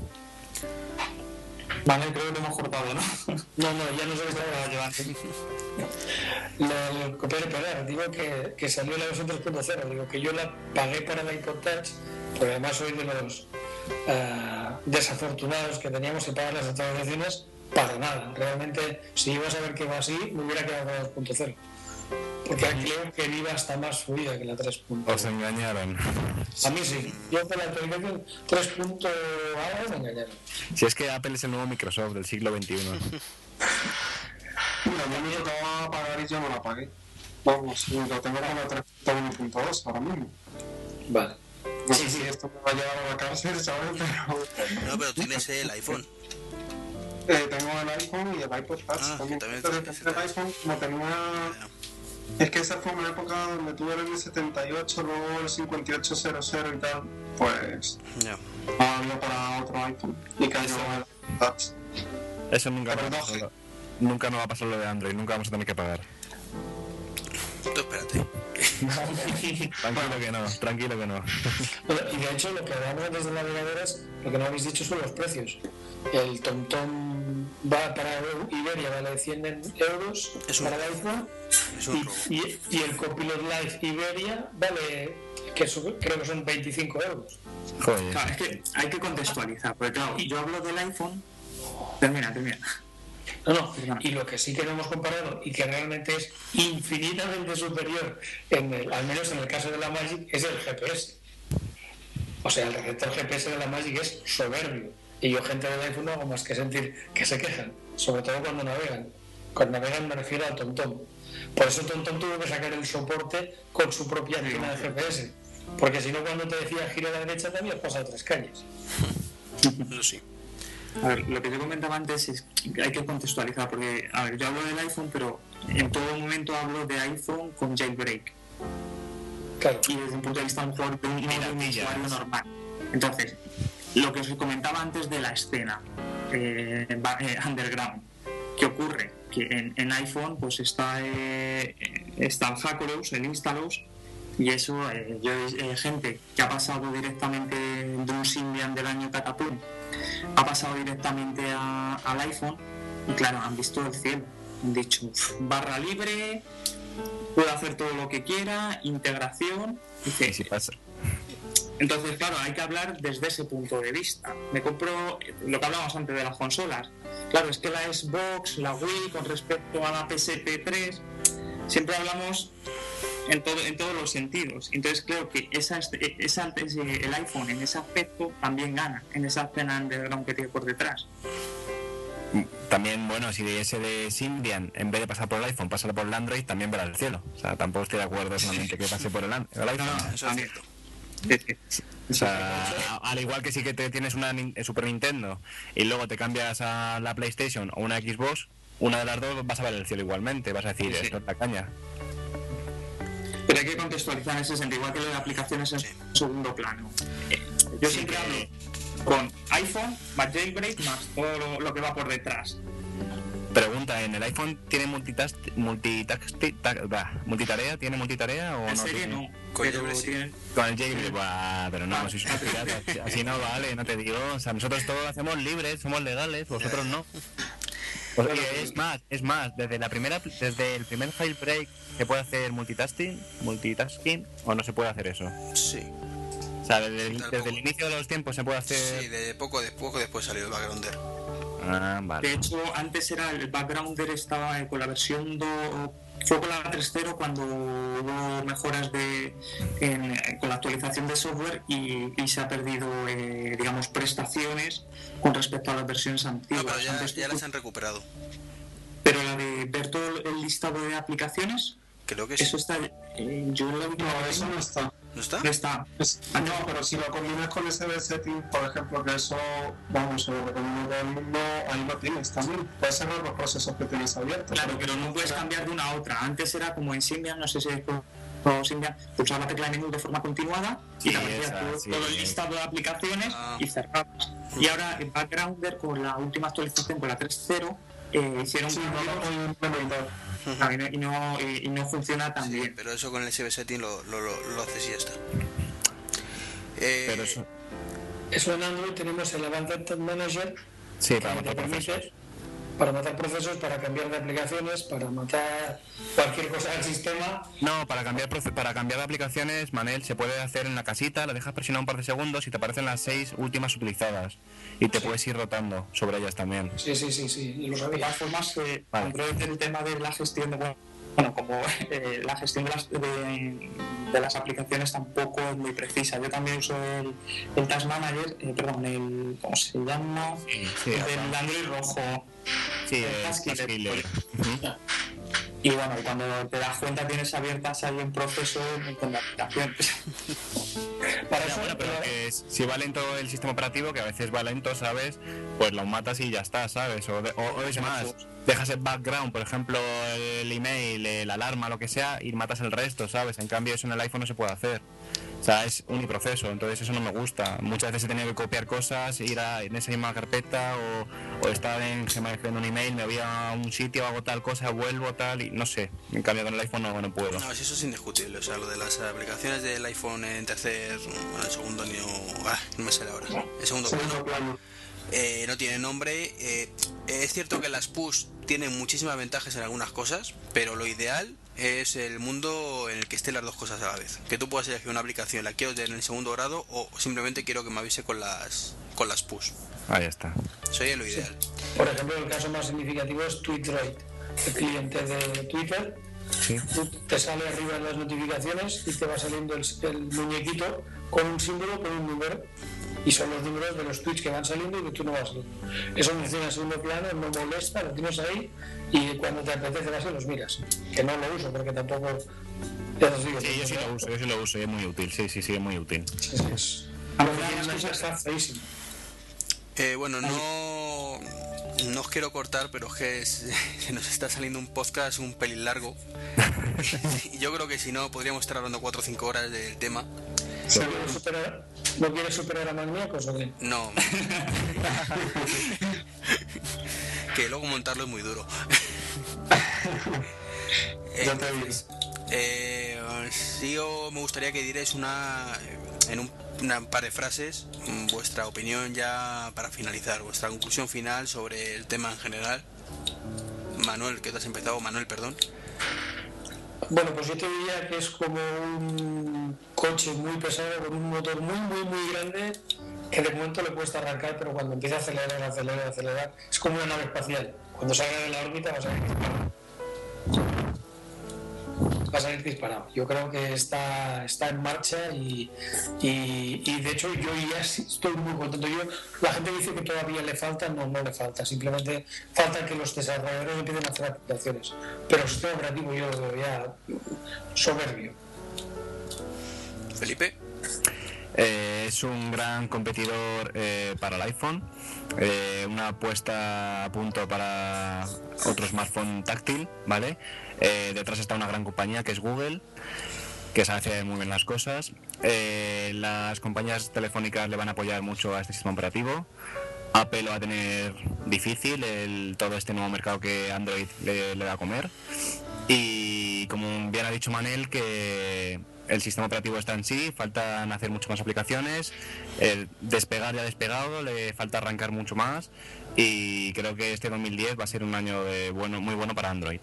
Vale, creo que lo hemos cortado, ¿no? No, no, ya no sé qué estaba llevando. Lo, lo copiar y pegar, digo que, que salió la versión tres punto cero, digo que yo la pagué para el iPod Touch, porque además soy de los uh, desafortunados que teníamos que pagar las actualizaciones para nada. Realmente, si ibas a ver que va así, me hubiera quedado con la dos punto cero. Porque creo que el I V A está más fluida que la tres punto cero. Os engañaron. A mí sí. Yo con la actualización tres punto cero me engañaron. Si es que Apple es el nuevo Microsoft del siglo veintiuno. Mira, yo me tocaba pagar y yo no la pagué. Vamos, lo tengo con la tres punto uno punto dos ahora mismo. Vale. No sé si esto me va a llevar a la cárcel, ¿sabes? Pero... No, pero tienes el iPhone. Eh, tengo el iPhone y el iPod Touch ah, también. también Entonces, el iPhone, como tenía... Es que esa fue una época donde tuve el eme setenta y ocho, luego el cincuenta y ocho cero cero y tal, pues yeah. había para otro iPhone y cayó el Touch. Eso nunca va a pasar. Nunca nos va a pasar lo de Android, nunca vamos a tener que pagar. Tú espérate. Tranquilo que no, tranquilo que no. Y de hecho, lo que hablamos desde navegadores, lo que no habéis dicho son los precios. El TomTom va para Iberia, vale cien euros Es un para el robo. iPhone. Es un robo. Y, y, y el Copilot Live Iberia vale, que su- creo que son veinticinco euros. Joder. Claro, es que hay que contextualizar, porque claro, yo hablo del iPhone. Termina, termina. No, no, y lo que sí que no hemos comparado y que realmente es infinitamente superior, en el, al menos en el caso de la Magic, es el G P S. O sea, el receptor G P S de la Magic es soberbio. Y yo, gente del iPhone, no hago más que sentir que se quejan, sobre todo cuando navegan. Cuando navegan me refiero a TomTom. Por eso TomTom tuvo que sacar el soporte con su propia antena de G P S. Porque si no, cuando te decía giro a la derecha, te habías pasado tres calles. Eso sí. A ver, lo que yo comentaba antes es que hay que contextualizar, porque, a ver, yo hablo del iPhone, pero en todo momento hablo de iPhone con jailbreak. Claro. Y desde un punto de vista a lo mejor de un, de un usuario normal. Entonces, lo que os comentaba antes de la escena eh, va- eh, underground, ¿qué ocurre? Que en, en iPhone pues está, eh, está el Hackerous, el Instalos, y eso, eh, yo eh, gente que ha pasado directamente de un Symbian del año Catapult, ha pasado directamente a- al iPhone, y claro, han visto el cielo, han dicho, "Uf, barra libre, puedo hacer todo lo que quiera, integración", dice, Y si pasa. entonces, claro, hay que hablar desde ese punto de vista. Me compro lo que hablábamos antes de las consolas. Claro, es que la Xbox, la Wii, con respecto a la P S P tres, siempre hablamos en, todo, en todos los sentidos. Entonces, creo que esa, esa, ese, el iPhone en ese aspecto también gana, en esa escena underground que tiene por detrás. También, bueno, si ese de Symbian, en vez de pasar por el iPhone, pasa por el Android, también verá el cielo. O sea, tampoco estoy de acuerdo solamente que pase por el, an- el iPhone. Eso es también. cierto. O sea, a- al igual que sí que te tienes una Nin- Super Nintendo y luego te cambias a la PlayStation o una Xbox, una de las dos vas a ver el cielo igualmente, vas a decir, Sí, sí. esto es la caña. Pero hay que contextualizar en ese sentido, igual que lo de aplicaciones en Sí. segundo plano. Eh, Yo Sí, siempre que- hablo con iPhone, más jailbreak, más todo lo, lo que va por detrás. Pregunta, ¿en el iPhone tiene multitask, multitask, ta- bah, multitarea? ¿Tiene multitarea o En no? serie tiene? no, Con pero jailbreak sí. tienen... Con el jailbreak, bah, pero no, Ah, sois unos piratas. Así no vale, no te digo. O sea, nosotros todos lo hacemos libres, somos legales, vosotros no. Pues, oye, es más, es más, desde la primera, desde el primer jailbreak se puede hacer multitasking, multitasking o no se puede hacer eso. Sí. O sea, desde, el- Tal desde poco. el inicio de los tiempos se puede hacer. Sí, de poco, de poco después salió el backgrounder. Ah, De vale. hecho, antes era el backgrounder, estaba eh, con la versión dos, fue con la tres punto cero cuando hubo mejoras de, en, eh, con la actualización de software y, y se ha perdido, eh, digamos, prestaciones con respecto a las versiones No, antiguas. pero ya, Antes ya tú- las han recuperado. pero la de ver todo el listado de aplicaciones, Creo que sí. eso está, eh, yo lo último No, que eso tengo no está. ¿No está? no está. Es- no, pero si lo combinas con ese de setting, por ejemplo, que eso, vamos, se lo recomiendo a todo el mundo, ahí lo tienes también. Puedes cerrar los procesos que tienes abiertos. Claro, pero no puedes cambiar de una a otra. Antes era como en Symbian, no sé si es como Symbian, pulsaba la tecla de menú de forma continuada y Sí, te aparecía esa, todo, sí. todo el listado de aplicaciones Ah. y cerrabas. Y ahora en Backgrounder, con la última actualización, con la tres punto cero, eh, hicieron Sí, no lo cambios, puedo implementar. claro, y, no, y, no, y- y no funciona tan Sí, bien. pero eso con el S B setting lo, lo, lo, lo haces y ya está. Eh, Pero eso. Eso en Android tenemos el Advanced Tag Manager, Sí, que para te matar permite procesos. para matar procesos, para cambiar de aplicaciones, para matar cualquier cosa del sistema. No, para cambiar proce- para cambiar de aplicaciones, Manel, se puede hacer en la casita, la dejas presionar un par de segundos y te aparecen las seis últimas utilizadas. Y te puedes ir rotando sobre ellas también. Sí, sí, sí, sí, lo De sabía. todas formas, eh, Vale. Android, el tema de la gestión de, bueno, como eh, la gestión de las, de, de las aplicaciones tampoco es muy precisa. Yo también uso el, el Task Manager, eh, perdón, el, ¿cómo se llama? Sí, sí, El Android rojo. Sí, el el Task Task Killer. Killer. Ujú. Y bueno, cuando te das cuenta tienes abiertas ahí en proceso un montón de aplicaciones. Para Ya, eso, bueno, pero que es- si va lento el sistema operativo, que a veces va lento, ¿sabes? Pues lo matas y ya está, ¿sabes? O, de- o- o es más, dejas el background, por ejemplo, el email, la alarma, lo que sea, y matas el resto, ¿sabes? En cambio, eso en el iPhone no se puede hacer. O sea, es uniproceso, entonces eso no me gusta. Muchas veces he tenido que copiar cosas, ir a, en esa misma carpeta o, o estar en Gmail escribiendo un email, me voy a un sitio, hago tal cosa, vuelvo tal y no sé. En cambio con el iPhone no, no puedo. No, eso es indiscutible. O sea, lo de las aplicaciones del iPhone en tercer, bueno, en segundo ni ah, no me sale ahora. En segundo plano. Eh, no tiene nombre. Eh, es cierto que las push tienen muchísimas ventajas en algunas cosas, pero lo ideal es el mundo en el que estén las dos cosas a la vez. Que tú puedas elegir una aplicación, la quiero tener en segundo grado o simplemente quiero que me avise con las con las push. Ahí está. Eso sería lo ideal. Sí. Por ejemplo, el caso más significativo es TweetDroid, el cliente de Twitter. Sí. Te sale arriba en las notificaciones y te va saliendo el, el muñequito con un símbolo, con un número, y son los números de los tweets que van saliendo y que tú no vas saliendo. Eso funciona en segundo plano, no molesta, lo tienes ahí y cuando te apetece vas y los miras. Que no lo uso porque tampoco... Ya os digo, sí, yo sí lo uso, yo sí lo uso, es muy útil, sí, sí, sí, es muy útil. Sí, sí, es... A ver, las cosas está feísimo. Eh, bueno, no, no os quiero cortar, pero es que es, se nos está saliendo un podcast un pelín largo. Y yo creo que si no, podríamos estar hablando cuatro o cinco horas del tema. ¿No quieres superar, ¿no quieres superar a Magníacos o qué? No. Que luego montarlo es muy duro. Ya te digo. Eh, sí, o me gustaría que dierais una en un una par de frases vuestra opinión ya para finalizar, vuestra conclusión final sobre el tema en general. Manuel, que te has empezado, Manuel, perdón. Bueno, pues yo te diría que es como un coche muy pesado con un motor muy, muy, muy grande que de momento le cuesta arrancar, pero cuando empieza a acelerar, acelerar, acelerar, es como una nave espacial. Cuando salga de la órbita va a salir disparado. Va a salir disparado. Yo creo que está, está en marcha y, y, y de hecho yo ya estoy muy contento. Yo, la gente dice que todavía le falta, no, no le falta. Simplemente falta que los desarrolladores empiecen a hacer aplicaciones. Pero el sistema operativo yo lo veo ya soberbio. Felipe. Eh, es un gran competidor eh, para el iPhone, eh, una apuesta a punto para otro smartphone táctil, ¿vale? Eh, detrás está una gran compañía que es Google, que sabe hacer muy bien las cosas. Eh, las compañías telefónicas le van a apoyar mucho a este sistema operativo. Apple lo va a tener difícil, el, todo este nuevo mercado que Android le, le va a comer. Y como bien ha dicho Manel, que el sistema operativo está en sí, faltan hacer muchas más aplicaciones, el despegar ya ha despegado, le falta arrancar mucho más y creo que este dos mil diez va a ser un año de bueno, muy bueno para Android.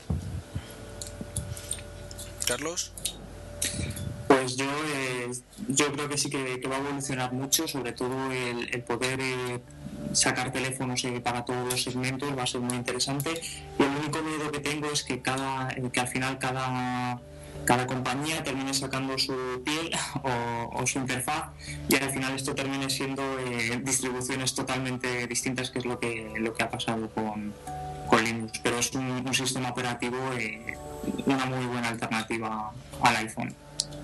Carlos. Pues yo eh, yo creo que sí que, que va a evolucionar mucho, sobre todo el, el poder eh, sacar teléfonos eh, para todos los segmentos va a ser muy interesante, y el único miedo que tengo es que cada que al final cada cada compañía termine sacando su piel o, o su interfaz y al final esto termine siendo eh, distribuciones totalmente distintas, que es lo que lo que ha pasado con, con Linux, pero es un, un sistema operativo eh, una muy buena alternativa al iPhone.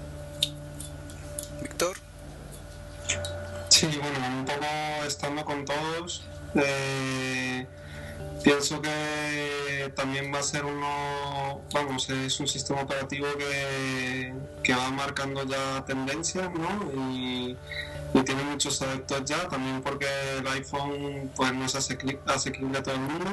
Víctor. Sí, bueno, un poco estando con todos, eh, pienso que también va a ser uno, vamos, es un sistema operativo que, que va marcando ya tendencias, ¿no? Y, y tiene muchos adeptos ya, también porque el iPhone pues no es asequible, asequible a todo el mundo,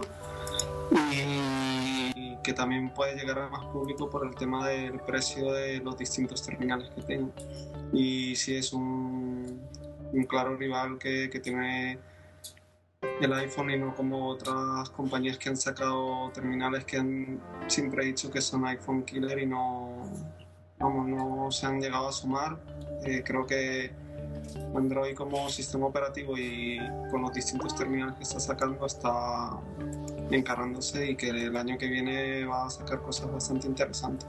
y que también puede llegar a más público por el tema del precio de los distintos terminales que tiene. Y sí es un, un claro rival que, que tiene el iPhone, y no como otras compañías que han sacado terminales que han siempre dicho que son iPhone killer y no, vamos, no se han llegado a sumar. Eh, creo que Android como sistema operativo y con los distintos terminales que está sacando está encarrándose, y que el año que viene va a sacar cosas bastante interesantes.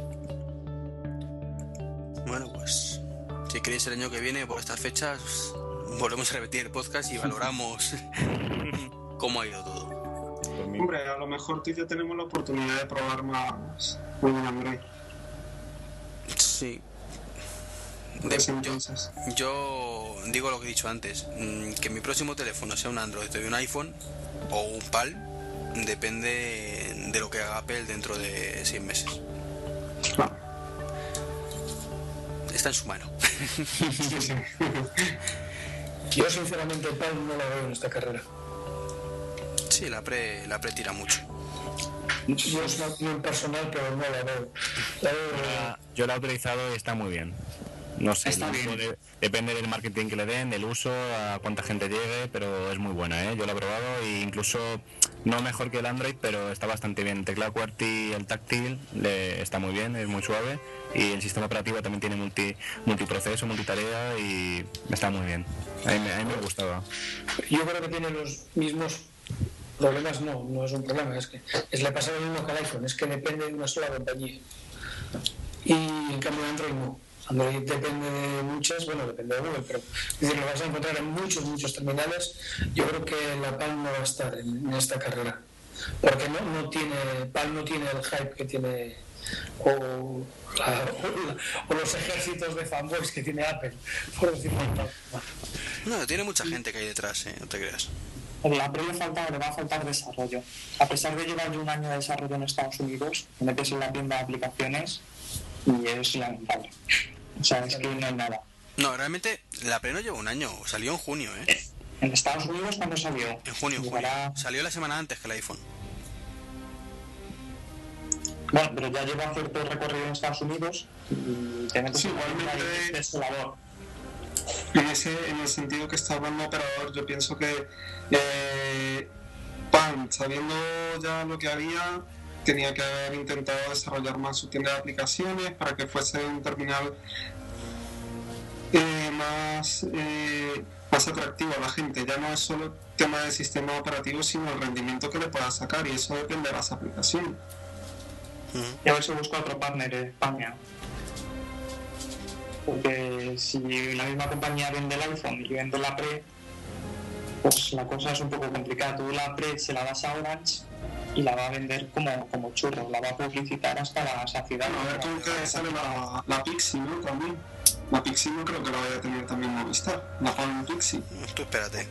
Bueno, pues si queréis el año que viene por estas fechas volvemos a repetir el podcast y valoramos cómo ha ido todo. Hombre, a lo mejor tú y yo tenemos la oportunidad de probar más en Android. Sí. De, Pues yo, entonces. yo digo lo que he dicho antes, que mi próximo teléfono sea un Android o un iPhone o un PAL, depende de lo que haga Apple dentro de seis meses. Claro. Está en su mano. Sí, sí. Yo sinceramente Palm no la veo en esta carrera. Sí, la pre, la pre tira mucho. Yo es una opinión personal, pero no la veo. La veo La- yo la he utilizado y está muy bien. No sé, Está lo bien. único de- depende del marketing que le den, del uso, a cuánta gente llegue, pero es muy buena, ¿eh? Yo la he probado e incluso no mejor que el Android, pero está bastante bien. El teclado QWERTY, el táctil, le, está muy bien, es muy suave y el sistema operativo también tiene multi, multiproceso, multitarea y está muy bien. A mí, me- a mí me ha gustado. Yo creo que tiene los mismos problemas, no, no es un problema, es que es le pasa lo mismo que al iPhone, es que depende de una sola compañía. Y en cambio Android no. Android depende de muchas, bueno, depende de Google, pero es decir, lo vas a encontrar en muchos, muchos terminales. Yo creo que la Palm no va a estar en, en esta carrera, porque no, no tiene, Palm no tiene el hype que tiene o, la- o la- o los ejércitos de fanboys que tiene Apple, por decirlo de alguna forma. No, tiene mucha gente que hay detrás, ¿eh? No te creas. A la Apple le, falta, le va a faltar desarrollo. A pesar de llevar ya un año de desarrollo en Estados Unidos, te metes en la tienda de aplicaciones y es lamentable. O sea, es que no hay nada. No, realmente la pre no lleva un año, salió en junio, ¿eh? En Estados Unidos, ¿cuándo salió? En junio, en junio. Llevará- Salió la semana antes que el iPhone. Bueno, pero ya lleva cierto recorrido en Estados Unidos y te metes Sí, en la tienda igualmente- y es desolador. En, ese, en el sentido que está hablando operador, yo pienso que eh, Palm, sabiendo ya lo que había, tenía que haber intentado desarrollar más su tienda de aplicaciones para que fuese un terminal eh, más, eh, más atractivo a la gente. Ya no es solo tema de sistema operativo, sino el rendimiento que le pueda sacar, y eso depende de las aplicaciones. Ujú. Y a ver si busca otro partner en España. Porque si la misma compañía vende el iPhone y vende la Pre, pues la cosa es un poco complicada. Tú la Pre se la das a Orange y la va a vender como, como churro, la va a publicitar hasta la saciedad. Bueno, a ver con qué sale la, la Pixie, ¿no? También. La Pixie no creo que la vaya a tener también Movistar. La Palm Pixie. Tú espérate.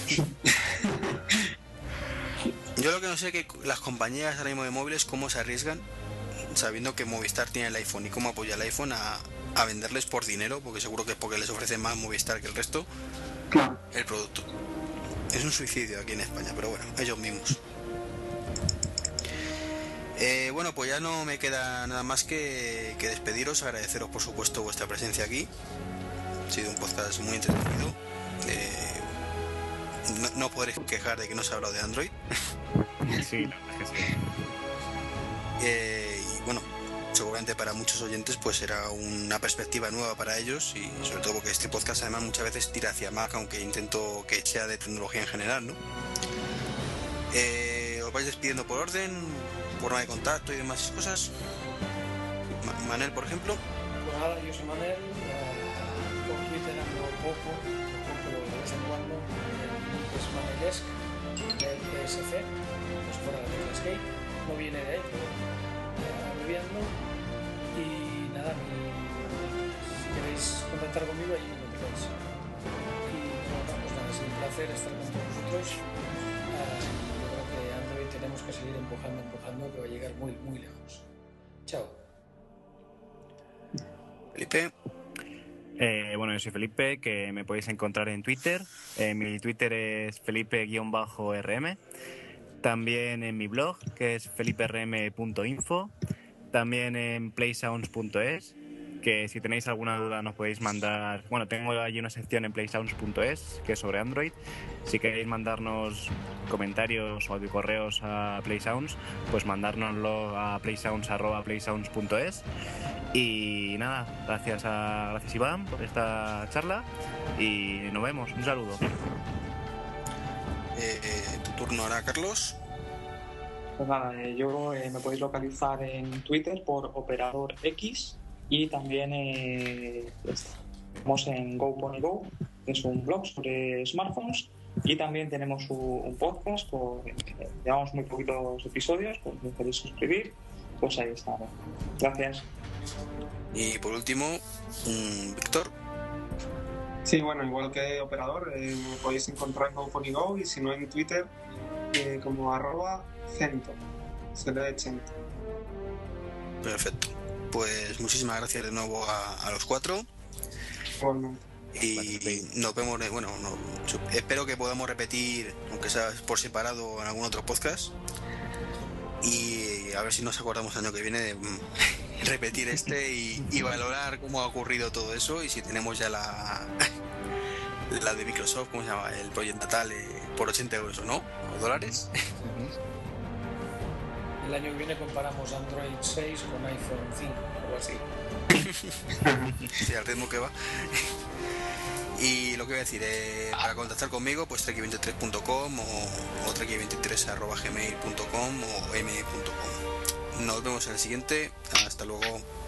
Yo lo que no sé es que las compañías ahora mismo de móviles cómo se arriesgan sabiendo que Movistar tiene el iPhone y cómo apoya el iPhone a, a venderles por dinero, porque seguro que es porque les ofrece más Movistar que el resto, Claro. el producto. Es un suicidio aquí en España, pero bueno, ellos mismos. Eh, bueno, pues ya no me queda nada más que, que despediros, agradeceros por supuesto vuestra presencia aquí. Ha sido un podcast muy entretenido. Eh, no, no podréis quejar de que no se ha hablado de Android. Sí, la verdad es que sí. Eh, y bueno, seguramente para muchos oyentes pues será una perspectiva nueva para ellos, y sobre todo porque este podcast además muchas veces tira hacia Mac, aunque intento que sea de tecnología en general, ¿no? Eh, os vais despidiendo por orden, forma de contacto y demás cosas. Ma- Manel, por ejemplo. Pues nada, yo soy Manel, eh, con Twitter ando poco, poco pero de vez en cuando, eh, es Manelesc, del E S C, pues fuera de Netscape, no viene de ahí, pero eh, abreviando, y nada, mi- si queréis contactar conmigo, ahí me pidáis. Y bueno, pues nada, es un placer estar con todos vosotros. Eh, yo creo que Android tenemos que seguir empujando, empujando, que va a llegar muy, muy lejos. Chao. Felipe. Eh, bueno, yo soy Felipe, que me podéis encontrar en Twitter. Eh, mi Twitter es felipe-R M. También en mi blog, que es felipe r m punto info. También en playsounds punto es, que si tenéis alguna duda nos podéis mandar. Bueno, tengo allí una sección en playsounds punto es, que es sobre Android. Si queréis mandarnos comentarios o correos a Playsounds, pues mandárnoslo a playsounds arroba playsounds punto es. Y nada, gracias a gracias Iván por esta charla y nos vemos. Un saludo. Eh, eh, tu turno ahora, Carlos. Pues nada, eh, yo eh, me podéis localizar en Twitter por Operador X y también eh, estamos en GoPonyGo, que es un blog sobre smartphones, y también tenemos un, un podcast, con, eh, llevamos muy poquitos episodios, pues si queréis suscribir, pues ahí está. Gracias. Y por último, mm, Víctor. Sí, bueno, igual que operador, eh, me podéis encontrar en GoPonyGo, y si no en Twitter, eh, como arroba cento. Se lee Chento. Perfecto. Pues muchísimas gracias de nuevo a, a los cuatro. Igualmente. Y nos vemos, bueno, no, espero que podamos repetir, aunque sea por separado, en algún otro podcast. Y a ver si nos acordamos el año que viene de repetir este y, y valorar cómo ha ocurrido todo eso y si tenemos ya la la de Microsoft, ¿cómo se llama? El Project Natal eh, por ochenta euros o no, o dólares. El año que viene comparamos Android seis con iPhone cinco, algo así. Sí, al ritmo que va. Y lo que voy a decir, eh, para contactar conmigo, pues treki veintitrés punto com o, o treki veintitrés arroba gmail punto com o m punto com. Nos vemos en el siguiente. Hasta luego.